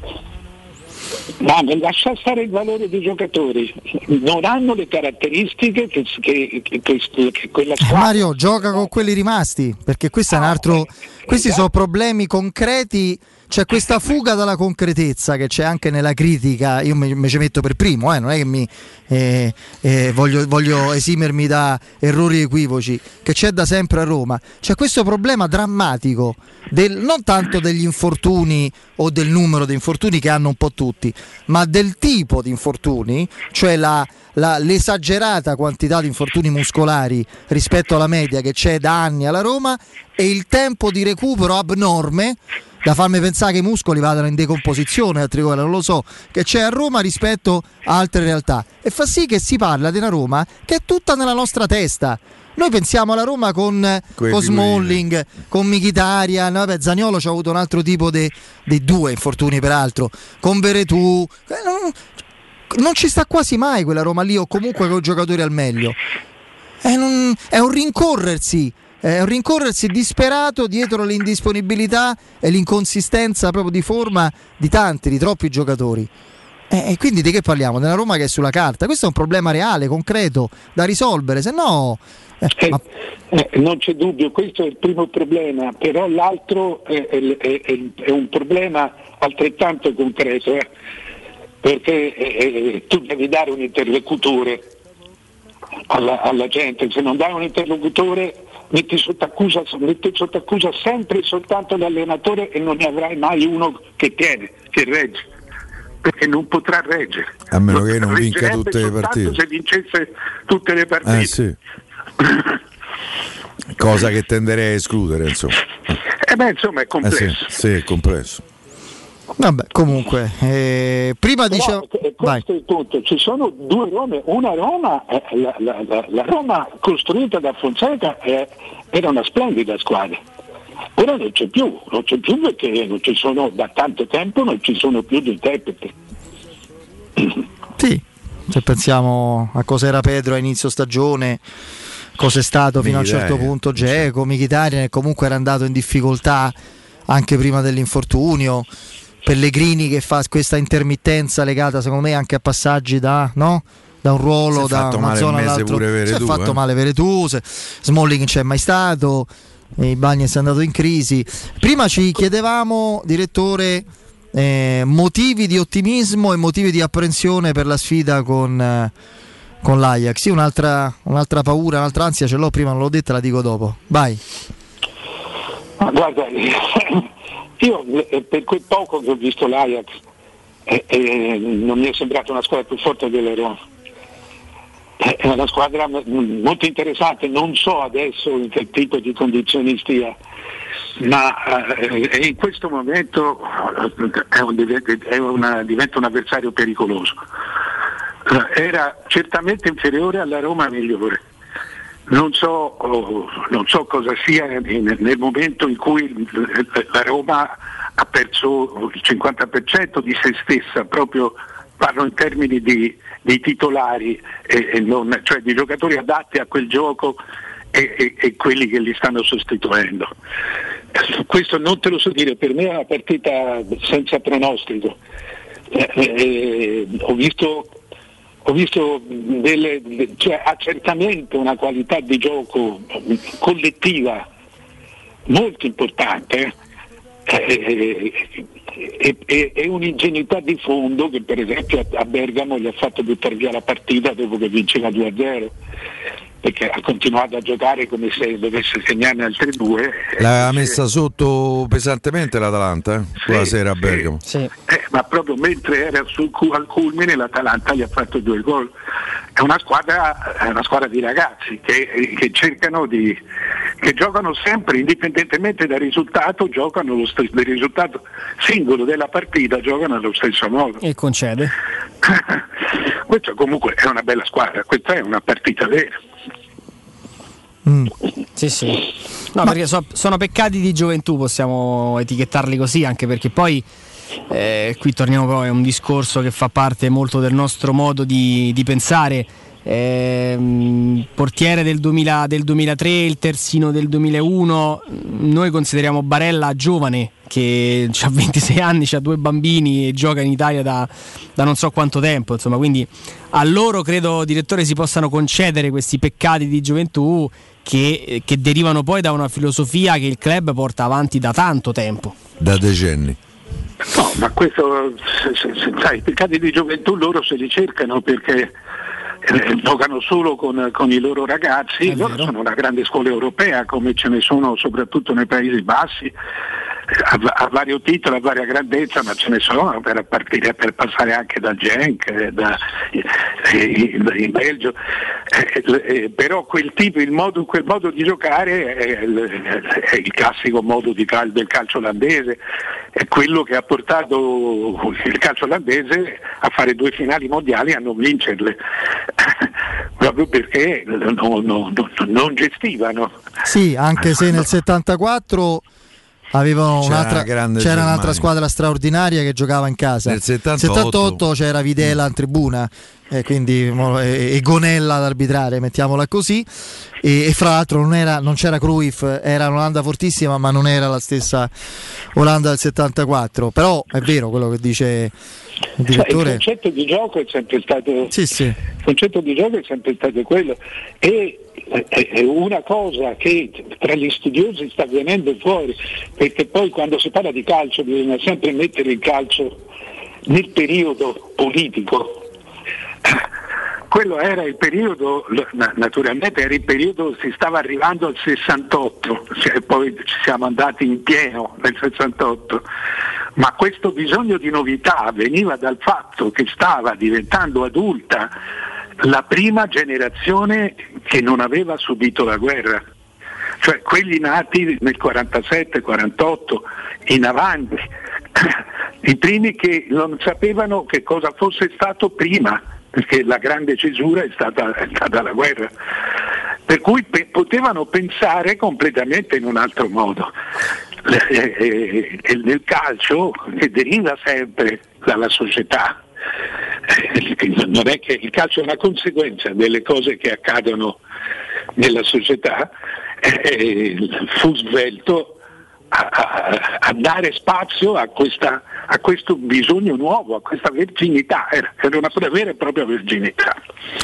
Ma lascia stare il valore dei giocatori, non hanno le caratteristiche che quella squadra. Mario gioca con quelli rimasti, perché questo è un altro. Questi sono problemi concreti. C'è questa fuga dalla concretezza che c'è anche nella critica. Io mi ci metto per primo, non è che voglio esimermi da errori equivoci, che c'è da sempre a Roma. C'è questo problema drammatico non tanto degli infortuni o del numero di infortuni che hanno un po' tutti, ma del tipo di infortuni, cioè l'esagerata quantità di infortuni muscolari rispetto alla media che c'è da anni alla Roma, e il tempo di recupero abnorme da farmi pensare che i muscoli vadano in decomposizione a Trigoria, non lo so, che c'è a Roma rispetto a altre realtà, e fa sì che si parla di una Roma che è tutta nella nostra testa. Noi pensiamo alla Roma con Smalling, con Mkhitaryan, Zaniolo ci ha avuto un altro tipo dei due infortuni peraltro, con Veretout, non ci sta quasi mai quella Roma lì, o comunque con giocatori al meglio. È un rincorrersi disperato dietro l'indisponibilità e l'inconsistenza proprio di forma di troppi giocatori. E quindi di che parliamo? Della Roma che è sulla carta. Questo è un problema reale, concreto, da risolvere, se no non c'è dubbio, questo è il primo problema, però l'altro è un problema altrettanto concreto, perché tu devi dare un interlocutore alla gente. Se non dai un interlocutore metti sotto accusa sempre e soltanto l'allenatore, e non ne avrai mai uno che regge, perché non potrà reggere, a meno che non vinca tutte le partite. Se vincesse tutte le partite, sì. Cosa che tenderei a escludere, insomma. Insomma è complesso. Sì, è complesso. Vabbè, comunque prima dicevo, questo è il punto. Ci sono due Rome. Una Roma, la Roma costruita da Fonseca era una splendida squadra. Ora non c'è più perché non ci sono, da tanto tempo non ci sono più gli interpreti. Sì, se pensiamo a cosa era Pedro a inizio stagione, cosa è stato fino a un certo punto Dzeko, Mkhitaryan, che comunque era andato in difficoltà anche prima dell'infortunio, Pellegrini che fa questa intermittenza legata secondo me anche a passaggi da un ruolo, da una zona all'altro. Si è fatto male Veretout, Smalling non c'è mai stato, Ibañez è andato in crisi. Prima ci chiedevamo, direttore, motivi di ottimismo e motivi di apprensione per la sfida con l'Ajax. Sì, un'altra paura, un'altra ansia ce l'ho, prima non l'ho detta, la dico dopo. Vai. Guarda, io per quel poco che ho visto l'Ajax non mi è sembrata una squadra più forte della Roma. È una squadra molto interessante, non so adesso in che tipo di condizioni stia, ma in questo momento diventa un avversario pericoloso. Era certamente inferiore alla Roma migliore. Non so cosa sia nel momento in cui la Roma ha perso il 50% di se stessa, proprio parlo in termini di titolari, cioè di giocatori adatti a quel gioco e quelli che li stanno sostituendo. Questo non te lo so dire, per me è una partita senza pronostico. Ho visto ha certamente una qualità di gioco collettiva molto importante e un'ingenuità di fondo che per esempio a Bergamo gli ha fatto buttare via la partita dopo che vinceva 2-0, perché ha continuato a giocare come se dovesse segnarne altre due. L'ha messa sotto pesantemente l'Atalanta quella sera a Bergamo. Sì. Ma proprio mentre era al culmine l'Atalanta gli ha fatto 2 gol. È una squadra di ragazzi che cercano che giocano sempre, indipendentemente dal risultato, giocano del risultato singolo della partita, giocano allo stesso modo. E concede. Questa comunque è una bella squadra, questa è una partita vera. Sì. No, perché sono peccati di gioventù, possiamo etichettarli così, anche perché poi qui torniamo poi a un discorso che fa parte molto del nostro modo di pensare. Portiere del 2003, il terzino del 2001, noi consideriamo Barella giovane, che ha 26 anni, ha 2 bambini e gioca in Italia da non so quanto tempo, insomma, quindi a loro credo, direttore, si possano concedere questi peccati di gioventù che derivano poi da una filosofia che il club porta avanti da tanto tempo, da decenni. No, ma questo, sai, i peccati di gioventù loro se li cercano perché giocano solo con i loro ragazzi. Loro sono una grande scuola europea, come ce ne sono soprattutto nei Paesi Bassi, a vario titolo, a varia grandezza, ma ce ne sono per passare anche da Genk, in Belgio, però quel modo di giocare è il classico modo del calcio olandese, è quello che ha portato il calcio olandese a fare 2 finali mondiali e a non vincerle, proprio perché non gestivano. Sì, anche se nel 74 avevano c'era un'altra squadra straordinaria che giocava in casa. Nel 78 c'era Videla in tribuna, quindi e Gonella ad arbitrare, mettiamola così, e fra l'altro non c'era Cruyff, era un'Olanda fortissima, ma non era la stessa Olanda del 74. Però è vero quello che dice il direttore. Il concetto di gioco è sempre stato Il concetto di gioco è sempre stato quello, e è una cosa che tra gli studiosi sta venendo fuori, perché poi quando si parla di calcio bisogna sempre mettere il calcio nel periodo politico. Quello era il periodo, naturalmente era il periodo, si stava arrivando al 68, poi ci siamo andati in pieno nel 68, ma questo bisogno di novità veniva dal fatto che stava diventando adulta la prima generazione che non aveva subito la guerra, cioè quelli nati nel 47-48 in avanti, i primi che non sapevano che cosa fosse stato prima, perché la grande cesura è stata la guerra, per cui potevano pensare completamente in un altro modo. Nel calcio, che deriva sempre dalla società, non è che il calcio è una conseguenza delle cose che accadono nella società, fu svelto a dare spazio a questo bisogno nuovo, a questa verginità, era una vera e propria verginità.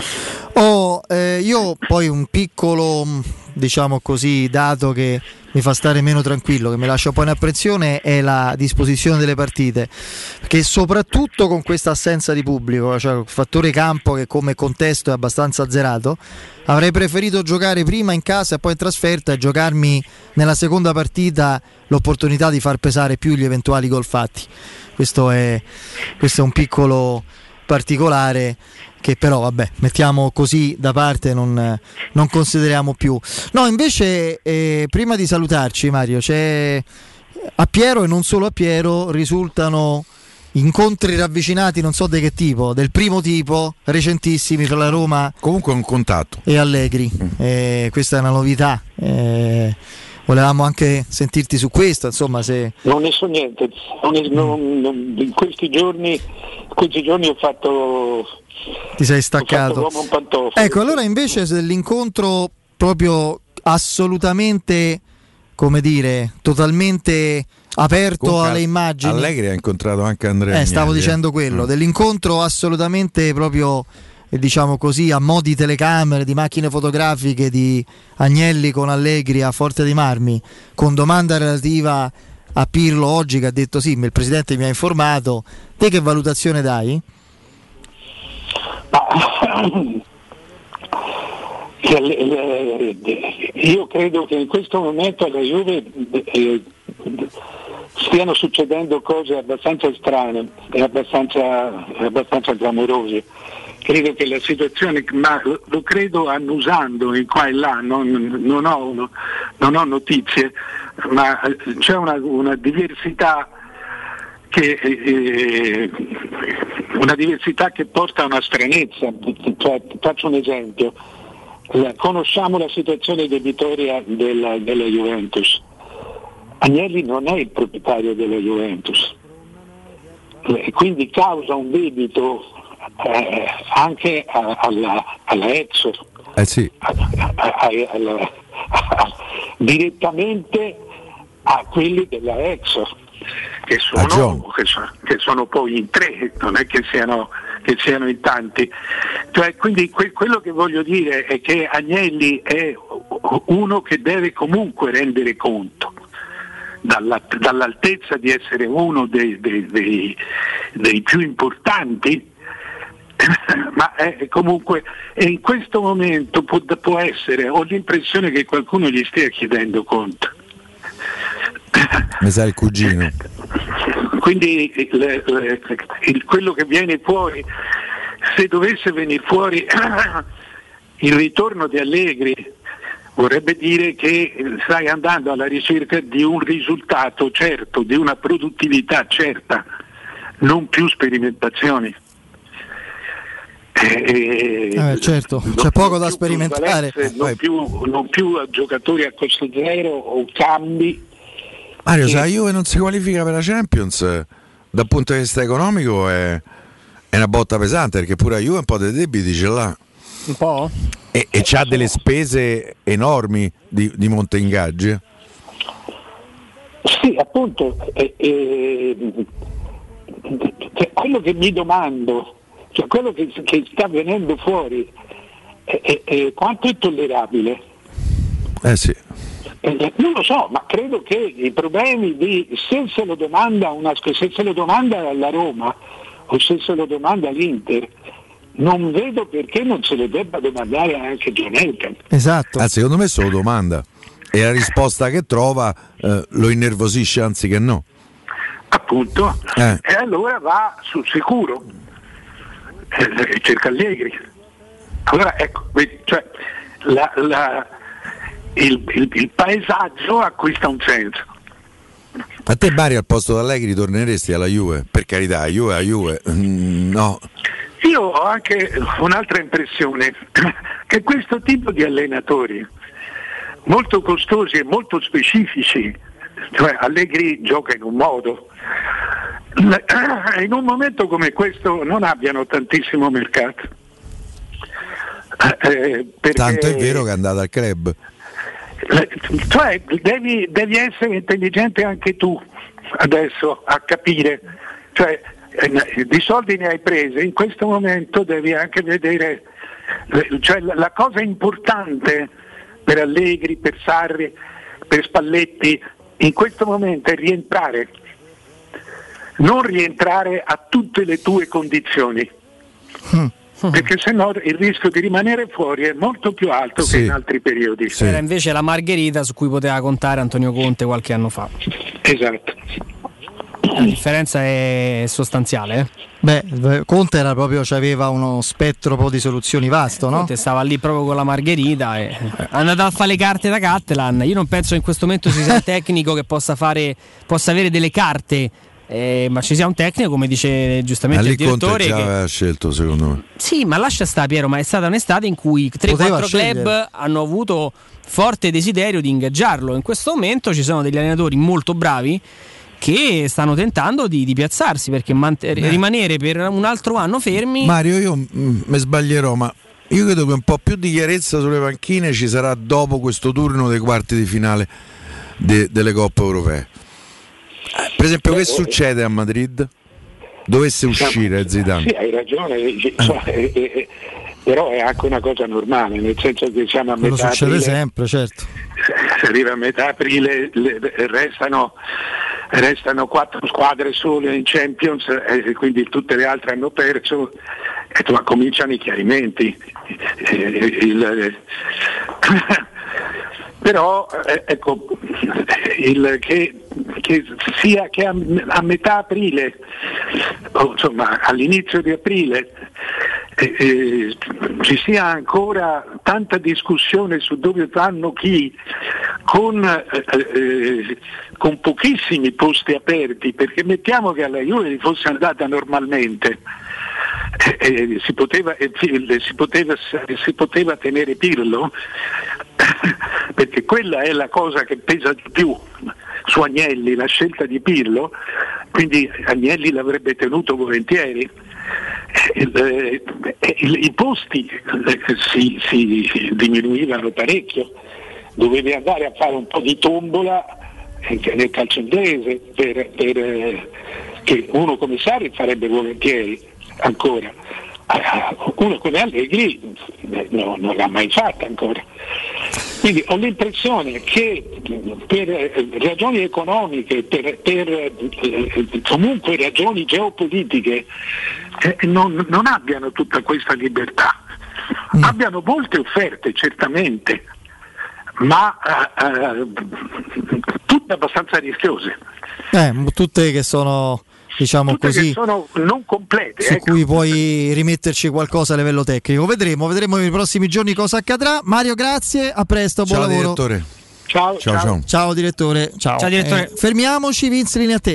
Io poi un piccolo, diciamo così, dato che mi fa stare meno tranquillo, che mi lascia un po' in apprensione, è la disposizione delle partite, perché soprattutto con questa assenza di pubblico, cioè il fattore campo che come contesto è abbastanza azzerato, avrei preferito giocare prima in casa e poi in trasferta e giocarmi nella seconda partita l'opportunità di far pesare più gli eventuali gol fatti. Questo è un piccolo particolare che però vabbè mettiamo così da parte, non consideriamo più. No, invece prima di salutarci, Mario, c'è a Piero e non solo a Piero risultano incontri ravvicinati, non so di che tipo, del primo tipo, recentissimi tra la Roma comunque un contatto e Allegri. Questa è una novità, volevamo anche sentirti su questo, insomma. Se non ne so niente, in questi giorni ho fatto, ti sei staccato, un pantofolo. Ecco, allora invece dell'incontro proprio assolutamente, come dire, totalmente aperto comunque alle immagini. Allegri ha incontrato anche Andrea Agnelli. Stavo dicendo quello, dell'incontro assolutamente proprio, diciamo così, a mo' di telecamere, di macchine fotografiche di Agnelli con Allegri a Forte dei Marmi, con domanda relativa a Pirlo oggi che ha detto sì, il presidente mi ha informato. Te che valutazione dai? Io credo che in questo momento alla Juve stiano succedendo cose abbastanza strane e abbastanza clamorose. Credo che la situazione, ma lo credo annusando in qua e là, non ho notizie, ma c'è una diversità che porta a una stranezza. Cioè, faccio un esempio. Conosciamo la situazione debitoria della Juventus. Agnelli non è il proprietario della Juventus, quindi causa un debito anche alla Exor, sì. Direttamente a quelli della Exor, che sono poi in tre, non è che siano in tanti. Cioè, quindi quello che voglio dire è che Agnelli è uno che deve comunque rendere conto dall'altezza di essere uno dei più importanti, ma comunque in questo momento può essere, ho l'impressione che qualcuno gli stia chiedendo conto. Mi sa il cugino. Quindi quello che viene fuori, se dovesse venire fuori il ritorno di Allegri, vorrebbe dire che stai andando alla ricerca di un risultato certo, di una produttività certa, non più sperimentazioni. Certo, c'è poco da sperimentare. Non più giocatori a costo zero o cambi. Mario, se la Juve non si qualifica per la Champions, dal punto di vista economico è una botta pesante, perché pure la Juve un po' dei debiti ce l'ha. Un po'? E c'ha delle spese enormi di monte ingaggi. Sì, appunto, quello che mi domando, cioè quello che sta venendo fuori, quanto è tollerabile? Sì. Non lo so, ma credo che i problemi se se lo domanda alla Roma o se se lo domanda l'Inter, non vedo perché non se lo debba domandare anche Gianelka. Esatto. Secondo me se lo domanda e la risposta che trova lo innervosisce anziché no. Appunto. E allora va sul sicuro, cerca Allegri. Allora ecco, cioè, il paesaggio acquista un senso. A te, Mario, al posto di Allegri torneresti alla Juve? Per carità, Juve, no. Io ho anche un'altra impressione, che questo tipo di allenatori molto costosi e molto specifici, cioè Allegri gioca in un modo, in un momento come questo non abbiano tantissimo mercato. Tanto è vero che è andato al club. Cioè devi essere intelligente anche tu adesso a capire, cioè di soldi ne hai prese, in questo momento devi anche vedere, cioè la cosa importante per Allegri, per Sarri, per Spalletti in questo momento è rientrare, non rientrare a tutte le tue condizioni, perché sennò il rischio di rimanere fuori è molto più alto che in altri periodi. Sì. Era invece la margherita su cui poteva contare Antonio Conte qualche anno fa. Esatto. La differenza è sostanziale. Beh, Conte era proprio, aveva uno spettro di soluzioni vasto, no? Conte stava lì proprio con la margherita e è andato a fare le carte da Catalan. Io non penso che in questo momento ci sia un tecnico che possa avere delle carte. Ma ci sia un tecnico, come dice giustamente il direttore, Conte già aveva scelto, secondo me. Sì, ma lascia stare, Piero, ma è stata un'estate in cui 3-4 club hanno avuto forte desiderio di ingaggiarlo. In questo momento ci sono degli allenatori molto bravi che stanno tentando di piazzarsi, perché rimanere per un altro anno fermi. Mario, io mi sbaglierò, ma io credo che un po' più di chiarezza sulle panchine ci sarà dopo questo turno dei quarti di finale delle coppe europee. Per esempio, che succede a Madrid? Dovesse uscire Zidane? Sì, hai ragione, però è anche una cosa normale, nel senso che siamo a metà aprile. Succede sempre, certo. Se arriva a metà aprile restano 4 squadre solo in Champions, quindi tutte le altre hanno perso e cominciano i chiarimenti. Però ecco, che sia che a metà aprile, o insomma all'inizio di aprile, ci sia ancora tanta discussione su dove vanno chi, con pochissimi posti aperti, perché mettiamo che alla Juve fosse andata normalmente, si poteva tenere Pirlo, perché quella è la cosa che pesa di più su Agnelli, la scelta di Pirlo, quindi Agnelli l'avrebbe tenuto volentieri. I posti si diminuivano parecchio, dovevi andare a fare un po' di tombola nel calcio inglese che uno come Sarri farebbe volentieri ancora. Uno come Allegri non l'ha mai fatta ancora. Quindi ho l'impressione che per ragioni economiche, per comunque ragioni geopolitiche, non abbiano tutta questa libertà. Abbiano molte offerte, certamente, ma tutte abbastanza rischiose. Tutte che sono, diciamo tutte così, che sono non complete, su cui puoi rimetterci qualcosa a livello tecnico. Vedremo nei prossimi giorni cosa accadrà. Mario, grazie, a presto, buon lavoro. Direttore. Ciao direttore. Ciao direttore. Fermiamoci, Vince, linea a te.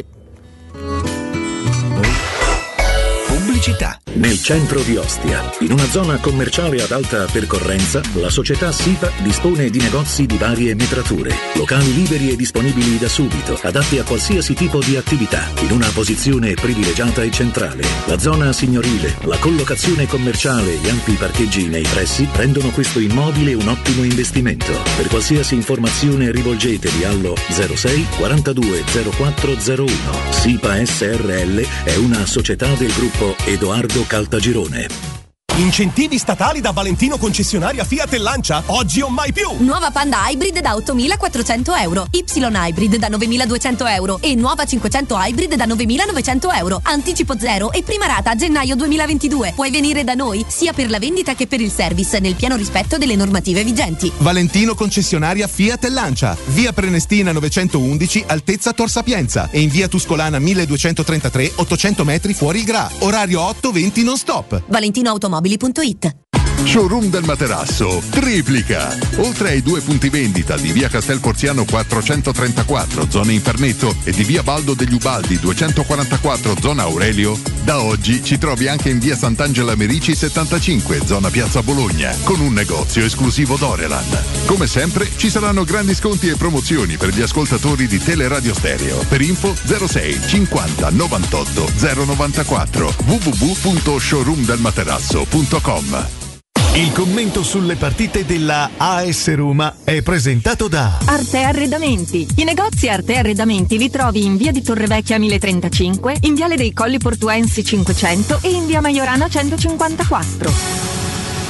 Pubblicità. Nel centro di Ostia, in una zona commerciale ad alta percorrenza, la società SIPA dispone di negozi di varie metrature, locali liberi e disponibili da subito, adatti a qualsiasi tipo di attività, in una posizione privilegiata e centrale. La zona signorile, la collocazione commerciale e gli ampi parcheggi nei pressi rendono questo immobile un ottimo investimento. Per qualsiasi informazione rivolgetevi allo 06 42 0401. SIPA SRL è una società del gruppo Edoardo Caltagirone. Incentivi statali da Valentino concessionaria Fiat e Lancia, oggi o mai più. Nuova Panda Hybrid da 8.400 euro, Y Hybrid da 9.200 euro e nuova 500 Hybrid da 9.900 euro. Anticipo zero e prima rata a gennaio 2022. Puoi venire da noi sia per la vendita che per il service, nel pieno rispetto delle normative vigenti. Valentino concessionaria Fiat e Lancia, via Prenestina 911, altezza Tor Sapienza, e in via Tuscolana 1233, 800 metri fuori il Gra. Orario 8-20 non stop. ValentinoAutomobili.it. Showroom del Materasso triplica. Oltre ai 2 punti vendita di via Castel Porziano 434, zona Infernetto, e di via Baldo degli Ubaldi 244, zona Aurelio, da oggi ci trovi anche in via Sant'Angela Merici 75, zona Piazza Bologna, con un negozio esclusivo Dorelan. Come sempre ci saranno grandi sconti e promozioni per gli ascoltatori di Teleradio Stereo. Per info 06 50 98 094 www.showroomdelmaterasso.com. Il commento sulle partite della AS Roma è presentato da Arte Arredamenti. I negozi Arte Arredamenti li trovi in via di Torrevecchia 1035, in viale dei Colli Portuensi 500 e in via Maiorana 154.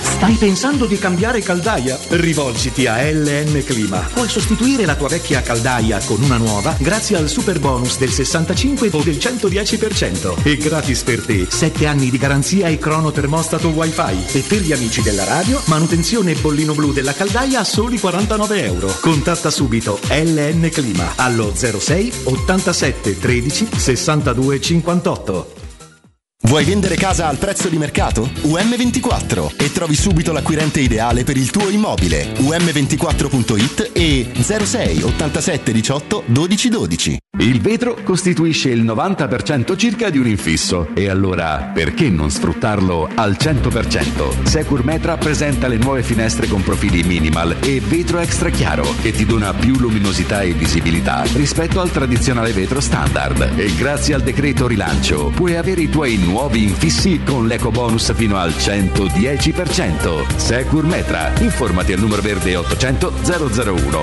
Stai pensando di cambiare caldaia? Rivolgiti a LN Clima. Puoi sostituire la tua vecchia caldaia con una nuova grazie al super bonus del 65 o del 110% e gratis per te 7 anni di garanzia e cronotermostato wifi. E per gli amici della radio, manutenzione e bollino blu della caldaia a soli €49. Contatta subito LN Clima allo 06 87 13 62 58. Vuoi vendere casa al prezzo di mercato? UM24 e trovi subito l'acquirente ideale per il tuo immobile. UM24.it e 06 87 18 12 12. Il vetro costituisce il 90% circa di un infisso e allora perché non sfruttarlo al 100%? Securmetra presenta le nuove finestre con profili minimal e vetro extra chiaro che ti dona più luminosità e visibilità rispetto al tradizionale vetro standard e grazie al decreto rilancio puoi avere i tuoi nuovi infissi con l'eco bonus fino al 110%. Securmetra, informati al numero verde 800 001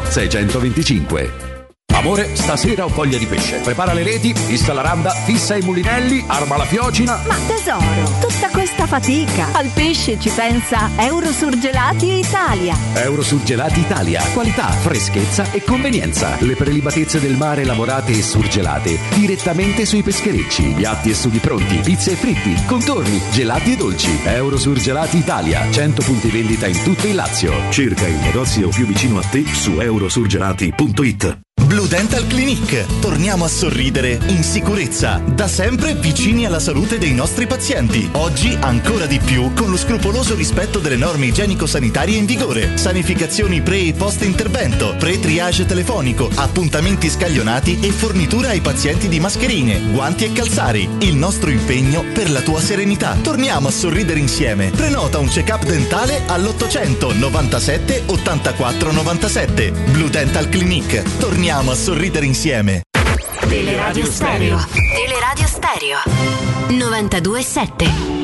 625. Amore, stasera ho voglia di pesce. Prepara le reti, fissa la randa, fissa i mulinelli, arma la fiocina. Ma tesoro, tutta questa fatica. Al pesce ci pensa Eurosurgelati Italia. Eurosurgelati Italia. Qualità, freschezza e convenienza. Le prelibatezze del mare lavorate e surgelate direttamente sui pescherecci. Piatti e sughi pronti, pizze e fritti, contorni, gelati e dolci. Eurosurgelati Italia. 100 punti vendita in tutto il Lazio. Cerca il negozio più vicino a te su eurosurgelati.it. Blue Dental Clinic. Torniamo a sorridere in sicurezza, da sempre vicini alla salute dei nostri pazienti. Oggi ancora di più con lo scrupoloso rispetto delle norme igienico-sanitarie in vigore. Sanificazioni pre e post intervento, pre-triage telefonico, appuntamenti scaglionati e fornitura ai pazienti di mascherine, guanti e calzari. Il nostro impegno per la tua serenità. Torniamo a sorridere insieme. Prenota un check-up dentale all'800 97 84 97. Blue Dental Clinic. Torniamo a sorridere insieme. Teleradio Stereo. Teleradio Stereo 92.7.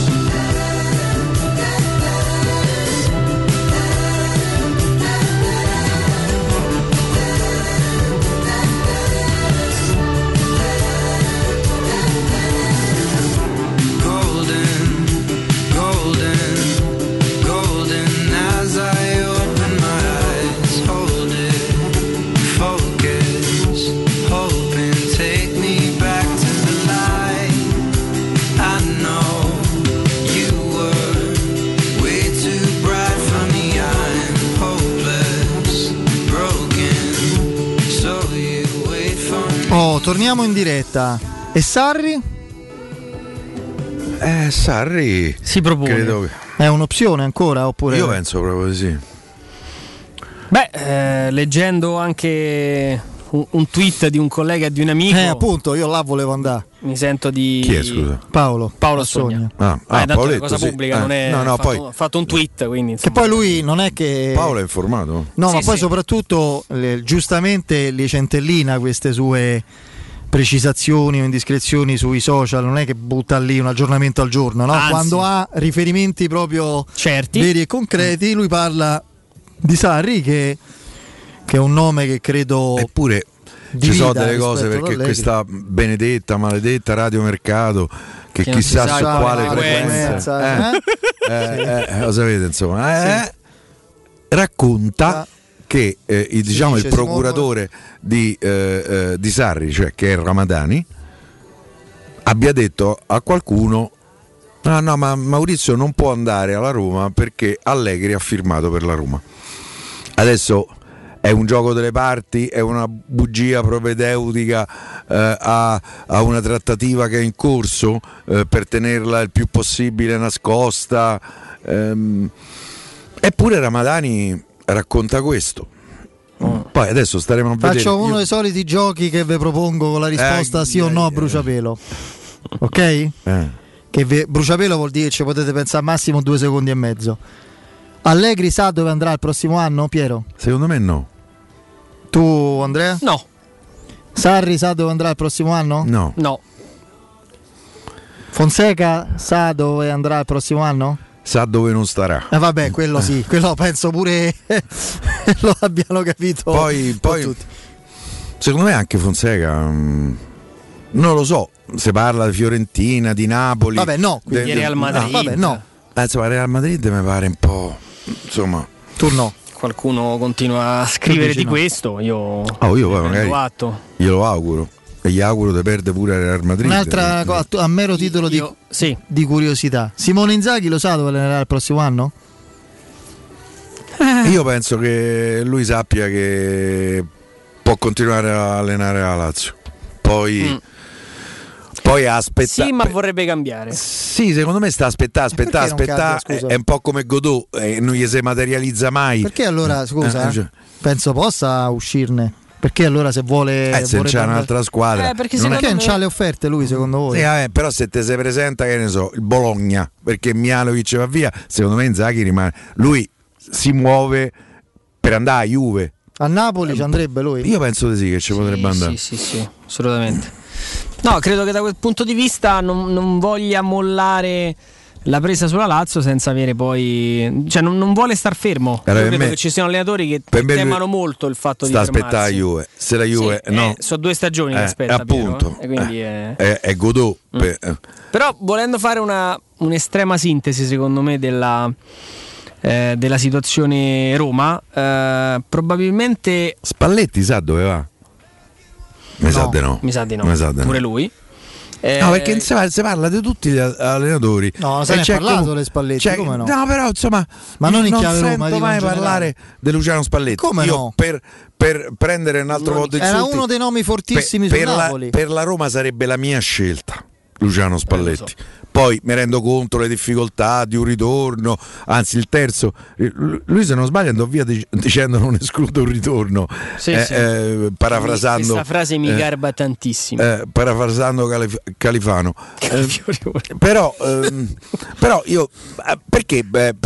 Torniamo in diretta. E Sarri? Sarri si propone. Credo che... È un'opzione ancora oppure? Io penso proprio di sì. Beh, leggendo anche un tweet di un collega e di un amico. Appunto, io là volevo andare. Mi sento di. Chi è, scusa? Paolo Sogna. Tanto è una cosa pubblica, non è. Ha fatto un tweet, quindi. Che poi lui non è che. Paolo è informato. No, ma poi soprattutto giustamente li centellina queste sue precisazioni o indiscrezioni sui social, non è che butta lì un aggiornamento al giorno, no? Quando ha riferimenti proprio certi, veri e concreti, lui parla di Sarri che è un nome che credo. Eppure ci sono delle cose, perché questa benedetta, maledetta radiomercato che chissà su quale frequenza lo sapete, insomma, racconta che il procuratore di Sarri, cioè che è Ramadani, abbia detto a qualcuno: no, ma Maurizio non può andare alla Roma perché Allegri ha firmato per la Roma. Adesso è un gioco delle parti, è una bugia propedeutica a una trattativa che è in corso per tenerla il più possibile nascosta, eppure Ramadani racconta questo. Poi adesso staremo a vedere. Faccio uno dei soliti giochi che vi propongo con la risposta sì o no a bruciapelo. Ok? Che bruciapelo vuol dire che ci potete pensare massimo 2 secondi e mezzo. Allegri sa dove andrà il prossimo anno, Piero? Secondo me no. Tu, Andrea? No. Sarri sa dove andrà il prossimo anno? No. Fonseca sa dove andrà il prossimo anno? Sa dove non starà. Vabbè, quello sì, quello penso pure lo abbiano capito. Poi tutti. Secondo me anche Fonseca non lo so, se parla di Fiorentina, di Napoli. Vabbè, no, di Real Madrid. Vabbè, no. insomma, Real Madrid mi pare un po', insomma. Tu no. Qualcuno continua a scrivere di questo, io poi magari atto. Glielo auguro. E gli auguro di perdere pure a Real Madrid. Un'altra cosa, a mero titolo di curiosità. Simone Inzaghi lo sa dove allenerà il prossimo anno? Io penso che lui sappia che può continuare a allenare la Lazio. Poi aspetta. Sì, ma vorrebbe cambiare. Sì, secondo me sta aspettare. È un po' come Godot, non gli si materializza mai. Perché allora, scusa, penso possa uscirne. Perché allora se vuole se c'è un'altra squadra, perché non c'ha le offerte lui, secondo voi? Sì, però se te si presenta, che ne so, il Bologna, perché Mihajlovic va via, secondo me Inzaghi rimane. Lui si muove per andare a Juve. A Napoli ci andrebbe lui? Io penso di sì, che ci potrebbe andare. Sì, assolutamente. No, credo che da quel punto di vista non voglia mollare la presa sulla Lazio senza avere poi, cioè non vuole star fermo. Io credo che ci siano allenatori che temano molto il fatto di fermarsi. Sta aspettare la Juve. Se la Juve no, sono 2 stagioni che aspetta, appunto. Piero, quindi è Godot. Però volendo fare un'estrema sintesi, secondo me, della situazione Roma, probabilmente Spalletti sa dove va? Mi sa di no. Pure lui. No, perché si parla di tutti gli allenatori. No, se ne è parlato le Spalletti, come no? No, però insomma, ma non sento mai parlare di Luciano Spalletti. Come io no? Per prendere un altro po' di era uno dei nomi fortissimi sul Napoli. Per la Roma sarebbe la mia scelta, Luciano Spalletti. Poi mi rendo conto le difficoltà di un ritorno, anzi il terzo, lui se non sbaglio andò via dicendo non escludo un ritorno, parafrasando. Questa frase mi garba tantissimo. Parafrasando Califano. Però io perché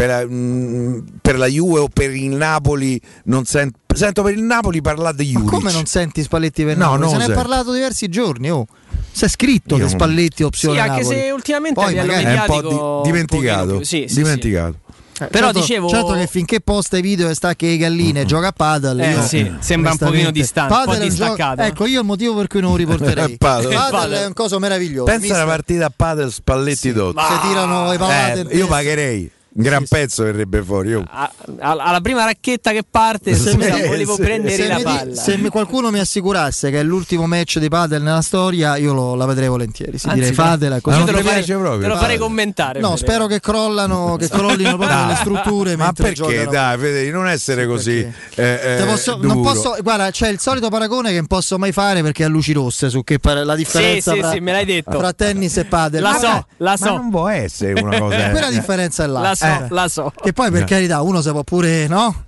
per la Juve o per il Napoli non sento per il Napoli parlare di Juric. Ma come non senti Spalletti per Napoli? Se ne è parlato diversi giorni, si è scritto che Spalletti opzione anche Napoli. Se ultimamente poi è un po' dimenticato. Dimenticato. Però dicevo, certo che finché posta i video e sta che le galline gioca a padel, sembra un pochino distante, un po' distaccato. Ecco, io il motivo per cui non lo riporterei. Padel è un coso meraviglioso. Pensa alla partita a padel Spalletti Dotti. Se tirano le pallate io pagherei. Un gran pezzo verrebbe fuori. Alla prima racchetta che parte, volevo prendere la palla. Se qualcuno mi assicurasse che è l'ultimo match di padel nella storia, io la vedrei volentieri. Direi fatela così. Io te lo farei commentare. No, spero che crollino proprio le strutture. Ma perché? Dai, Fede, non essere così. Non posso, guarda, c'è il solito paragone che non posso mai fare perché ha luci rosse su che la differenza me l'hai detto. Fra tennis e padel. La so. Ma non può essere una cosa. Quella differenza è là. La so. E poi per carità uno si può pure, no?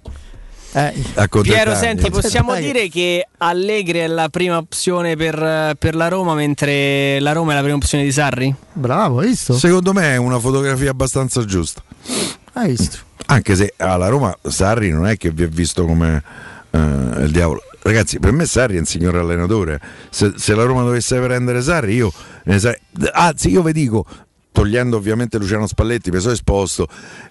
Piero, senti, possiamo dire che Allegri è la prima opzione per la Roma, mentre la Roma è la prima opzione di Sarri? Bravo, hai visto? Secondo me è una fotografia abbastanza giusta. Hai visto? Anche se alla Roma Sarri non è che vi ha visto come il diavolo. Ragazzi, per me Sarri è un signor allenatore. Se la Roma dovesse prendere Sarri, io vi dico, togliendo ovviamente Luciano Spalletti, mi sono esposto,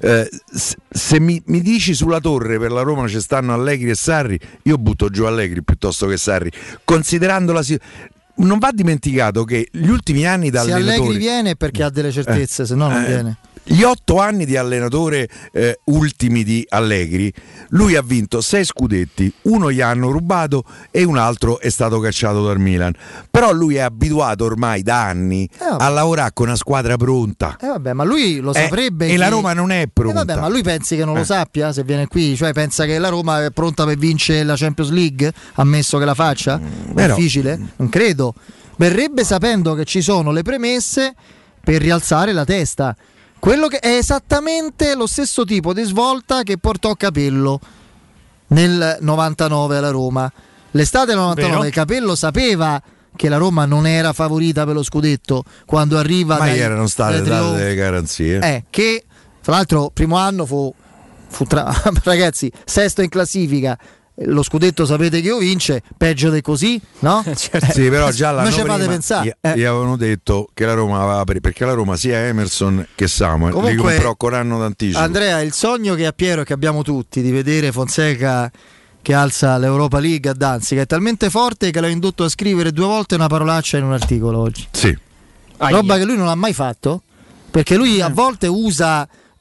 se mi dici sulla torre per la Roma ci stanno Allegri e Sarri, io butto giù Allegri piuttosto che Sarri, considerando la non va dimenticato che gli ultimi anni da se allenatore, Allegri viene perché ha delle certezze, se no non viene. Gli 8 anni di allenatore ultimi di Allegri, lui ha vinto 6 scudetti, uno gli hanno rubato e un altro è stato cacciato dal Milan. Però lui è abituato ormai da anni a lavorare con una squadra pronta. Ma lui lo saprebbe. E la Roma non è pronta. Ma lui pensi che non lo sappia se viene qui? Cioè pensa che la Roma è pronta per vincere la Champions League? Ammesso che la faccia? È difficile? Non credo. Verrebbe sapendo che ci sono le premesse per rialzare la testa. Quello che è esattamente lo stesso tipo di svolta che portò Capello nel 99 alla Roma. L'estate del 99 Capello sapeva che la Roma non era favorita per lo scudetto quando arriva. Ma erano state date delle garanzie. Che tra l'altro primo anno fu ragazzi, sesto in classifica. Lo scudetto sapete che io vince, peggio di così, no? Certo. Sì, però già l'anno prima pensare. Gli avevano detto che la Roma aveva perché la Roma sia Emerson che Samuel li comprò con anno d'anticipo. Andrea, il sogno che ha Piero e che abbiamo tutti di vedere Fonseca che alza l'Europa League a Danzica è talmente forte che l'ha indotto a scrivere 2 volte una parolaccia in un articolo oggi. Sì. Roba che lui non ha mai fatto, perché lui a volte usa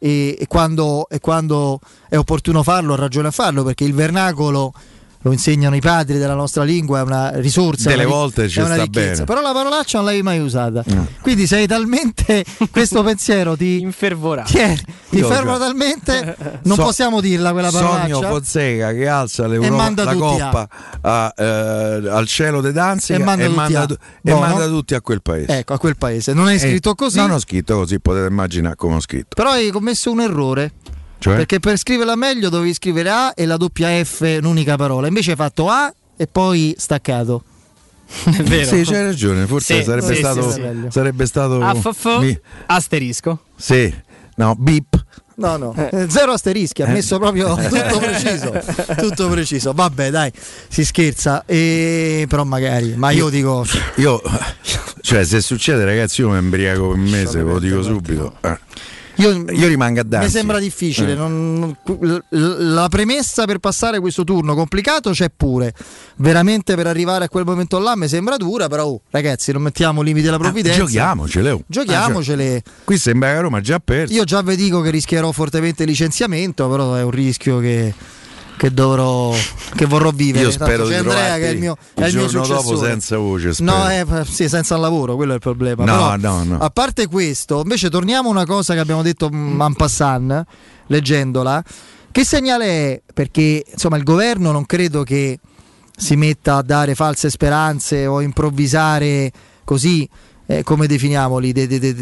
e quando è opportuno farlo ha ragione a farlo, perché il vernacolo, lo insegnano i padri della nostra lingua, è una risorsa, delle volte ci sta bene, però la parolaccia non l'avevi mai usata, quindi sei talmente questo pensiero ti infervorato, ti fermo talmente, non possiamo dirla quella parolaccia. Sogno Fonseca che alza l'Europa, la Coppa al cielo de Danzica e manda tutti a quel paese. Ecco, a quel paese. Non è scritto così? Non ho scritto così, potete immaginare come ho scritto. Però hai commesso un errore. Cioè? Perché per scriverla meglio dovevi scrivere A e la doppia F in un'unica parola, invece hai fatto A e poi staccato. È vero. Sì, c'hai ragione, forse sarebbe stato asterisco. Sì, no, beep. No, zero asterischi, ha messo proprio tutto preciso. Vabbè, dai, si scherza, però magari, ma io dico, cioè, se succede, ragazzi, io mi embriaco per un mese, ve lo dico subito. Io rimango a Danzica. Mi sembra difficile. La premessa per passare questo turno complicato c'è pure. Veramente per arrivare a quel momento là mi sembra dura, però ragazzi, non mettiamo limiti alla provvidenza. Giochiamocele. Qui sembra che Roma ha già perso. Io già vi dico che rischierò fortemente licenziamento, però è un rischio che vorrò vivere. Io spero di Andrea, che è il mio giorno dopo senza voce, spero. No, sì, senza il lavoro, quello è il problema. No. A parte questo, invece torniamo a una cosa che abbiamo detto en passant, leggendola. Che segnale è? Perché insomma il governo non credo che si metta a dare false speranze o improvvisare così, come definiamoli,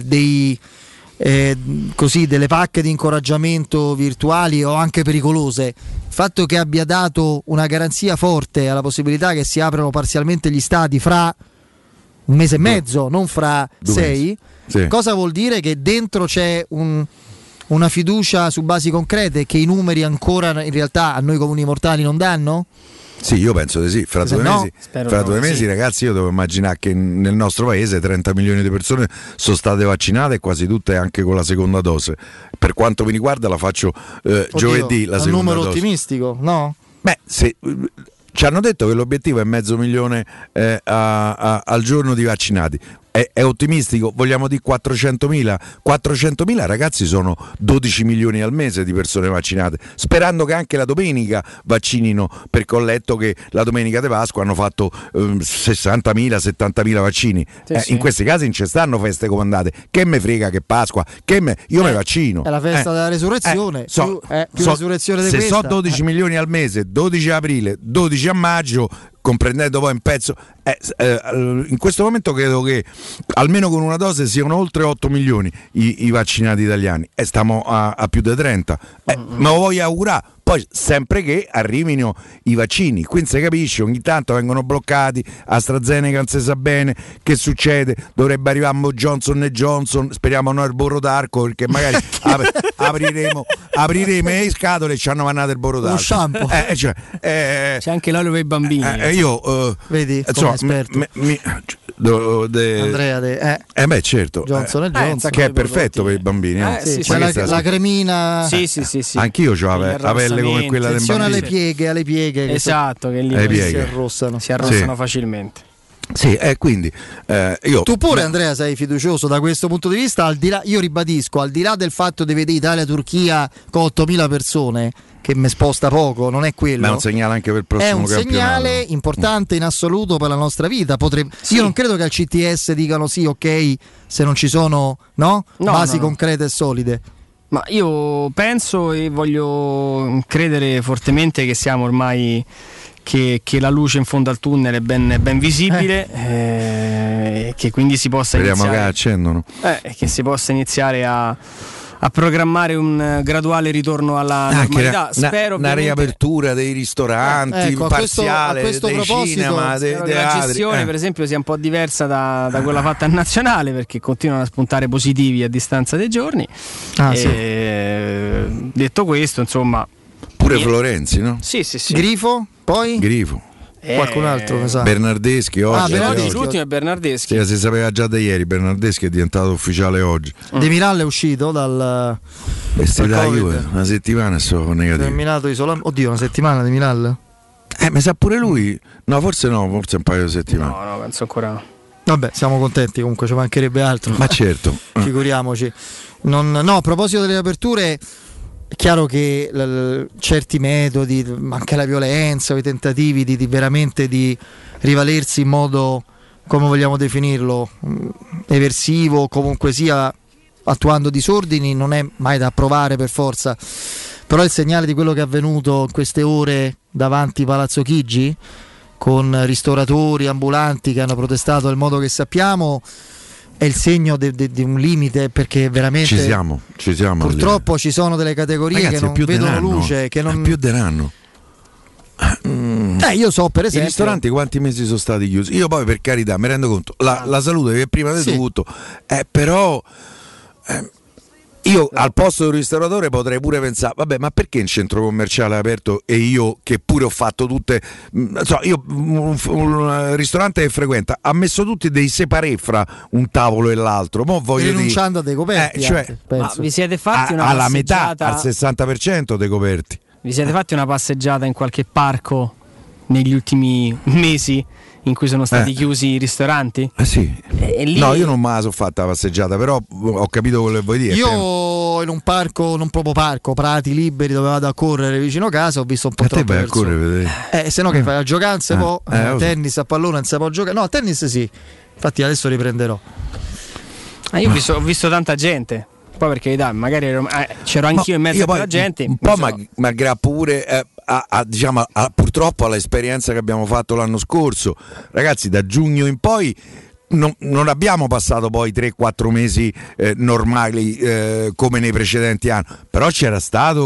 così delle pacche di incoraggiamento virtuali o anche pericolose. Il fatto che abbia dato una garanzia forte alla possibilità che si aprano parzialmente gli stadi fra un mese e mezzo, non fra 6, sì. Cosa vuol dire? Che dentro c'è una fiducia su basi concrete che i numeri ancora in realtà a noi comuni mortali non danno? Sì, io penso di sì. Fra due mesi, ragazzi, io devo immaginare che nel nostro paese 30 milioni di persone sono state vaccinate e quasi tutte anche con la seconda dose. Per quanto mi riguarda la faccio giovedì la seconda dose. È un numero ottimistico, no? Beh, ci hanno detto che l'obiettivo è 500.000 al giorno di vaccinati. È ottimistico, vogliamo dire 400.000? 400.000 ragazzi sono 12 milioni al mese di persone vaccinate, sperando che anche la domenica vaccinino, perché ho letto che la domenica di Pasqua hanno fatto 60.000, 70.000 vaccini. In questi casi non ci stanno feste comandate, che me frega che Pasqua, io me vaccino. È la festa della resurrezione, più resurrezione di questa. Se so 12 milioni al mese, 12 aprile, 12 a maggio, comprendendo poi un pezzo, in questo momento credo che almeno con una dose siano oltre 8 milioni i vaccinati italiani e stiamo a più di 30. Ma lo voglio augurare, poi sempre che arrivino i vaccini, quindi si capisce, ogni tanto vengono bloccati, AstraZeneca non si sa bene che succede, dovrebbe arrivare Johnson & Johnson, speriamo no il burro d'arco, perché magari apriremo le scatole e ci hanno mandato il burro d'arco, lo shampoo, c'è anche l'olio per i bambini, vedi, insomma, Andrea beh, certo, Johnson & Johnson, che è perfetto per i bambini, sì, c'è la cremina, sì. Anch'io ho la pelle come quella del bambino, alle pieghe, esatto, che lì si arrossano facilmente. Sì, quindi io. Tu pure, Andrea, sei fiducioso da questo punto di vista? Al di là, io ribadisco, al di là del fatto di vedere Italia-Turchia con 8.000 persone, che mi sposta poco, non è quello. Ma è un segnale anche per il prossimo campionato. È un segnale importante in assoluto per la nostra vita. Io non credo che al CTS dicano sì, ok, se non ci sono basi concrete e solide. Ma io penso e voglio credere fortemente che siamo ormai che la luce in fondo al tunnel è ben visibile, che quindi si possa speriamo che accendono, che si possa iniziare a programmare un graduale ritorno alla normalità. Spero una riapertura dei ristoranti, parziale, dei cinema, la gestione per esempio sia un po' diversa da quella fatta a nazionale, perché continuano a spuntare positivi a distanza dei giorni. Detto questo, insomma, pure Florenzi, no? Sì. Grifo, poi? Grifo. Qualcun altro mi sa. Bernardeschi oggi. L'ultimo è Bernardeschi. Sì, si sapeva già da ieri. Bernardeschi è diventato ufficiale oggi. De Miral è uscito dal Juve, una settimana sono negativo. Terminato isolamento. Oddio, una settimana De Miral? Mi sa pure lui. No, forse un paio di settimane. No, penso ancora. Vabbè, siamo contenti, comunque ci mancherebbe altro. Ma certo. Figuriamoci. No, a proposito delle aperture, è chiaro che certi metodi, anche la violenza o i tentativi di veramente di rivalersi in modo, come vogliamo definirlo, eversivo, comunque sia, attuando disordini, non è mai da approvare per forza. Però il segnale di quello che è avvenuto in queste ore davanti Palazzo Chigi, con ristoratori, ambulanti che hanno protestato nel modo che sappiamo, è il segno di un limite, perché veramente ci siamo purtroppo ci sono delle categorie, ragazzi, che non vedono luce, che non più denaro. Io so, per esempio, i ristoranti quanti mesi sono stati chiusi? Io poi, per carità, mi rendo conto, la salute che prima di tutto, però io al posto di un ristoratore potrei pure pensare, vabbè, ma perché in centro commerciale è aperto e io che pure ho fatto tutte, io un ristorante che frequenta ha messo tutti dei separé fra un tavolo e l'altro, rinunciando a dei coperti, ma vi siete fatti una alla metà, passeggiata, al 60% dei coperti? Vi siete fatti una passeggiata in qualche parco negli ultimi mesi in cui sono stati chiusi i ristoranti? Sì. Lì... No, io non me la sono fatta la passeggiata, però ho capito quello che vuoi dire. Io in un parco, non proprio parco, prati liberi dove vado a correre vicino a casa, ho visto un po' troppo persone. A correre, se no che fai a giocare, non si può, tennis a pallone non si può giocare. No, a tennis sì. Infatti adesso riprenderò. Io ho visto tanta gente. Poi perché magari c'ero anch'io in mezzo a quella gente. Un po' mi aggrappo pure purtroppo all'esperienza che abbiamo fatto l'anno scorso. Ragazzi, da giugno in poi non abbiamo passato poi 3-4 mesi normali come nei precedenti anni, però c'erano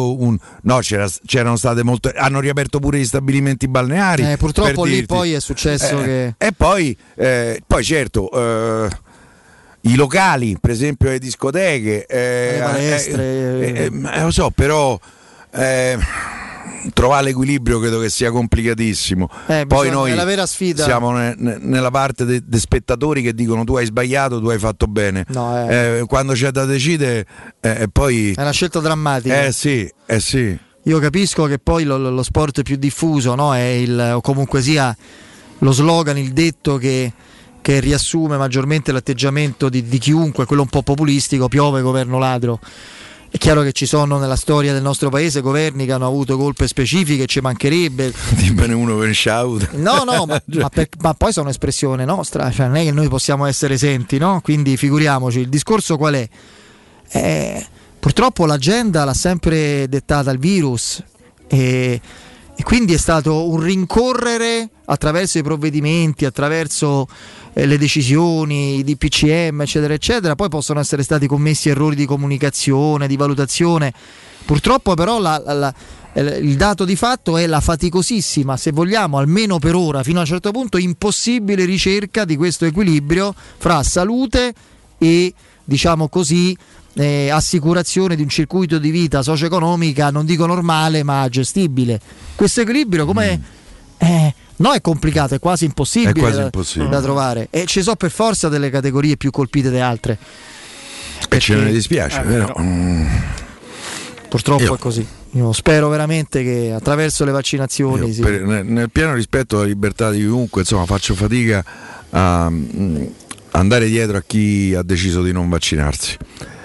state molte, hanno riaperto pure gli stabilimenti balneari. Purtroppo lì poi è successo che... E poi certo... i locali, per esempio le discoteche, le palestre, lo so, però trovare l'equilibrio credo che sia complicatissimo. Poi noi è la vera sfida. Siamo nella parte dei spettatori che dicono tu hai sbagliato, tu hai fatto bene. Quando c'è da decidere, poi è una scelta drammatica. Sì. Io capisco che poi lo sport più diffuso, no? È o comunque sia lo slogan, il detto che riassume maggiormente l'atteggiamento di chiunque, quello un po' populistico: piove governo ladro. È chiaro che ci sono nella storia del nostro paese governi che hanno avuto colpe specifiche, ci mancherebbe. Dimmene uno per shout. No, ma poi sono espressione nostra, cioè non è che noi possiamo essere esenti, no? Quindi figuriamoci, il discorso qual è? Purtroppo l'agenda l'ha sempre dettata il virus e quindi è stato un rincorrere attraverso i provvedimenti, attraverso le decisioni, i DPCM, eccetera, eccetera. Poi possono essere stati commessi errori di comunicazione, di valutazione. Purtroppo però il dato di fatto è la faticosissima, se vogliamo, almeno per ora, fino a un certo punto, impossibile ricerca di questo equilibrio fra salute e, diciamo così, assicurazione di un circuito di vita socio-economica, non dico normale ma gestibile. Questo equilibrio come è complicato, è quasi impossibile, da trovare, e ci sono per forza delle categorie più colpite di altre e ce ne dispiace, vero? Purtroppo è così. Io spero veramente che attraverso le vaccinazioni nel pieno rispetto alla libertà di chiunque, insomma, faccio fatica a andare dietro a chi ha deciso di non vaccinarsi.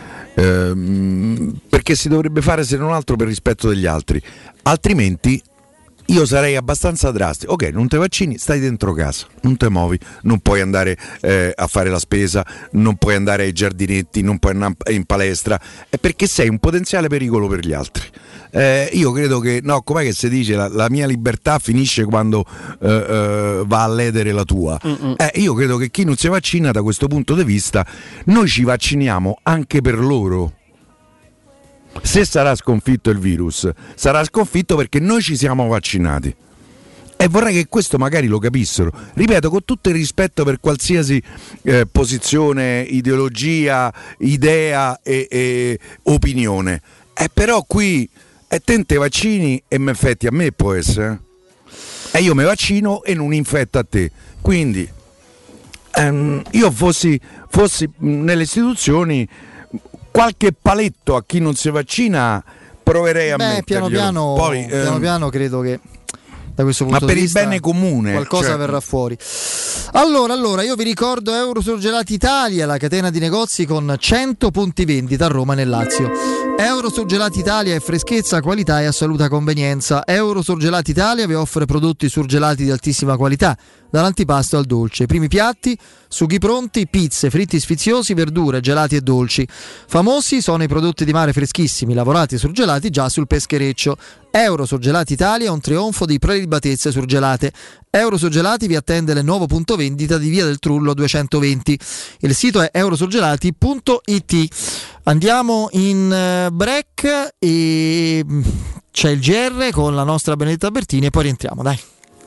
Perché si dovrebbe fare, se non altro, per rispetto degli altri, altrimenti io sarei abbastanza drastico. Ok, non te vaccini, stai dentro casa, non te muovi, non puoi andare a fare la spesa, non puoi andare ai giardinetti, non puoi andare in palestra, è perché sei un potenziale pericolo per gli altri. Io credo che, no, com'è che si dice, la mia libertà finisce quando va a ledere la tua. Io credo che chi non si vaccina, da questo punto di vista, noi ci vacciniamo anche per loro. Se sarà sconfitto il virus, sarà sconfitto perché noi ci siamo vaccinati. E vorrei che questo magari lo capissero. Ripeto, con tutto il rispetto per qualsiasi posizione, ideologia, idea e opinione. Però qui te vaccini e mi infetti a me, può essere. E io mi vaccino e non infetto a te. Quindi io fossi nelle istituzioni, qualche paletto a chi non si vaccina proverei a metterglielo. Piano piano credo che da questo punto ma di per vista. il bene comune Qualcosa verrà fuori. Allora, io vi ricordo Eurosurgelati Italia, la catena di negozi con 100 punti vendita a Roma e nel Lazio. Eurosurgelati Italia è freschezza, qualità e assoluta convenienza. Eurosurgelati Italia vi offre prodotti surgelati di altissima qualità, dall'antipasto al dolce, primi piatti, sughi pronti, pizze, fritti sfiziosi, verdure, gelati e dolci. Famosi sono i prodotti di mare freschissimi, lavorati e surgelati già sul peschereccio. Eurosurgelati Italia è un trionfo di prelibatezze surgelate. Eurosurgelati vi attende il nuovo punto vendita di Via del Trullo 220. Il sito è eurosurgelati.it. Andiamo in break e c'è il GR con la nostra Benedetta Bertini e poi rientriamo, dai.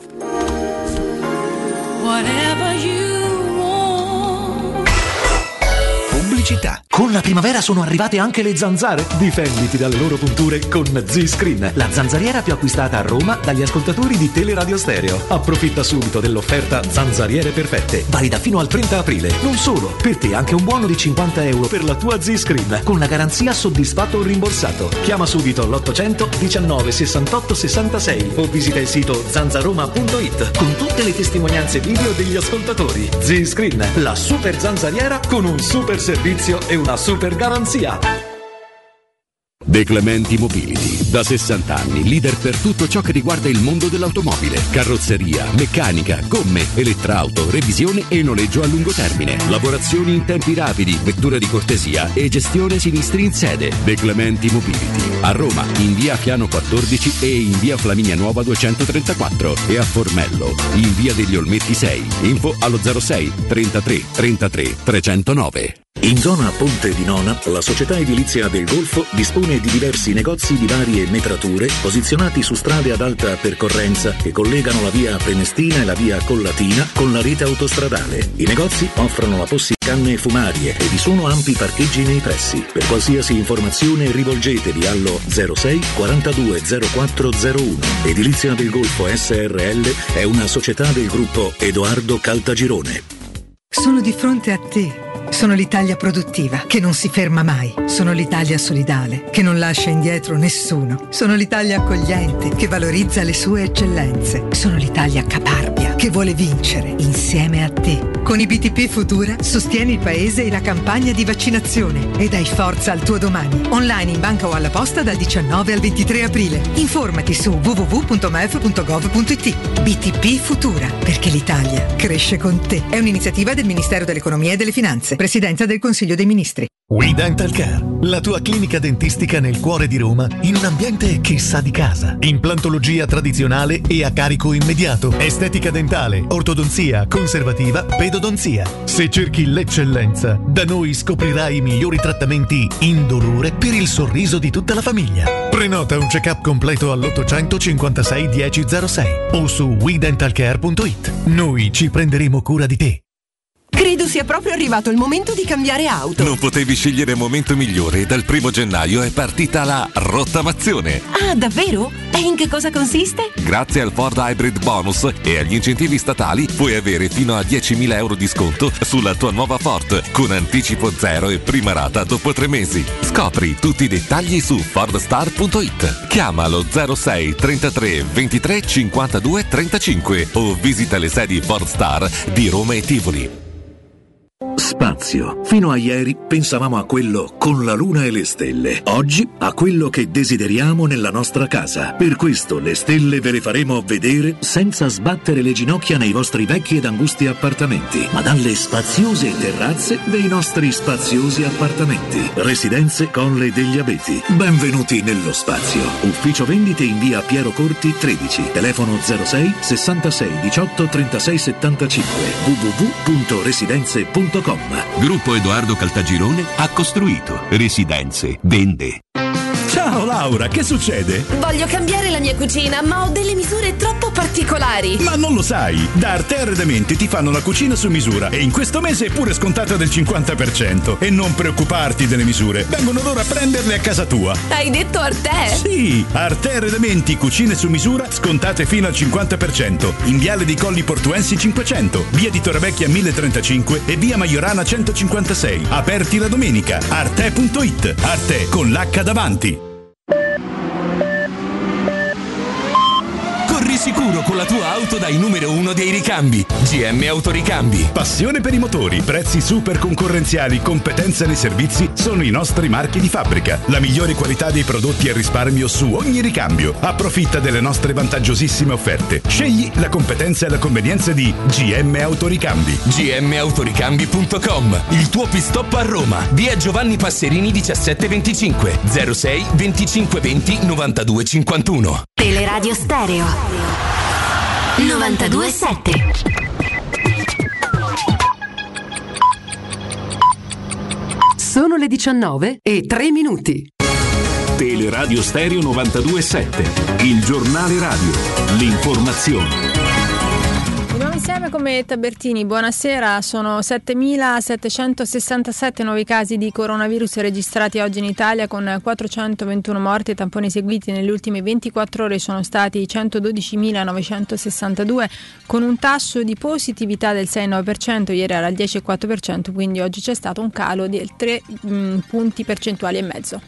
Pubblicità. Con la primavera sono arrivate anche le zanzare. Difenditi dalle loro punture con Z-Screen, la zanzariera più acquistata a Roma dagli ascoltatori di Teleradio Stereo. Approfitta subito dell'offerta Zanzariere Perfette, valida fino al 30 aprile. Non solo, per te anche un buono di 50 euro per la tua Z-Screen, con la garanzia soddisfatto o rimborsato. Chiama subito l'800 19 68 66 o visita il sito zanzaroma.it con tutte le testimonianze video degli ascoltatori. Z-Screen, la super zanzariera con un super servizio e una super garanzia. De Clementi Mobility, da 60 anni, leader per tutto ciò che riguarda il mondo dell'automobile, carrozzeria, meccanica, gomme, elettrauto, revisione e noleggio a lungo termine, lavorazioni in tempi rapidi, vettura di cortesia e gestione sinistri in sede. De Clementi Mobility, a Roma in via Piano 14 e in via Flaminia Nuova 234 e a Formello in via degli Olmetti 6. Info allo 06 33 33 309. In zona Ponte di Nona, la società edilizia del Golfo dispone di diversi negozi di varie metrature posizionati su strade ad alta percorrenza che collegano la via Prenestina e la via Collatina con la rete autostradale. I negozi offrono la possibilità canne fumarie e vi sono ampi parcheggi nei pressi. Per qualsiasi informazione rivolgetevi allo 06 42 0401. Edilizia del Golfo SRL è una società del gruppo Edoardo Caltagirone. Sono di fronte a te. Sono l'Italia produttiva, che non si ferma mai. Sono l'Italia solidale, che non lascia indietro nessuno. Sono l'Italia accogliente, che valorizza le sue eccellenze. Sono l'Italia caparbia, che vuole vincere insieme a te. Con i BTP Futura sostieni il paese e la campagna di vaccinazione e dai forza al tuo domani. Online, in banca o alla posta dal 19 al 23 aprile. Informati su www.mef.gov.it. BTP Futura, perché l'Italia cresce con te. È un'iniziativa del Ministero dell'Economia e delle Finanze. Presidenza del Consiglio dei Ministri. We Dental Care, la tua clinica dentistica nel cuore di Roma, in un ambiente che sa di casa. Implantologia tradizionale e a carico immediato. Estetica dentale, ortodonzia, conservativa, pedodonzia. Se cerchi l'eccellenza, da noi scoprirai i migliori trattamenti indolore per il sorriso di tutta la famiglia. Prenota un check-up completo all'856 1006 o su wedentalcare.it. Noi ci prenderemo cura di te. Credo sia proprio arrivato il momento di cambiare auto. Non potevi scegliere momento migliore. Dal 1 gennaio è partita la rottamazione. Ah, davvero? E in che cosa consiste? Grazie al Ford Hybrid Bonus e agli incentivi statali puoi avere fino a 10.000 euro di sconto sulla tua nuova Ford, con anticipo zero e prima rata dopo 3 mesi. Scopri tutti i dettagli su fordstar.it. Chiamalo 06 33 23 52 35 o visita le sedi Fordstar di Roma e Tivoli. Spazio. Fino a ieri pensavamo a quello con la luna e le stelle. Oggi a quello che desideriamo nella nostra casa. Per questo le stelle ve le faremo vedere senza sbattere le ginocchia nei vostri vecchi ed angusti appartamenti, ma dalle spaziose terrazze dei nostri spaziosi appartamenti. Residenze Colle degli Abeti. Benvenuti nello spazio. Ufficio vendite in via Piero Corti 13. Telefono 06 66 18 36 75. www.residenze.com. Gruppo Edoardo Caltagirone ha costruito, residenze, vende. Ciao Laura, che succede? Voglio cambiare la mia cucina, ma ho delle misure troppo particolari. Ma non lo sai, da Arte Arredamenti ti fanno la cucina su misura e in questo mese è pure scontata del 50%. E non preoccuparti delle misure, vengono loro a prenderle a casa tua. Hai detto Arte? Sì, Arte Arredamenti, cucine su misura scontate fino al 50%. In Viale dei Colli Portuensi 500, via di Torrevecchia 1035 e via Maiorana 156. Aperti la domenica. Arte.it. Arte con l'H davanti. sicuro con la tua auto dai numero 1 dei ricambi. GM Autoricambi. Passione per i motori, prezzi super concorrenziali, competenza nei servizi sono i nostri marchi di fabbrica. La migliore qualità dei prodotti e risparmio su ogni ricambio. Approfitta delle nostre vantaggiosissime offerte. Scegli la competenza e la convenienza di GM Autoricambi. gmautoricambi.com. Il tuo pit-stop a Roma. Via Giovanni Passerini 1725 06 25 20 92 51. Teleradio Stereo 92.7. Sono le 19:03. Teleradio Stereo 92.7, il giornale radio, l'informazione. Di nuovo insieme con me Tabertini, buonasera. Sono 7.767 nuovi casi di coronavirus registrati oggi in Italia, con 421 morti e tamponi eseguiti nelle ultime 24 ore sono stati 112.962, con un tasso di positività del 6,9%, ieri era il 10,4%, quindi oggi c'è stato un calo di 3 punti percentuali e mezzo.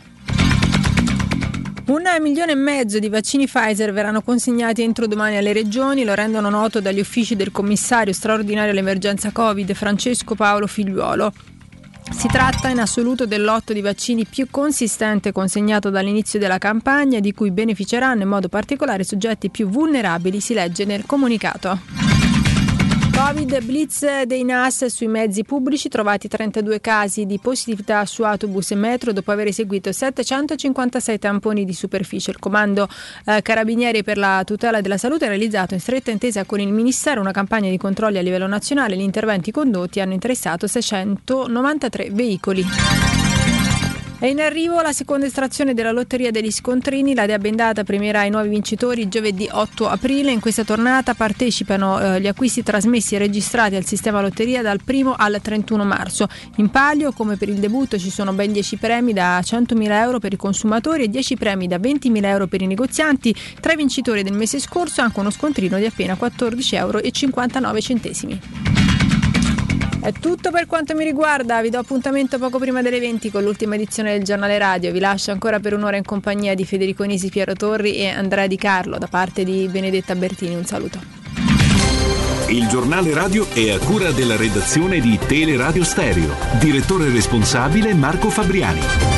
1,5 milioni di vaccini Pfizer verranno consegnati entro domani alle regioni, lo rendono noto dagli uffici del commissario straordinario all'emergenza Covid Francesco Paolo Figliuolo. Si tratta in assoluto del lotto di vaccini più consistente consegnato dall'inizio della campagna, di cui beneficeranno in modo particolare i soggetti più vulnerabili, si legge nel comunicato. Covid blitz dei NAS sui mezzi pubblici, trovati 32 casi di positività su autobus e metro dopo aver eseguito 756 tamponi di superficie. Il comando Carabinieri per la tutela della salute ha realizzato in stretta intesa con il Ministero una campagna di controlli a livello nazionale. Gli interventi condotti hanno interessato 693 veicoli. È in arrivo la seconda estrazione della lotteria degli scontrini. La Dea Bendata premierà i nuovi vincitori giovedì 8 aprile. In questa tornata partecipano gli acquisti trasmessi e registrati al sistema lotteria dal 1 al 31 marzo. In palio, come per il debutto, ci sono ben 10 premi da 100.000 euro per i consumatori e 10 premi da 20.000 euro per i negozianti. Tra i vincitori del mese scorso anche uno scontrino di appena 14,59 euro. È tutto per quanto mi riguarda, vi do appuntamento poco prima delle 20 con l'ultima edizione del giornale radio. Vi lascio ancora per un'ora in compagnia di Federico Nisi, Piero Torri e Andrea Di Carlo. Da parte di Benedetta Bertini un saluto. Il giornale radio è a cura della redazione di Teleradio Stereo. Direttore responsabile Marco Fabriani.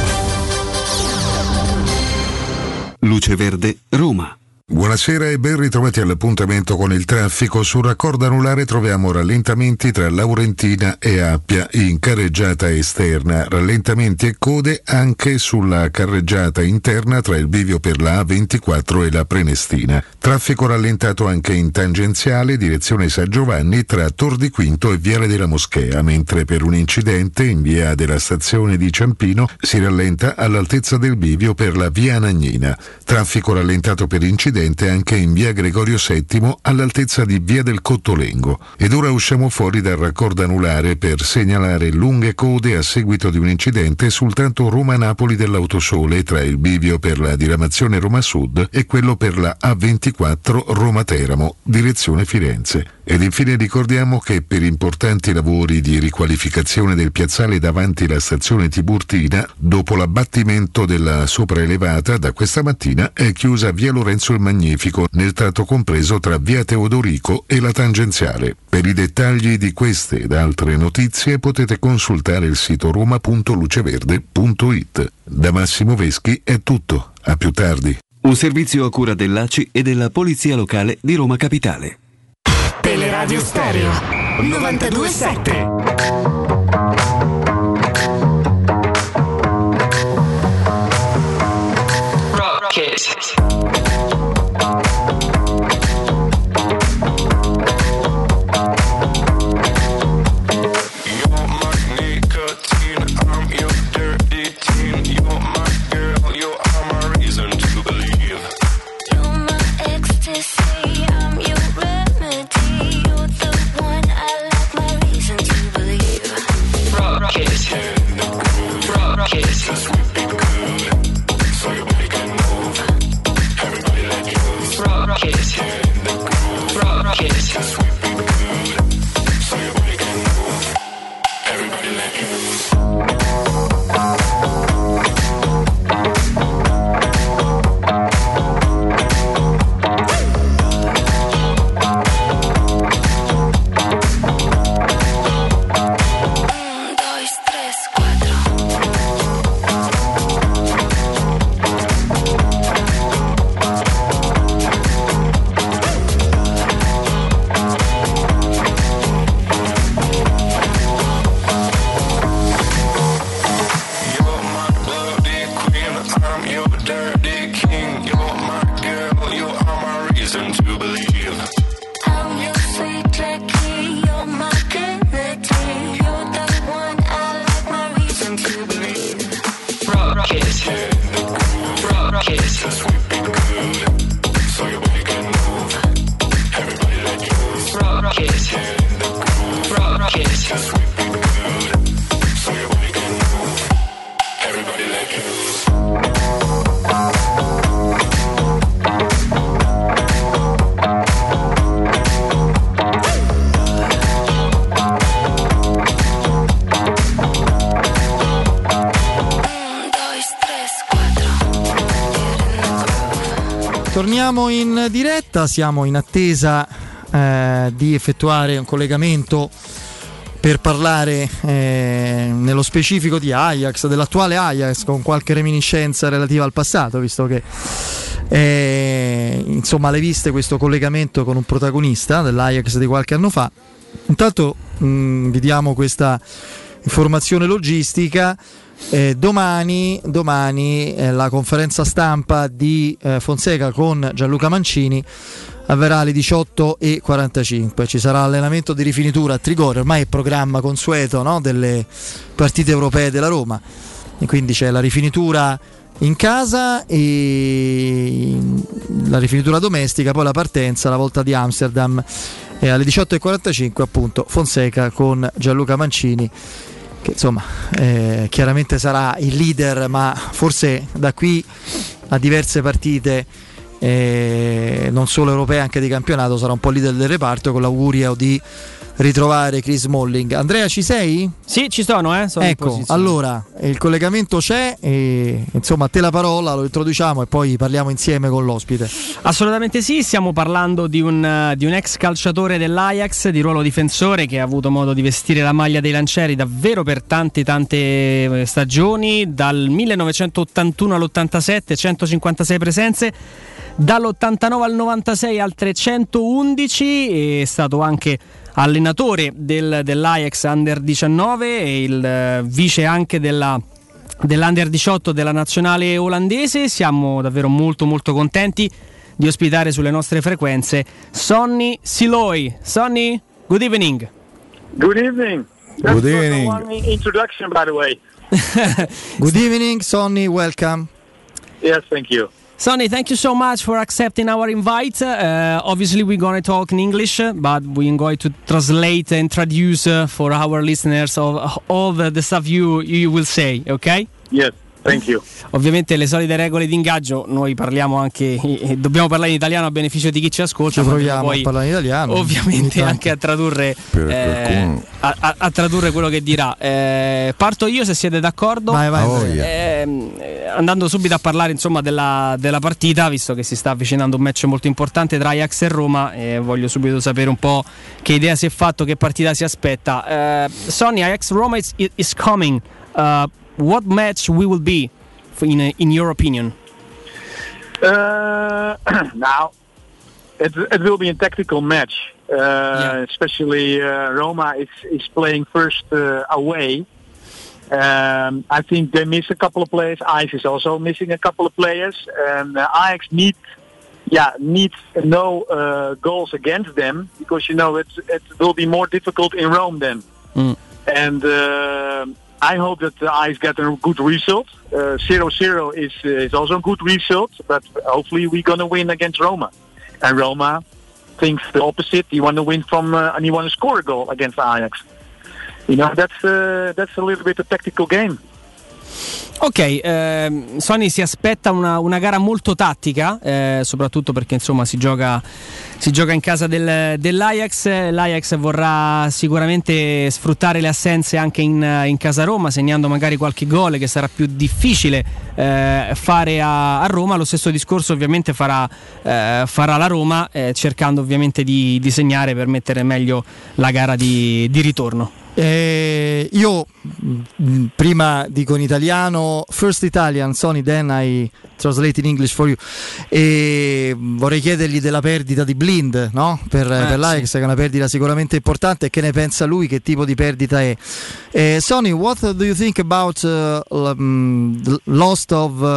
Luce Verde, Roma. Buonasera e ben ritrovati all'appuntamento con il traffico. Sul raccordo anulare troviamo rallentamenti tra Laurentina e Appia in carreggiata esterna, rallentamenti e code anche sulla carreggiata interna tra il bivio per la A24 e la Prenestina. Traffico rallentato anche in tangenziale direzione San Giovanni tra Tor di Quinto e Viale della Moschea, mentre per un incidente in via della stazione di Ciampino si rallenta all'altezza del bivio per la via Anagnina. Traffico rallentato per incidente anche in via Gregorio VII all'altezza di via del Cottolengo. Ed ora usciamo fuori dal raccordo anulare per segnalare lunghe code a seguito di un incidente sul tratto Roma-Napoli dell'Autosole tra il bivio per la diramazione Roma Sud e quello per la A24 Roma-Teramo, direzione Firenze. Ed infine ricordiamo che per importanti lavori di riqualificazione del piazzale davanti alla stazione Tiburtina, dopo l'abbattimento della sopraelevata, da questa mattina è chiusa via Lorenzo il Magnifico nel tratto compreso tra via Teodorico e la tangenziale. Per i dettagli di queste ed altre notizie potete consultare il sito roma.luceverde.it. Da Massimo Veschi è tutto, a più tardi. Un servizio a cura dell'ACI e della Polizia Locale di Roma Capitale. Teleradio Stereo 92.7. I'm your remedy. You're the one I like, my reason to Torniamo in diretta, siamo in attesa di effettuare un collegamento per parlare nello specifico di Ajax, dell'attuale Ajax, con qualche reminiscenza relativa al passato, visto che insomma alle viste questo collegamento con un protagonista dell'Ajax di qualche anno fa. Intanto vi diamo questa informazione logistica. Domani la conferenza stampa di Fonseca con Gianluca Mancini avverrà alle 18:45. Ci sarà allenamento di rifinitura a Trigore, ormai è programma consueto, no? Delle partite europee della Roma, e quindi c'è la rifinitura in casa e la rifinitura domestica, poi la partenza, la volta di Amsterdam, e alle 18:45 appunto Fonseca con Gianluca Mancini, che insomma chiaramente sarà il leader, ma forse da qui a diverse partite non solo europee, anche di campionato, sarà un po' leader del reparto, con l'augurio di ritrovare Chris Smalling. Andrea, ci sei? Sì, ci sono, sono ecco, allora il collegamento c'è e insomma a te la parola, lo introduciamo e poi parliamo insieme con l'ospite. Assolutamente sì, stiamo parlando di un ex calciatore dell'Ajax di ruolo difensore, che ha avuto modo di vestire la maglia dei lancieri davvero per tante stagioni, dal 1981 all'87 156 presenze, dall'89 al 96 altre 111, è stato anche allenatore dell'Ajax Under 19 e il vice anche dell'Under 18 della nazionale olandese. Siamo davvero molto molto contenti di ospitare sulle nostre frequenze Sonny Siloy. Sonny, good evening. Good evening. Good evening. One introduction, by the way. Good evening, Sonny, welcome. Yes, thank you. Sonny, thank you so much for accepting our invite. Obviously, we're going to talk in English, but we're going to translate and traduce for our listeners of all the stuff you will say, okay? Yes, thank you. Ovviamente le solite regole di ingaggio, noi parliamo anche, dobbiamo parlare in italiano a beneficio di chi ci ascolta. Ci proviamo a parlare in italiano. Ovviamente anche a tradurre, a tradurre quello che dirà. Parto io, se siete d'accordo. Vai. Andando subito a parlare insomma della partita, visto che si sta avvicinando un match molto importante tra Ajax e Roma, voglio subito sapere un po' che idea si è fatto, che partita si aspetta. Sonny, Ajax Roma is coming. What match will be in your opinion? Now, it will be a tactical match. Especially Roma is playing first away. I think they miss a couple of players. Ajax is also missing a couple of players, and Ajax needs no goals against them, because it will be more difficult in Rome then. And I hope that Ajax get a good result. 0-0 is also a good result, but hopefully we're gonna win against Roma. And Roma thinks the opposite. He want to win and he want to score a goal against Ajax. That's a little bit a tactical game. Ok, Sonny si aspetta una gara molto tattica, soprattutto perché insomma si gioca in casa dell'Ajax. L'Ajax vorrà sicuramente sfruttare le assenze anche in casa Roma, segnando magari qualche gol che sarà più difficile fare a Roma. Lo stesso discorso ovviamente farà la Roma, cercando ovviamente di segnare per mettere meglio la gara di ritorno. Io prima dico in italiano, first Italian, Sonny, then I translate in English for you, e vorrei chiedergli della perdita di Blind, no? per l'Ajax, che è una perdita sicuramente importante, e che ne pensa lui, che tipo di perdita è. Sonny, what do you think about the loss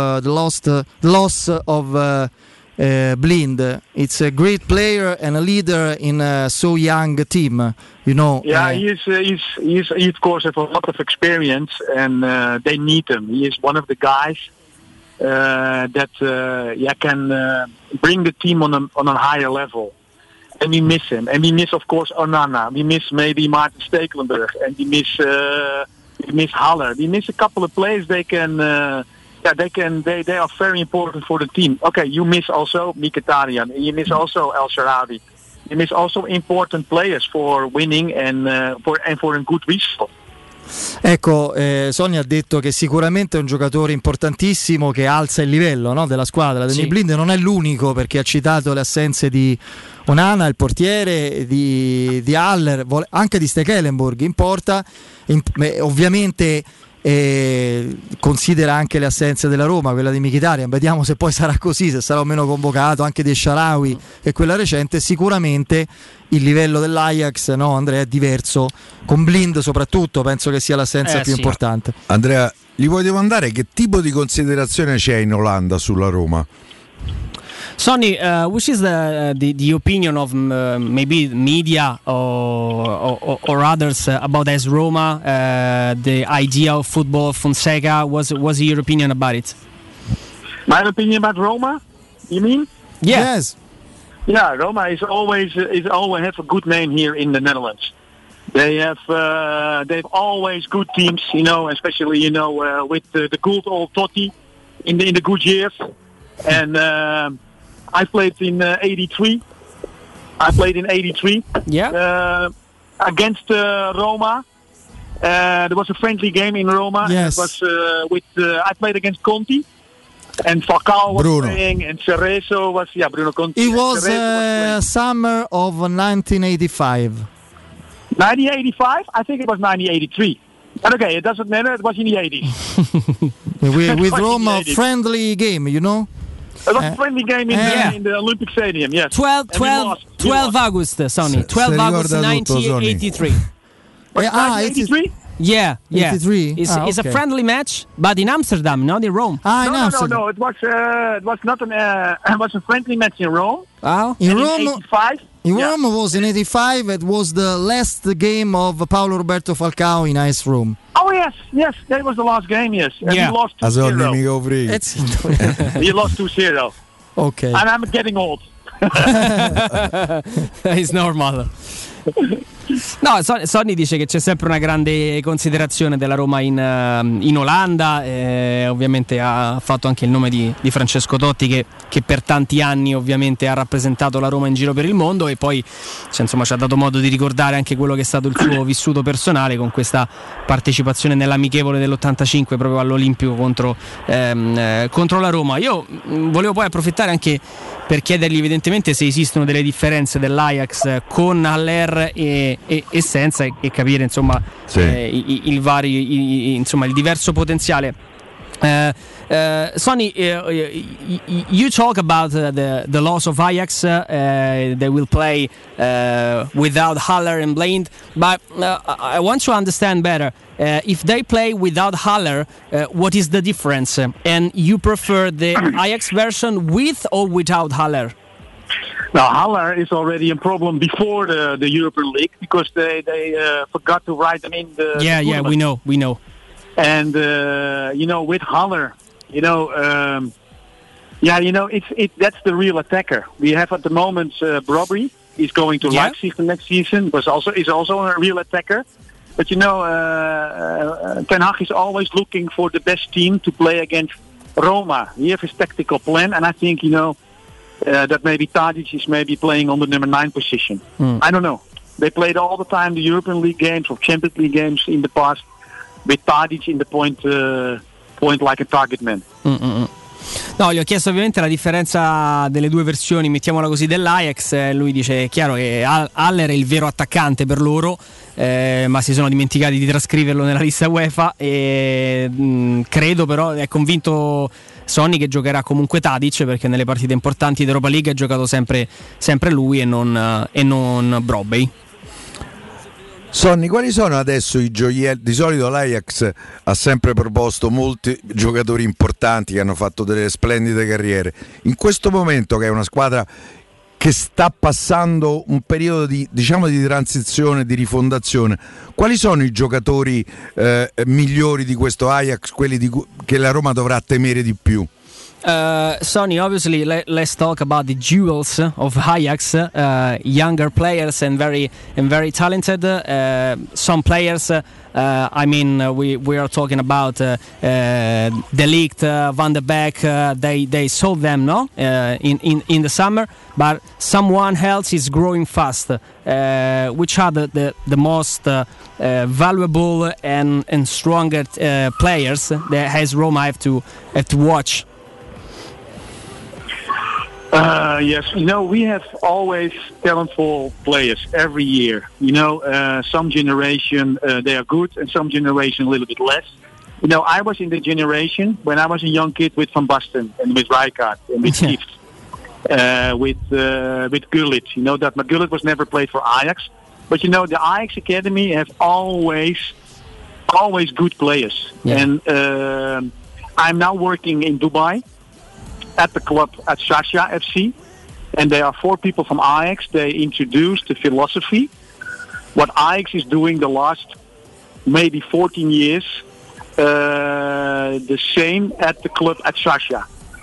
of Blind? It's a great player and a leader in a so young team, Yeah, he's of course has a lot of experience, and they need him. He is one of the guys that can bring the team on a higher level. And we miss him, and we miss of course Onana. We miss maybe Martin Stekelenburg, and we miss Haller. We miss a couple of players. They are very important for the team. Okay, you miss also Mkhitaryan. You miss also El Shaarawy. You miss also important players for winning and for a good result. Ecco, Sonny ha detto che sicuramente è un giocatore importantissimo che alza il livello, no, della squadra. Danny Blind non è l'unico, perché ha citato le assenze di Onana, il portiere, di Haller, anche di Stekelenburg in porta. Ovviamente considera anche le assenze della Roma, quella di Mkhitaryan. Vediamo se poi sarà così, se sarà o meno convocato, anche di Shaarawy e quella recente. Sicuramente il livello dell'Ajax, no, Andrea, è diverso con Blind, soprattutto penso che sia l'assenza più importante. Andrea, gli vuoi domandare che tipo di considerazione c'è in Olanda sulla Roma? Sonny, which is the opinion of maybe media or others about AS Roma, the idea of football Fonseca? Was your opinion about it? My opinion about Roma? You mean? Yeah. Yes. Yeah, Roma is always have a good name here in the Netherlands. They've always good teams, especially with the good old Totti in the good years. And I played in 83. Yeah. Against Roma. There was a friendly game in Roma. Yes. It was I played against Conti. And Falcao was playing, and Cerezo was, Bruno Conti. It was summer of 1985. 1985? I think it was 1983. But okay, it doesn't matter, it was in the 80s. with Roma, friendly game, It was a friendly game in the Olympic Stadium, yes. 12 August, Sonny. 12 August 1983. 1983? Yeah. 83? It's a friendly match, but in Amsterdam, not in Rome. No. It was not it was a friendly match in Rome. In Rome, 85. Rome was in 85. It was the last game of Paolo Roberto Falcao in AS Rome. Oh yes, that was the last game. Yes, and he lost 2-0. He lost 2-0. Okay. And I'm getting old. It's normal. No, Sonny dice che c'è sempre una grande considerazione della Roma in Olanda, ovviamente ha fatto anche il nome di Francesco Totti che per tanti anni ovviamente ha rappresentato la Roma in giro per il mondo, e poi ci ha dato modo di ricordare anche quello che è stato il suo vissuto personale con questa partecipazione nell'amichevole dell'85 proprio all'Olimpico contro la Roma. Io volevo poi approfittare anche per chiedergli evidentemente se esistono delle differenze dell'Ajax con Haller e senza, e capire insomma il diverso potenziale. Sonny, you talk about the loss of Ajax. They will play without Haller and Blind, but I want to understand better. If they play without Haller, what is the difference? And you prefer the Ajax version with or without Haller? Now, Haller is already a problem before the European League because they forgot to write them in the tournament. we know. And with Haller, that's the real attacker. We have at the moment Brobry. He's going to Leipzig the next season. Is also a real attacker. But Ten Hag is always looking for the best team to play against Roma. He has his tactical plan, and I think that maybe Tadic is maybe playing on the number 9 position. I don't know. They played all the time the European League games or Champions League games in the past with Tadic in the point like a target man. No, gli ho chiesto ovviamente la differenza delle due versioni, mettiamola così, dell'Ajax. Lui dice è chiaro che Haller è il vero attaccante per loro, ma si sono dimenticati di trascriverlo nella lista UEFA, e credo però, è convinto Sonny che giocherà comunque Tadic, perché nelle partite importanti d'Europa League ha giocato sempre lui e non Brobey. Sonny, quali sono adesso i gioielli? Di solito l'Ajax ha sempre proposto molti giocatori importanti che hanno fatto delle splendide carriere. In questo momento, che è una squadra che sta passando un periodo di transizione, di rifondazione, quali sono i giocatori migliori di questo Ajax, quelli che la Roma dovrà temere di più? Sonny, obviously, let's talk about the jewels of Ajax. Younger players and very talented. Some players. We are talking about De Ligt, Van de Beek. They sold them, no, in the summer. But someone else is growing fast. Which are the most valuable and stronger players that has Roma have to watch? Yes, we have always talentful players every year. Some generation they are good, and some generation a little bit less. I was in the generation when I was a young kid with Van Basten and with Rijkaard and with Kieft, with Gullit. That, but Gullit was never played for Ajax. But the Ajax Academy have always good players. Yeah. And I'm now working in Dubai at the club at Sasha FC, and there are 4 people from Ajax. They introduced the philosophy, what Ajax is doing the last maybe 14 years, the same at the club at Sasha.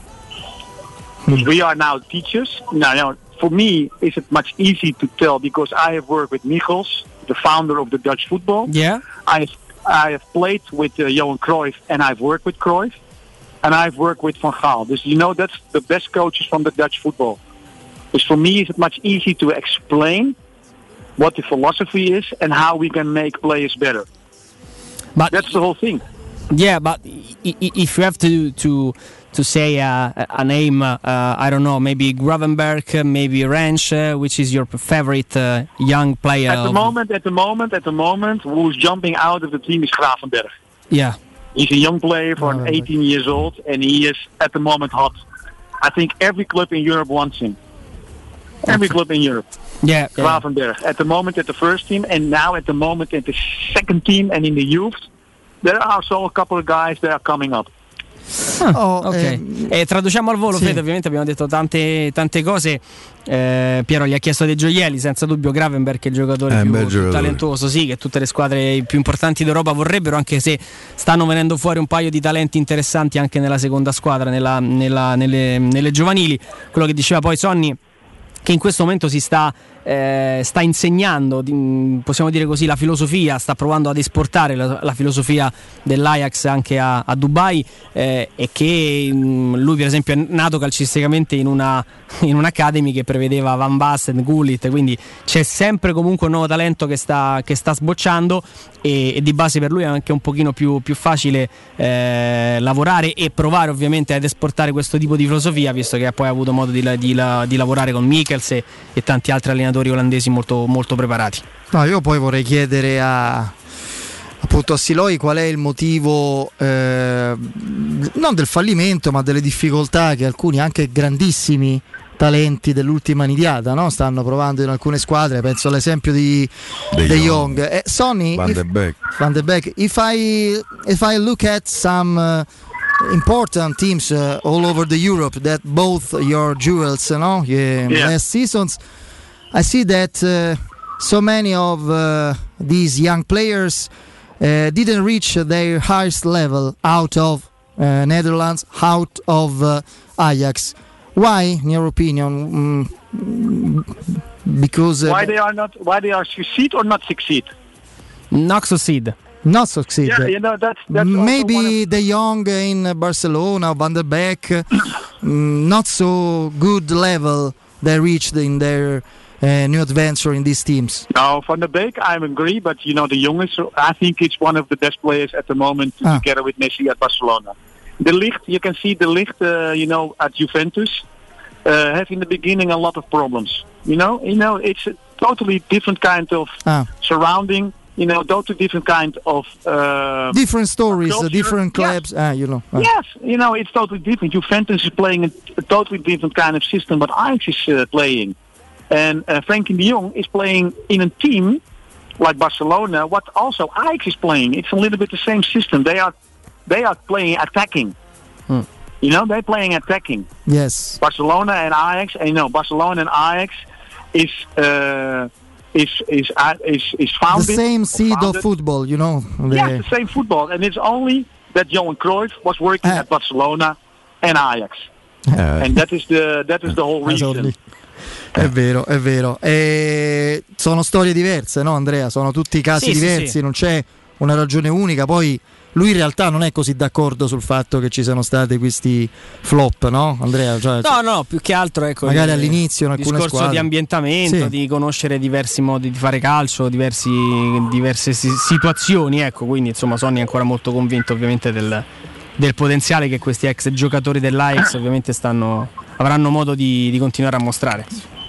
We are now teachers. Now, for me, is it much easier to tell because I have worked with Michels, the founder of the Dutch football. Yeah, I have played with Johan Cruyff, and I've worked with Cruyff. And I've worked with Van Gaal. Dus that's the best coaches from the Dutch football. Dus for me, it's much easier to explain what the philosophy is and how we can make players better. But that's the whole thing. Yeah, but if you have to say a name, I don't know, maybe Gravenberch, maybe Rensch, which is your favorite young player? At the moment, who's jumping out of the team is Gravenberch. Yeah. He's a young player for 18 years old, and he is at the moment hot. I think every club in Europe wants him. Every club in Europe. Yeah. Gravenberch. At the moment at the first team, and now at the moment at the second team and in the youth, there are also a couple of guys that are coming up. Ok. Traduciamo al volo, sì. Fede, ovviamente abbiamo detto tante cose. Piero gli ha chiesto dei gioielli, senza dubbio Gravenberch è il giocatore più talentuoso, sì, che tutte le squadre più importanti d'Europa vorrebbero, anche se stanno venendo fuori un paio di talenti interessanti anche nella seconda squadra, nelle giovanili. Quello che diceva poi Sonny, che in questo momento si sta insegnando, possiamo dire così, la filosofia, sta provando ad esportare la filosofia dell'Ajax anche a Dubai, e che lui per esempio è nato calcisticamente in un'academy che prevedeva Van Basten, Gullit, quindi c'è sempre comunque un nuovo talento che sta sbocciando, e di base per lui è anche un pochino più facile lavorare e provare ovviamente ad esportare questo tipo di filosofia, visto che ha poi avuto modo di lavorare con Michels e tanti altri allenatori olandesi molto, molto preparati. No, io poi vorrei chiedere appunto a Siloi qual è il motivo non del fallimento, ma delle difficoltà che alcuni anche grandissimi talenti dell'ultima nidiata, no? Stanno provando in alcune squadre. Penso all'esempio di De Jong. Sonny, Van de Beek. If I look at some important teams all over the Europe that both your jewels, last seasons, I see that so many of these young players didn't reach their highest level out of Netherlands, out of Ajax. Why, in your opinion? Because why they are succeed or not succeed? Not succeed. Not succeed. Yeah, that's maybe De Jong in Barcelona, Van de Beek, not so good level they reached in their new adventure in these teams. No, Van de Beek, I agree, but De Jong is, I think it's one of the best players at the moment, together with Messi at Barcelona. De Ligt, you can see De Ligt, at Juventus, have in the beginning a lot of problems. It's a totally different kind of surrounding. Totally different kind of different stories, culture. Different clubs. Yes. Yes, it's totally different. Juventus is playing a totally different kind of system, but Ajax is playing, and Frenkie de Jong is playing in a team like Barcelona. What also Ajax is playing. It's a little bit the same system. They are playing attacking. They're playing attacking. Yes. Barcelona and Ajax, and Barcelona and Ajax is founded. The same seed of football, Yes, the same football, and it's only that Johan Cruyff was working at Barcelona, and Ajax. And that is the whole reason. È vero. Sono storie diverse, no Andrea? Sono tutti casi diversi, non c'è una ragione unica. Poi lui in realtà non è così d'accordo sul fatto che ci siano stati questi flop, no Andrea? No, più che altro ecco, magari all'inizio in alcune discorso squadre di ambientamento, di conoscere diversi modi di fare calcio, diverse situazioni, ecco, quindi insomma Sonny è ancora molto convinto ovviamente del potenziale che questi ex giocatori dell'Ajax ovviamente avranno modo di continuare a mostrare.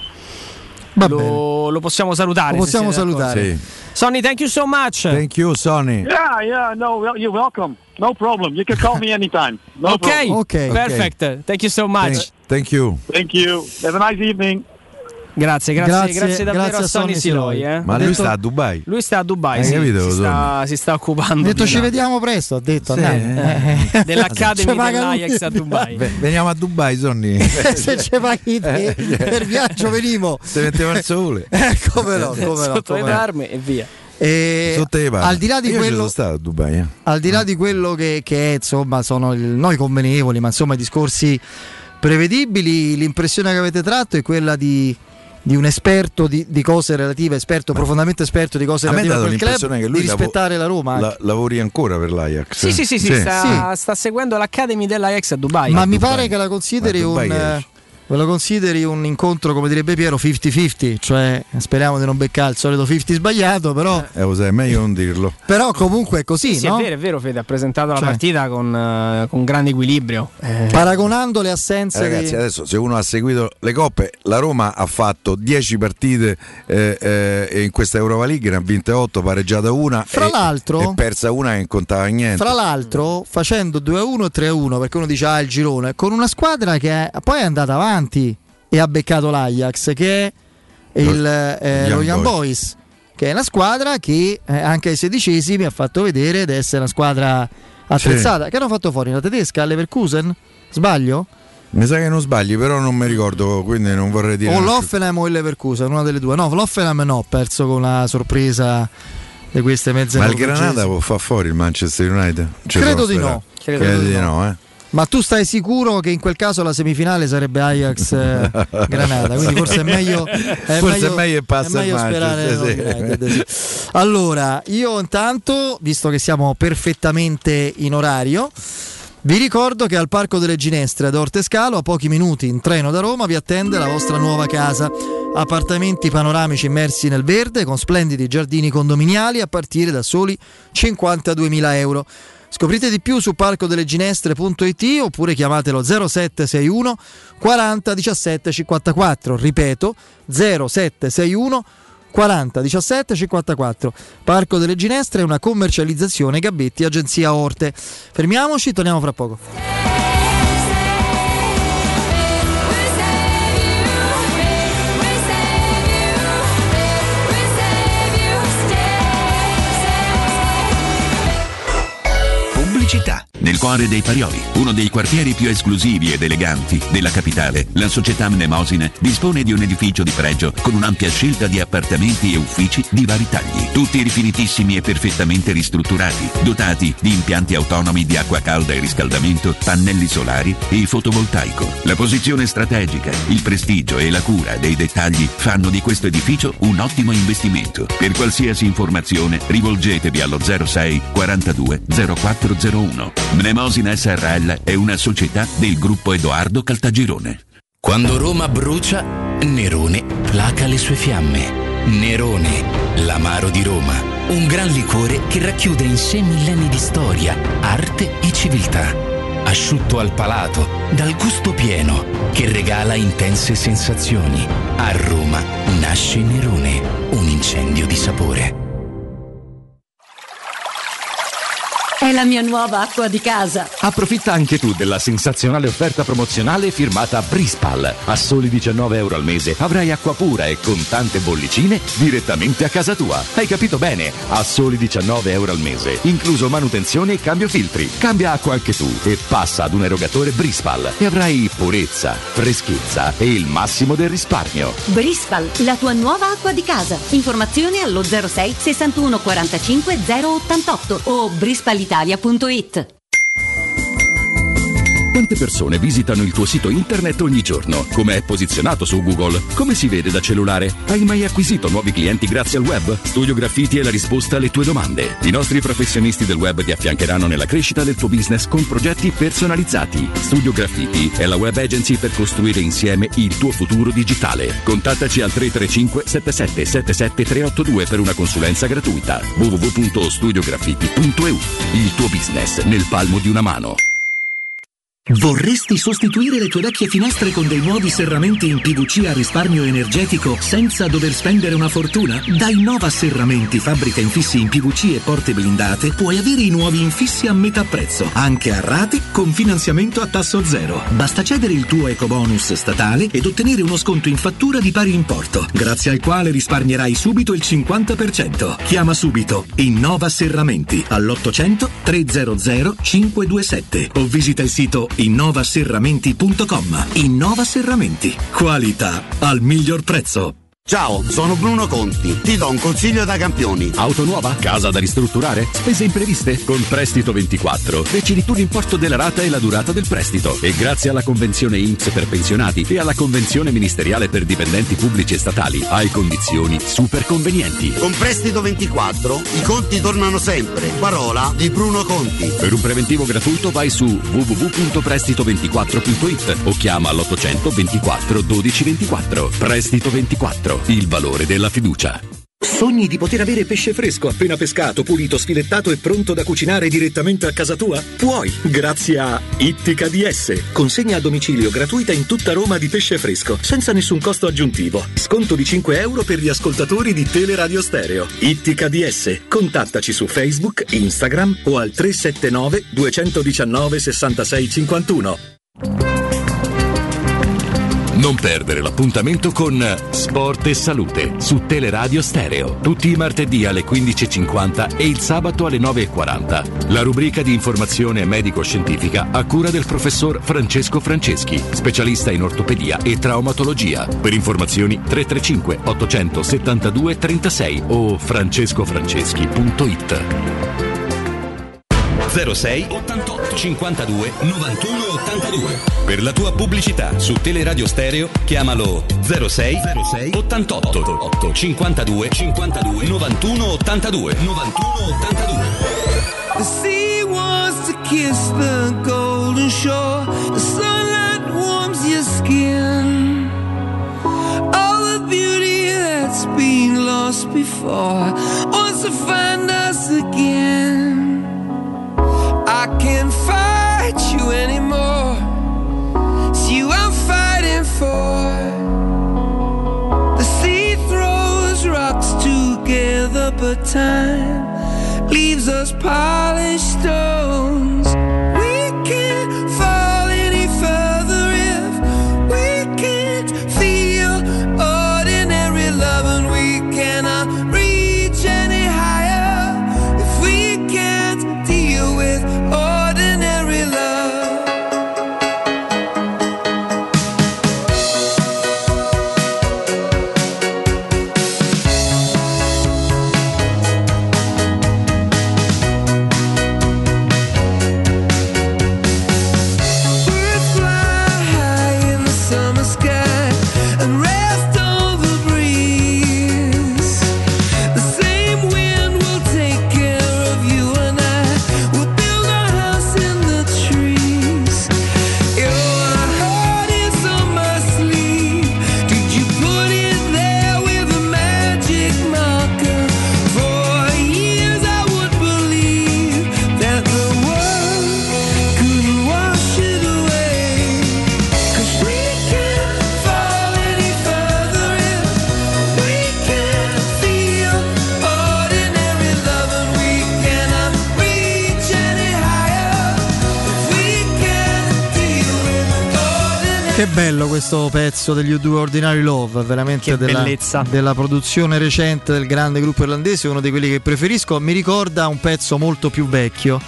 Lo possiamo salutare. Sì. Sonny, thank you so much. Thank you, Sonny. Yeah, no, you're welcome. No problem. You can call me anytime. No problem. Okay. Perfect. Thank you so much. Thank you. Have a nice evening. Grazie davvero a Sonny Siloi. Ma lui sta a Dubai. Lui sta a Dubai, si sta occupando. Ha detto ci vediamo presto, ha detto dell'Academy dell'Ajax a Dubai. Veniamo a Dubai, Sonny. Se ci paghi te per viaggio venimo. Se mettiamo il sole. Come no. Sotto le armi e via. Al di là di quello, stato a Dubai, al di là di quello che è, insomma, sono noi convenevoli, ma insomma i discorsi prevedibili, l'impressione che avete tratto è quella di un esperto di cose relative, profondamente esperto di cose relative a quel club, che lui di rispettare la Roma. Lavori ancora per l'Ajax? Sì. Sta seguendo l'Academy dell'Ajax a Dubai. Ma mi pare che la consideri un incontro, come direbbe Piero, 50-50, cioè speriamo di non beccare il solito 50 sbagliato, però è meglio non dirlo. Però comunque è così, sì, no? È vero Fede, ha presentato la partita con grande equilibrio. Paragonando le assenze ragazzi, adesso se uno ha seguito le coppe, la Roma ha fatto 10 partite in questa Europa League, ne ha vinte 8, pareggiata una e persa una che non contava niente. Fra l'altro facendo 2-1 e 3-1, perché uno dice il girone, con una squadra che poi è andata avanti e ha beccato l'Ajax, che è lo Young Boys, che è una squadra che anche ai 16esimi ha fatto vedere di essere una squadra attrezzata, che hanno fatto fuori la tedesca Leverkusen, sbaglio? Mi sa che non sbagli, però non mi ricordo, quindi non vorrei dire o l'Hoffenheim o il Leverkusen, una delle due. No, l'Hoffenheim no, perso con una sorpresa di queste mezze. Ma il Granada può far fuori il Manchester United? Credo di no. Credo di no. Ma tu stai sicuro che in quel caso la semifinale sarebbe Ajax Granada? Quindi forse è meglio passa il Manchester. Sì. Allora, io intanto, visto che siamo perfettamente in orario, vi ricordo che al Parco delle Ginestre ad Ortescalo, a pochi minuti in treno da Roma, vi attende la vostra nuova casa. Appartamenti panoramici immersi nel verde con splendidi giardini condominiali a partire da soli 52.000 euro. Scoprite di più su parcodelleginestre.it oppure chiamatelo 0761 40 17 54. Ripeto, 0761 40 17 54. Parco delle Ginestre è una commercializzazione Gabetti Agenzia Orte. Fermiamoci, torniamo fra poco. Nel cuore dei Parioli, uno dei quartieri più esclusivi ed eleganti della capitale, la società Mnemosine dispone di un edificio di pregio con un'ampia scelta di appartamenti e uffici di vari tagli, tutti rifinitissimi e perfettamente ristrutturati, dotati di impianti autonomi di acqua calda e riscaldamento, pannelli solari e fotovoltaico. La posizione strategica, il prestigio e la cura dei dettagli fanno di questo edificio un ottimo investimento. Per qualsiasi informazione rivolgetevi allo 06 42 0401. Mnemosina SRL è una società del gruppo Edoardo Caltagirone. Quando Roma brucia, Nerone placa le sue fiamme. Nerone, l'amaro di Roma. Un gran liquore che racchiude in sé millenni di storia, arte e civiltà. Asciutto al palato, dal gusto pieno, che regala intense sensazioni. A Roma nasce Nerone, un incendio di sapore. È la mia nuova acqua di casa. Approfitta anche tu della sensazionale offerta promozionale firmata Brispal. A soli €19 al mese avrai acqua pura e con tante bollicine direttamente a casa tua. Hai capito bene? A soli €19 al mese, incluso manutenzione e cambio filtri. Cambia acqua anche tu e passa ad un erogatore Brispal e avrai purezza, freschezza e il massimo del risparmio. Brispal, la tua nuova acqua di casa. Informazioni allo 06 61 45 088 o brispalitalia.it. Quante persone visitano il tuo sito internet ogni giorno? Come è posizionato su Google? Come si vede da cellulare? Hai mai acquisito nuovi clienti grazie al web? Studio Graffiti è la risposta alle tue domande. I nostri professionisti del web ti affiancheranno nella crescita del tuo business con progetti personalizzati. Studio Graffiti è la web agency per costruire insieme il tuo futuro digitale. Contattaci al 335 7777 382 per una consulenza gratuita. www.studiograffiti.eu. Il tuo business nel palmo di una mano. Vorresti sostituire le tue vecchie finestre con dei nuovi serramenti in PVC a risparmio energetico senza dover spendere una fortuna? Da Innova Serramenti, fabbrica infissi in PVC e porte blindate, puoi avere i nuovi infissi a metà prezzo, anche a rate con finanziamento a tasso zero. Basta cedere il tuo ecobonus statale ed ottenere uno sconto in fattura di pari importo, grazie al quale risparmierai subito il 50%. Chiama subito Innova Serramenti all'800 300 527 o visita il sito innovaserramenti.com. Innova Serramenti, qualità al miglior prezzo. Ciao, sono Bruno Conti. Ti do un consiglio da campioni. Auto nuova? Casa da ristrutturare? Spese impreviste? Con Prestito 24 decidi tu l'importo della rata e la durata del prestito. E grazie alla convenzione INPS per pensionati e alla convenzione ministeriale per dipendenti pubblici e statali hai condizioni super convenienti. Con Prestito 24 i conti tornano sempre. Parola di Bruno Conti. Per un preventivo gratuito vai su www.prestito24.it o chiama all'800 24 12 24. Prestito 24. Il valore della fiducia. Sogni di poter avere pesce fresco appena pescato, pulito, sfilettato e pronto da cucinare direttamente a casa tua? Puoi, grazie a Ittica DS. Consegna a domicilio gratuita in tutta Roma di pesce fresco, senza nessun costo aggiuntivo. Sconto di €5 per gli ascoltatori di Teleradio Stereo. Ittica DS. Contattaci su Facebook, Instagram o al 379 219 66 51. Non perdere l'appuntamento con Sport e Salute su Teleradio Stereo. Tutti i martedì alle 15.50 e il sabato alle 9.40. La rubrica di informazione medico-scientifica a cura del professor Francesco Franceschi, specialista in ortopedia e traumatologia. Per informazioni 335 872 36 o francescofranceschi.it. 06 88 52 91 82. Per la tua pubblicità su Teleradio Stereo chiamalo 06 88 52 91 82. The sea wants to kiss the golden shore. The sunlight warms your skin. All the beauty that's been lost before wants to find us again. I can't fight you anymore. It's you I'm fighting for. The sea throws rocks together, but time leaves us polished stones. We can't fall any further if we can't feel ordinary love, and we cannot reach any higher if we can't deal with ordinary love. Birds fly high in the summer sky and rest on the breeze. The same wind will take care of you and I. We'll build our house in the trees. Your heart is on my sleeve. Did you put it there with a magic marker? For years I would believe that the world couldn't wash it away. 'Cause we can't fall any further if we can't feel ordinary love, and we cannot reach any higher if we can't deal with ordinary. Che bello questo pezzo degli U2 Ordinary Love, veramente Che bellezza. della produzione recente del grande gruppo irlandese, uno di quelli che preferisco. Mi ricorda un pezzo molto più vecchio,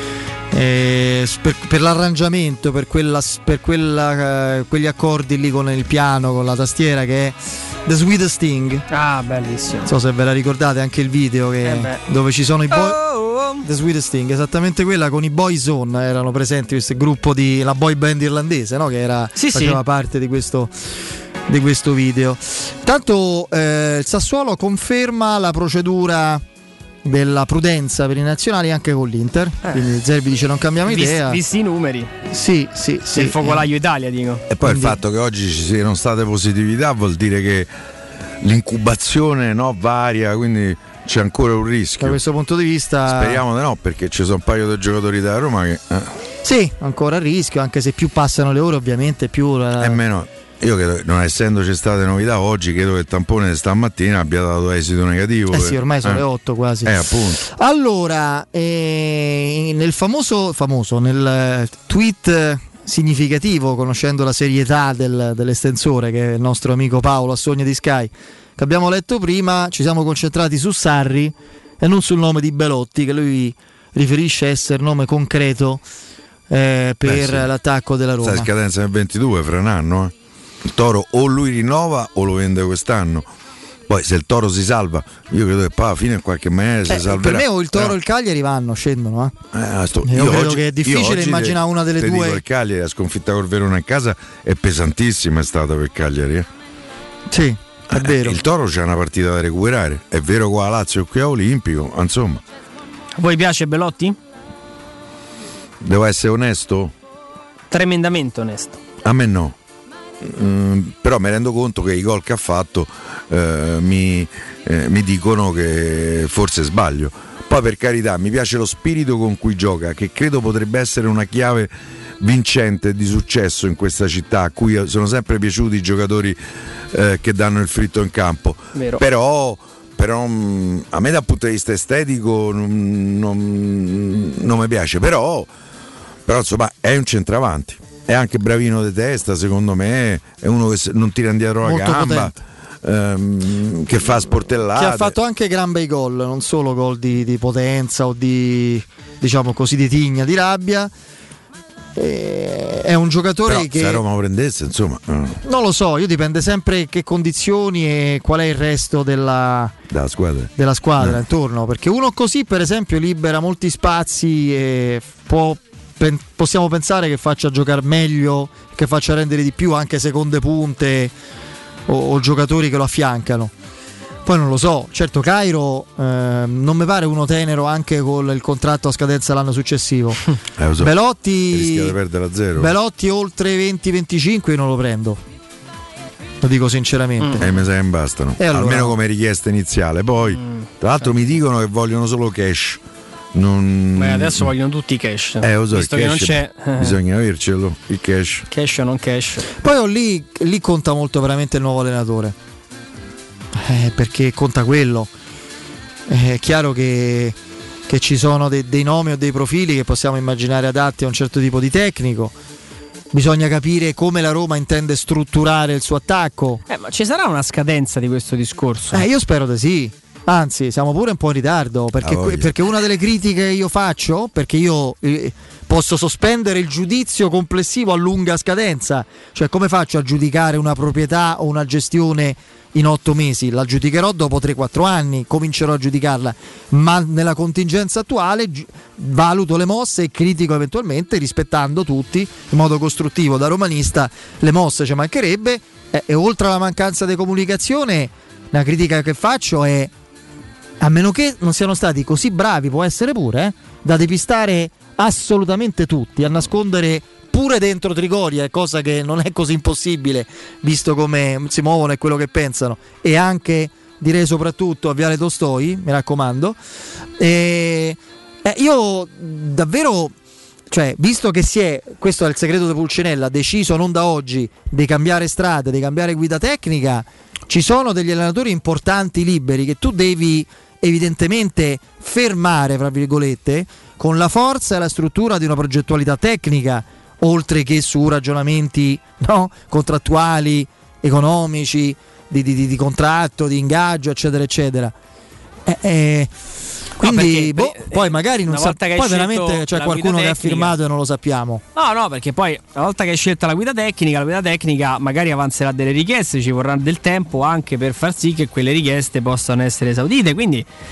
per l'arrangiamento, per quegli accordi lì con il piano, con la tastiera, che è The Sweetest Thing. Ah, bellissimo. Non so se ve la ricordate, anche il video beh. dove ci sono i boy. The Sweetest Thing, esattamente quella con i Boyzone, erano presenti questo gruppo di la boy band irlandese, no? Che era faceva parte di questo video. Tanto il Sassuolo conferma la procedura della prudenza per i nazionali anche con l'Inter, quindi Zerbi dice non cambiamo idea. Visti i numeri sì. del Focolaio Italia, dico. E poi il fatto che oggi ci siano state positività vuol dire che l'incubazione varia, quindi c'è ancora un rischio. Da questo punto di vista speriamo di no, perché ci sono un paio di giocatori della Roma che sì, ancora a rischio, anche se più passano le ore ovviamente più meno. Io credo, non essendoci state novità oggi, credo che il tampone di stamattina abbia dato esito negativo. Sì, ormai sono le 8 quasi. Appunto. Allora, nel famoso nel tweet significativo, conoscendo la serietà dell'estensore, che è il nostro amico Paolo a Sogno di Sky, che abbiamo letto prima, ci siamo concentrati su Sarri e non sul nome di Belotti, che lui riferisce essere nome concreto per l'attacco della Roma. Sta scadenza nel 22, fra un anno. Il Toro o lui rinnova o lo vende quest'anno. Poi se il Toro si salva, io credo che poi alla fine in qualche maniera si salverà. Per me o il Toro o il Cagliari scendono. Io credo oggi, che è difficile immaginare una delle due. Dico, il Cagliari, la sconfitta col Verona in casa è pesantissima, è stata per il Cagliari. Sì, è vero. Il Toro c'ha una partita da recuperare. È vero qua a Lazio e qui a Olimpico, insomma. A voi piace Belotti? Devo essere onesto? Tremendamente onesto. A me no. Però mi rendo conto che i gol che ha fatto mi dicono che forse sbaglio. Poi per carità, mi piace lo spirito con cui gioca, che credo potrebbe essere una chiave vincente di successo in questa città, a cui sono sempre piaciuti i giocatori che danno il fritto in campo. Vero. Però a me dal punto di vista estetico non mi piace, però insomma è un centravanti. È anche bravino di testa, secondo me, è uno che non tira indietro la gamba, che fa sportellate. Che ha fatto anche gran bei gol, non solo gol di potenza o di, diciamo così, di tigna, di rabbia. È un giocatore però, che se Roma lo prendesse, insomma, non lo so, io dipende sempre che condizioni e qual è il resto della squadra intorno, perché uno così per esempio libera molti spazi e possiamo pensare che faccia giocare meglio, che faccia rendere di più anche seconde punte o giocatori che lo affiancano. Poi non lo so, certo Cairo non mi pare uno tenero anche con il contratto a scadenza l'anno successivo. Lo so. Belotti rischia di perdere a zero. Belotti oltre 20-25 io non lo prendo, lo dico sinceramente. Mi sa che bastano, allora? Almeno come richiesta iniziale. Poi tra l'altro mi dicono che vogliono solo cash. Beh, adesso vogliono tutti i cash. Lo so, visto il che cash non c'è, bisogna avercelo il cash. Cash o non cash. Poi lì conta molto veramente il nuovo allenatore, perché conta quello. È chiaro che ci sono dei nomi o dei profili che possiamo immaginare adatti a un certo tipo di tecnico. Bisogna capire come la Roma intende strutturare il suo attacco. Ma ci sarà una scadenza di questo discorso? Io spero di sì. Anzi, siamo pure un po' in ritardo, perché una delle critiche che io faccio, perché io posso sospendere il giudizio complessivo a lunga scadenza, cioè come faccio a giudicare una proprietà o una gestione in 8 mesi? La giudicherò dopo 3-4 anni, comincerò a giudicarla, ma nella contingenza attuale valuto le mosse e critico eventualmente, rispettando tutti in modo costruttivo da romanista le mosse, ci mancherebbe, e oltre alla mancanza di comunicazione la critica che faccio è: a meno che non siano stati così bravi, può essere pure, da depistare assolutamente tutti, a nascondere pure dentro Trigoria, cosa che non è così impossibile visto come si muovono e quello che pensano, e anche, direi soprattutto, a Viale Tolstoi, mi raccomando. Io davvero, cioè, visto che questo è il segreto di Pulcinella, deciso non da oggi di cambiare strada, di cambiare guida tecnica, ci sono degli allenatori importanti liberi che tu devi evidentemente fermare, fra virgolette, con la forza e la struttura di una progettualità tecnica, oltre che su ragionamenti contrattuali, economici, di contratto, di ingaggio, eccetera eccetera. Quindi poi magari non poi veramente c'è qualcuno che ha firmato e non lo sappiamo. No, perché poi una volta che hai scelta la guida tecnica magari avanzerà delle richieste, ci vorrà del tempo anche per far sì che quelle richieste possano essere esaudite, quindi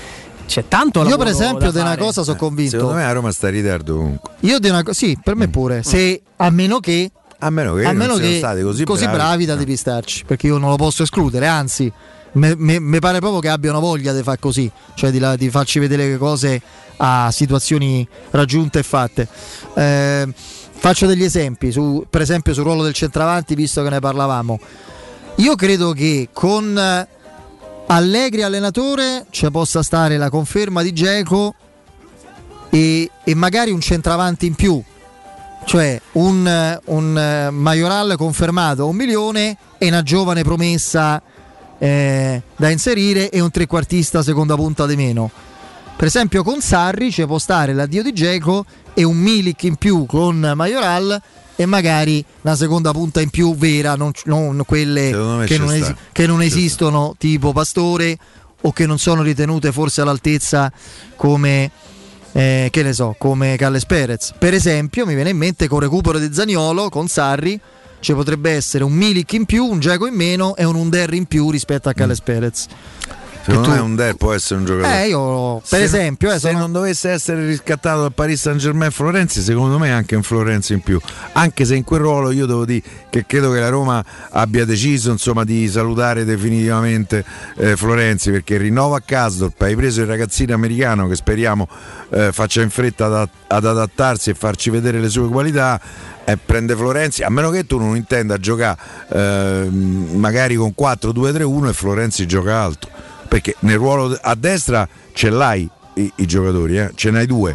c'è tanto io lavoro per esempio da di una fare. cosa sono convinto. Secondo me a Roma sta in ritardo comunque. Io di una sì, per me pure. Se a meno che non siano stati così bravi da depistarci, perché io non lo posso escludere, anzi mi pare proprio che abbiano voglia di far così, cioè di farci vedere le cose a situazioni raggiunte e fatte. Faccio degli esempi, per esempio sul ruolo del centravanti, visto che ne parlavamo. Io credo che con Allegri allenatore ci possa stare la conferma di Dzeko e magari un centravanti in più, cioè un Majoral confermato a 1 milione e una giovane promessa da inserire e un trequartista seconda punta di meno. Per esempio con Sarri ci può stare l'addio di Dzeko e un Milik in più con Majoral e magari una seconda punta in più vera, non quelle che non esistono, tipo Pastore, o che non sono ritenute forse all'altezza come che ne so, come Carles Perez. Per esempio mi viene in mente con recupero di Zaniolo con Sarri ci potrebbe essere un Milik in più, un Dzeko in meno e un Under in più rispetto a Carles Perez. Secondo me Under può essere un giocatore. Io per esempio se non dovesse essere riscattato dal Paris Saint-Germain Florenzi, secondo me anche un Florenzi in più, anche se in quel ruolo io devo dire che credo che la Roma abbia deciso insomma di salutare definitivamente Florenzi, perché rinnova a Kasdorp, hai preso il ragazzino americano che speriamo faccia in fretta ad adattarsi e farci vedere le sue qualità. Prende Florenzi, a meno che tu non intenda giocare magari con 4-2-3-1 e Florenzi gioca alto, perché nel ruolo a destra ce l'hai i giocatori, ce n'hai 2,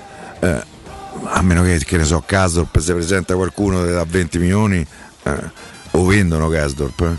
a meno che ne so, Kasdorp se presenta qualcuno da 20 milioni o vendono Kasdorp,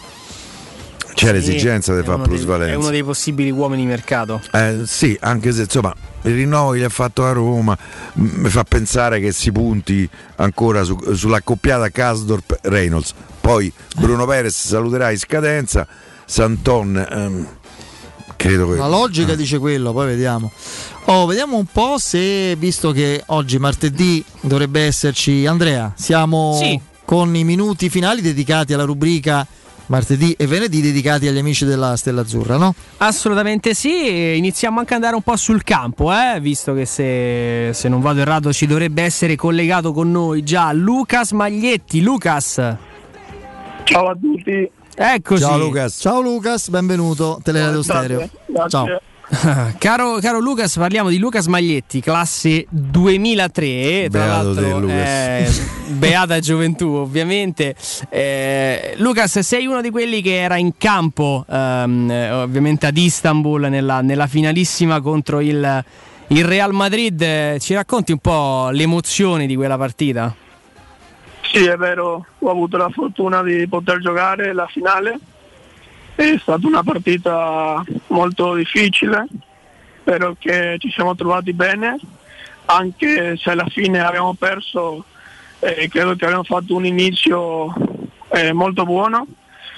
c'è l'esigenza di fare plusvalenza. È uno dei possibili uomini di mercato. Sì, anche se insomma il rinnovo che gli ha fatto a Roma mi fa pensare che si punti ancora sull'accoppiata Kasdorp-Reynolds. Poi Bruno Perez saluterà in scadenza, Santon credo che la logica dice quello, poi vediamo. Vediamo un po' se, visto che oggi martedì dovrebbe esserci Andrea, siamo con i minuti finali dedicati alla rubrica martedì e venerdì dedicati agli amici della Stella Azzurra, no? Assolutamente sì, iniziamo anche ad andare un po' sul campo, visto che se non vado errato ci dovrebbe essere collegato con noi già Lucas Maglietti. Lucas, ciao a tutti. Eccoci. Ciao Lucas, benvenuto Teleradio Stereo. Ciao. Caro Lucas, parliamo di Lucas Maglietti, classe 2003, tra l'altro beata gioventù ovviamente. Lucas, sei uno di quelli che era in campo ovviamente ad Istanbul nella finalissima contro il Real Madrid. Ci racconti un po' le emozioni di quella partita? Sì, è vero, ho avuto la fortuna di poter giocare la finale. È stata una partita molto difficile, però che ci siamo trovati bene, anche se alla fine abbiamo perso. Credo che abbiamo fatto un inizio molto buono,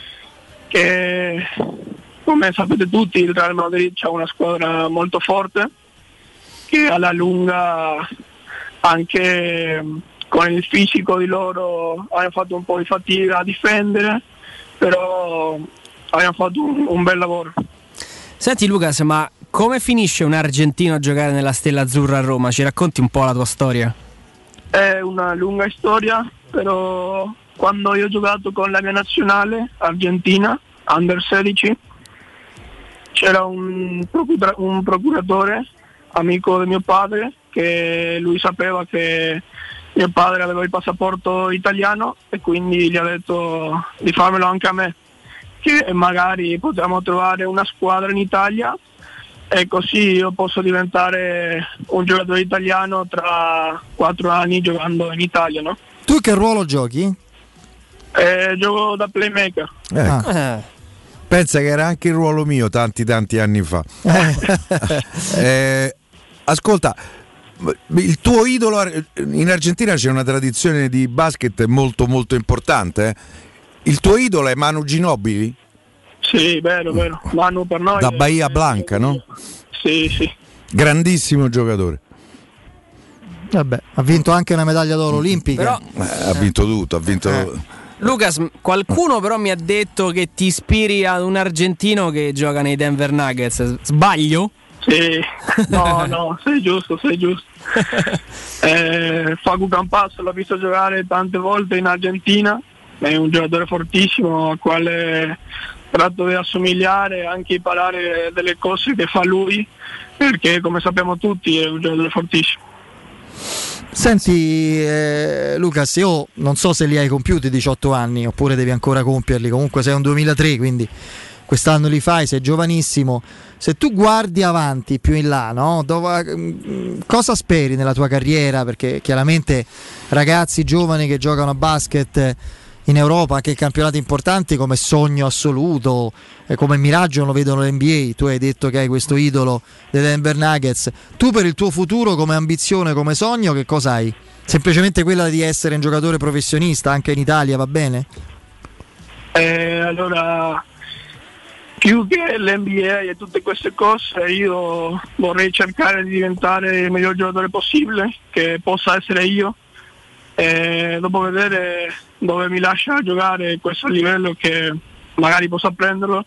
che come sapete tutti il Real Madrid c'ha una squadra molto forte, che alla lunga anche con il fisico di loro abbiamo fatto un po' di fatica a difendere, però abbiamo fatto un bel lavoro. Senti Lucas, ma come finisce un argentino a giocare nella Stella Azzurra a Roma? Ci racconti un po' la tua storia? È una lunga storia, però quando io ho giocato con la mia nazionale argentina, Under 16, c'era un procuratore, amico di mio padre, che lui sapeva che mio padre aveva il passaporto italiano e quindi gli ha detto di farmelo anche a me, che magari potremmo trovare una squadra in Italia e così io posso diventare un giocatore italiano tra 4 anni giocando in Italia, no? Tu che ruolo giochi? Gioco da playmaker. Pensa che era anche il ruolo mio tanti anni fa. Ascolta, il tuo idolo in Argentina c'è una tradizione di basket molto molto importante. Il tuo idolo è Manu Ginóbili? Sì, vero. Manu per noi da Bahia Blanca, no? Sì. Grandissimo giocatore. Vabbè, ha vinto anche una medaglia d'oro olimpica. Però, ha vinto tutto, Lucas, qualcuno però mi ha detto che ti ispiri ad un argentino che gioca nei Denver Nuggets. Sbaglio? Sì, no, sei giusto. Facu Campasso l'ho visto giocare tante volte in Argentina, è un giocatore fortissimo al quale tratto di assomigliare, anche imparare delle cose che fa lui, perché come sappiamo tutti è un giocatore fortissimo. Senti Lucas, io non so se li hai compiuti 18 anni oppure devi ancora compierli, comunque sei un 2003, quindi quest'anno li fai, sei giovanissimo. Se tu guardi avanti più in là, no? Cosa speri nella tua carriera? Perché chiaramente ragazzi giovani che giocano a basket in Europa, anche in campionati importanti, come sogno assoluto, come miraggio lo vedono l'NBA. Tu hai detto che hai questo idolo dei Denver Nuggets. Tu per il tuo futuro, come ambizione, come sogno, che cosa hai? Semplicemente quella di essere un giocatore professionista anche in Italia, va bene? Allora, più che l'NBA e tutte queste cose, io vorrei cercare di diventare il miglior giocatore possibile che possa essere io, e dopo vedere dove mi lascia giocare questo livello che magari possa prenderlo.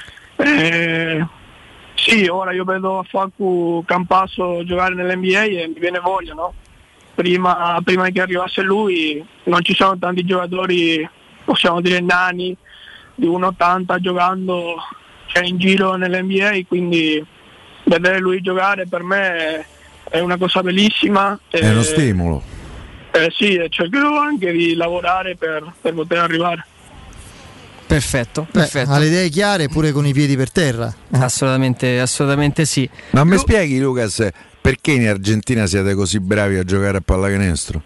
Sì, ora io vedo Facu Campasso giocare nell'NBA e mi viene voglia, no? Prima che arrivasse lui non ci sono tanti giocatori, possiamo dire nani, di 1,80 giocando in giro nell'NBA, quindi vedere lui giocare per me è una cosa bellissima. È uno stimolo. Sì, e cercherò anche di lavorare per poter arrivare. Perfetto. Ha le idee chiare pure con i piedi per terra. Assolutamente sì. Ma mi spieghi, Lucas, perché in Argentina siete così bravi a giocare a pallacanestro?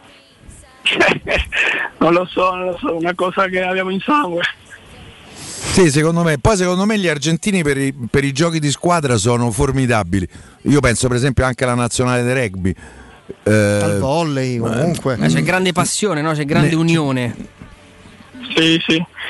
Non lo so, è una cosa che abbiamo in sangue. Sì, secondo me gli argentini per i giochi di squadra sono formidabili. Io penso per esempio anche alla nazionale di rugby. Al volley comunque. C'è grande passione, no? C'è grande unione. Sì.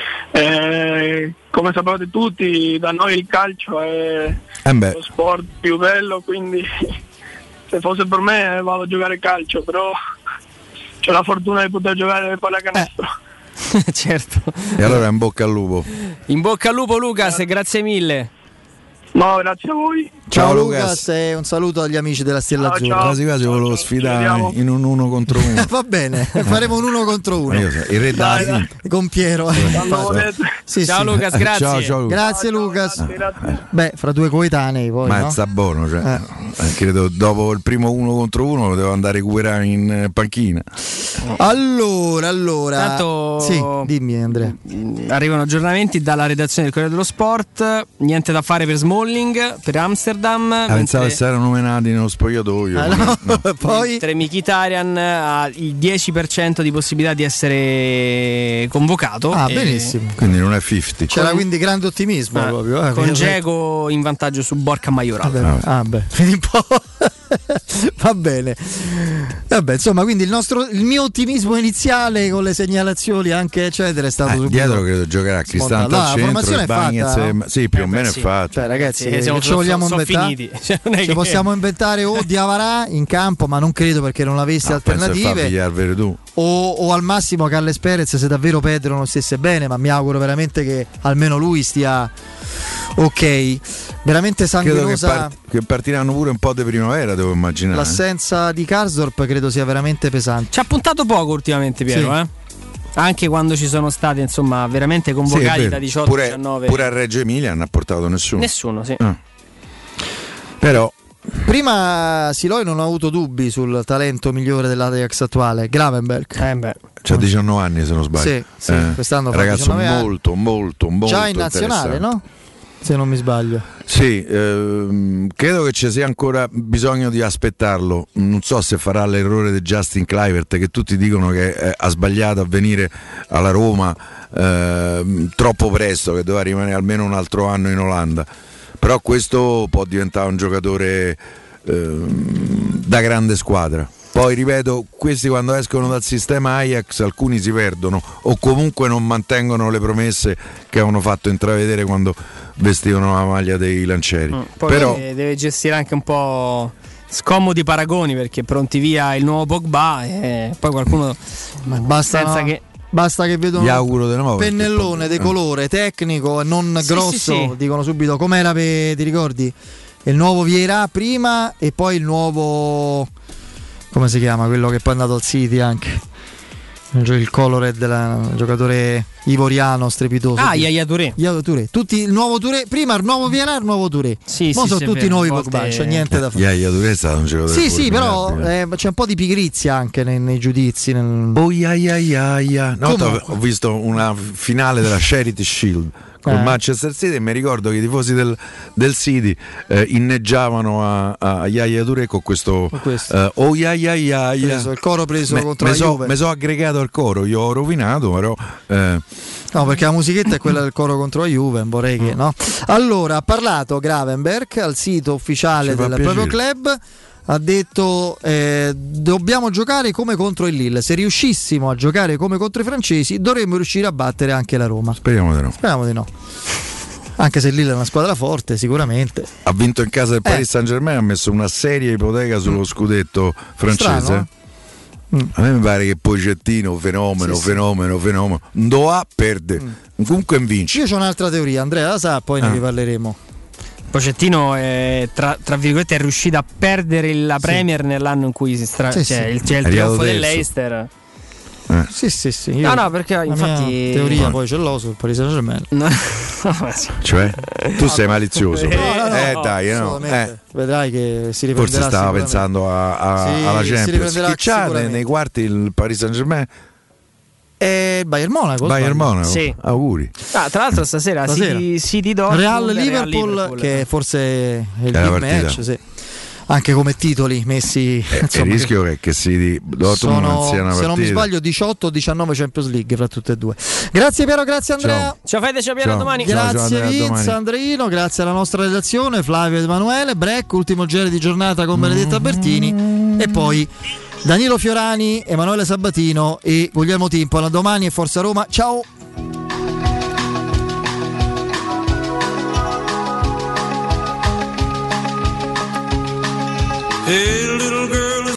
Come sapete tutti, da noi il calcio è lo sport più bello, quindi se fosse per me vado a giocare calcio, però c'ho la fortuna di poter giocare nel pallacanestro. Certo. E allora in bocca al lupo. In bocca al lupo Lucas, grazie mille. No, grazie a voi. Ciao Lucas e un saluto agli amici della Stella Azzurra. Quasi volevo sfidare in un 1 contro 1. Va bene, faremo un 1 contro 1. Il re dai. Con Piero. Ciao Lucas, grazie. Ciao, grazie Lucas. Beh, fra due coetanei poi. Ma sta buono, credo dopo il primo 1 contro 1 lo devo andare a recuperare in panchina. Allora. Tanto sì, dimmi Andrea. Arrivano aggiornamenti dalla redazione del Corriere dello Sport. Niente da fare per Smalling, per Amsterdam. Pensavo che si erano nominati nello spogliatoio. No. Poi mentre Mkhitaryan ha il 10% di possibilità di essere convocato. Benissimo. Quindi non è 50. C'era quindi grande ottimismo proprio. Con Dzeko in vantaggio su Borca Majoral. Vedi un po'. Va bene. Vabbè, insomma, quindi il mio ottimismo iniziale con le segnalazioni anche eccetera è stato subito. Dietro credo giocherà a Cristante al centro, Bagnez, sì, più o meno è fatto. Cioè, ragazzi, che ci vogliamo inventare? Ci possiamo inventare o Diavarà in campo, ma non credo perché non avesse alternative. O al massimo Carles Perez, se davvero Pedro non stesse bene, ma mi auguro veramente che almeno lui stia ok. Veramente sanguinosa. Che partiranno pure un po' di primavera, devo immaginare. L'assenza di Karsdorp credo sia veramente pesante. Ci ha puntato poco ultimamente Piero, sì. Anche quando ci sono stati insomma veramente convocati da 18-19. Pure a Reggio Emilia non ha portato nessuno. Sì. Però prima Siloi non ha avuto dubbi sul talento migliore dell'Ajax attuale, Gravenberg. C'ha 19 anni se non sbaglio. Sì, quest'anno ragazzo molto già in nazionale, no? Se non mi sbaglio. Sì, credo che ci sia ancora bisogno di aspettarlo. Non so se farà l'errore di Justin Kluivert, che tutti dicono che ha sbagliato a venire alla Roma troppo presto, che doveva rimanere almeno un altro anno in Olanda. Però questo può diventare un giocatore da grande squadra. Poi ripeto, questi quando escono dal sistema Ajax alcuni si perdono o comunque non mantengono le promesse che avevano fatto intravedere quando vestivano la maglia dei lancieri. Poi però deve gestire anche un po' scomodi paragoni, perché pronti via il nuovo Pogba e poi qualcuno basta che vedono pennellone di colore tecnico, non grosso, sì. Dicono subito com'era ti ricordi? il nuovo Vieira prima e poi il nuovo, come si chiama, quello che poi è andato al City anche, il Colored, il giocatore ivoriano strepitoso. Yaya Touré. Tutti il nuovo Touré, prima il nuovo Vieira, il nuovo Touré. Sì, sono tutti vero, nuovi volte... Pogba, c'è niente da fare. Yaya Touré è stato un giocatore. Sì, però c'è un po' di pigrizia anche nei giudizi. No, ho visto una finale della Charity Shield con Manchester City e mi ricordo che i tifosi del City inneggiavano a Yaya Touré con questo il coro preso contro la Juve. Mi sono aggregato al coro, io ho rovinato, però no, perché la musichetta è quella del coro contro la Juve, vorrei che no. Allora, ha parlato Gravenberch al sito ufficiale del proprio club. Ha detto dobbiamo giocare come contro il Lille. Se riuscissimo a giocare come contro i francesi dovremmo riuscire a battere anche la Roma. Speriamo di no. Anche se il Lille è una squadra forte, sicuramente. Ha vinto in casa del Paris Saint-Germain, ha messo una seria ipoteca sullo scudetto francese. Strano, A me mi pare che Pochettino fenomeno Ndoa perde, comunque vince. Io c'ho un'altra teoria, Andrea la sa, poi ne riparleremo. Pochettino tra virgolette è riuscito a perdere la Premier nell'anno in cui c'è il trionfo dell'Leicester. Sì. No, perché infatti teoria poi ce l'ho sul Paris Saint-Germain. Cioè, tu sei malizioso. No. Vedrai che si riprenderà. Forse stava pensando alla Champions. Chi c'ha nei quarti il Paris Saint-Germain? Bayern Monaco. Sì. Auguri. Tra l'altro stasera. City Dortmund, Real Liverpool, che forse è il big match, sì. Anche come titoli messi. Il rischio è che Dortmund non sia una partita. Se non mi sbaglio 18 o 19 Champions League fra tutte e due. Grazie Piero, grazie Andrea. Ciao Fede, ciao Piero, domani. Grazie Vince, Andreino, grazie alla nostra redazione, Flavio ed Emanuele. Break, ultimo giro di giornata con Benedetta Bertini e poi Danilo Fiorani, Emanuele Sabatino e Guglielmo Timpano. Domani e Forza Roma. Ciao. Hey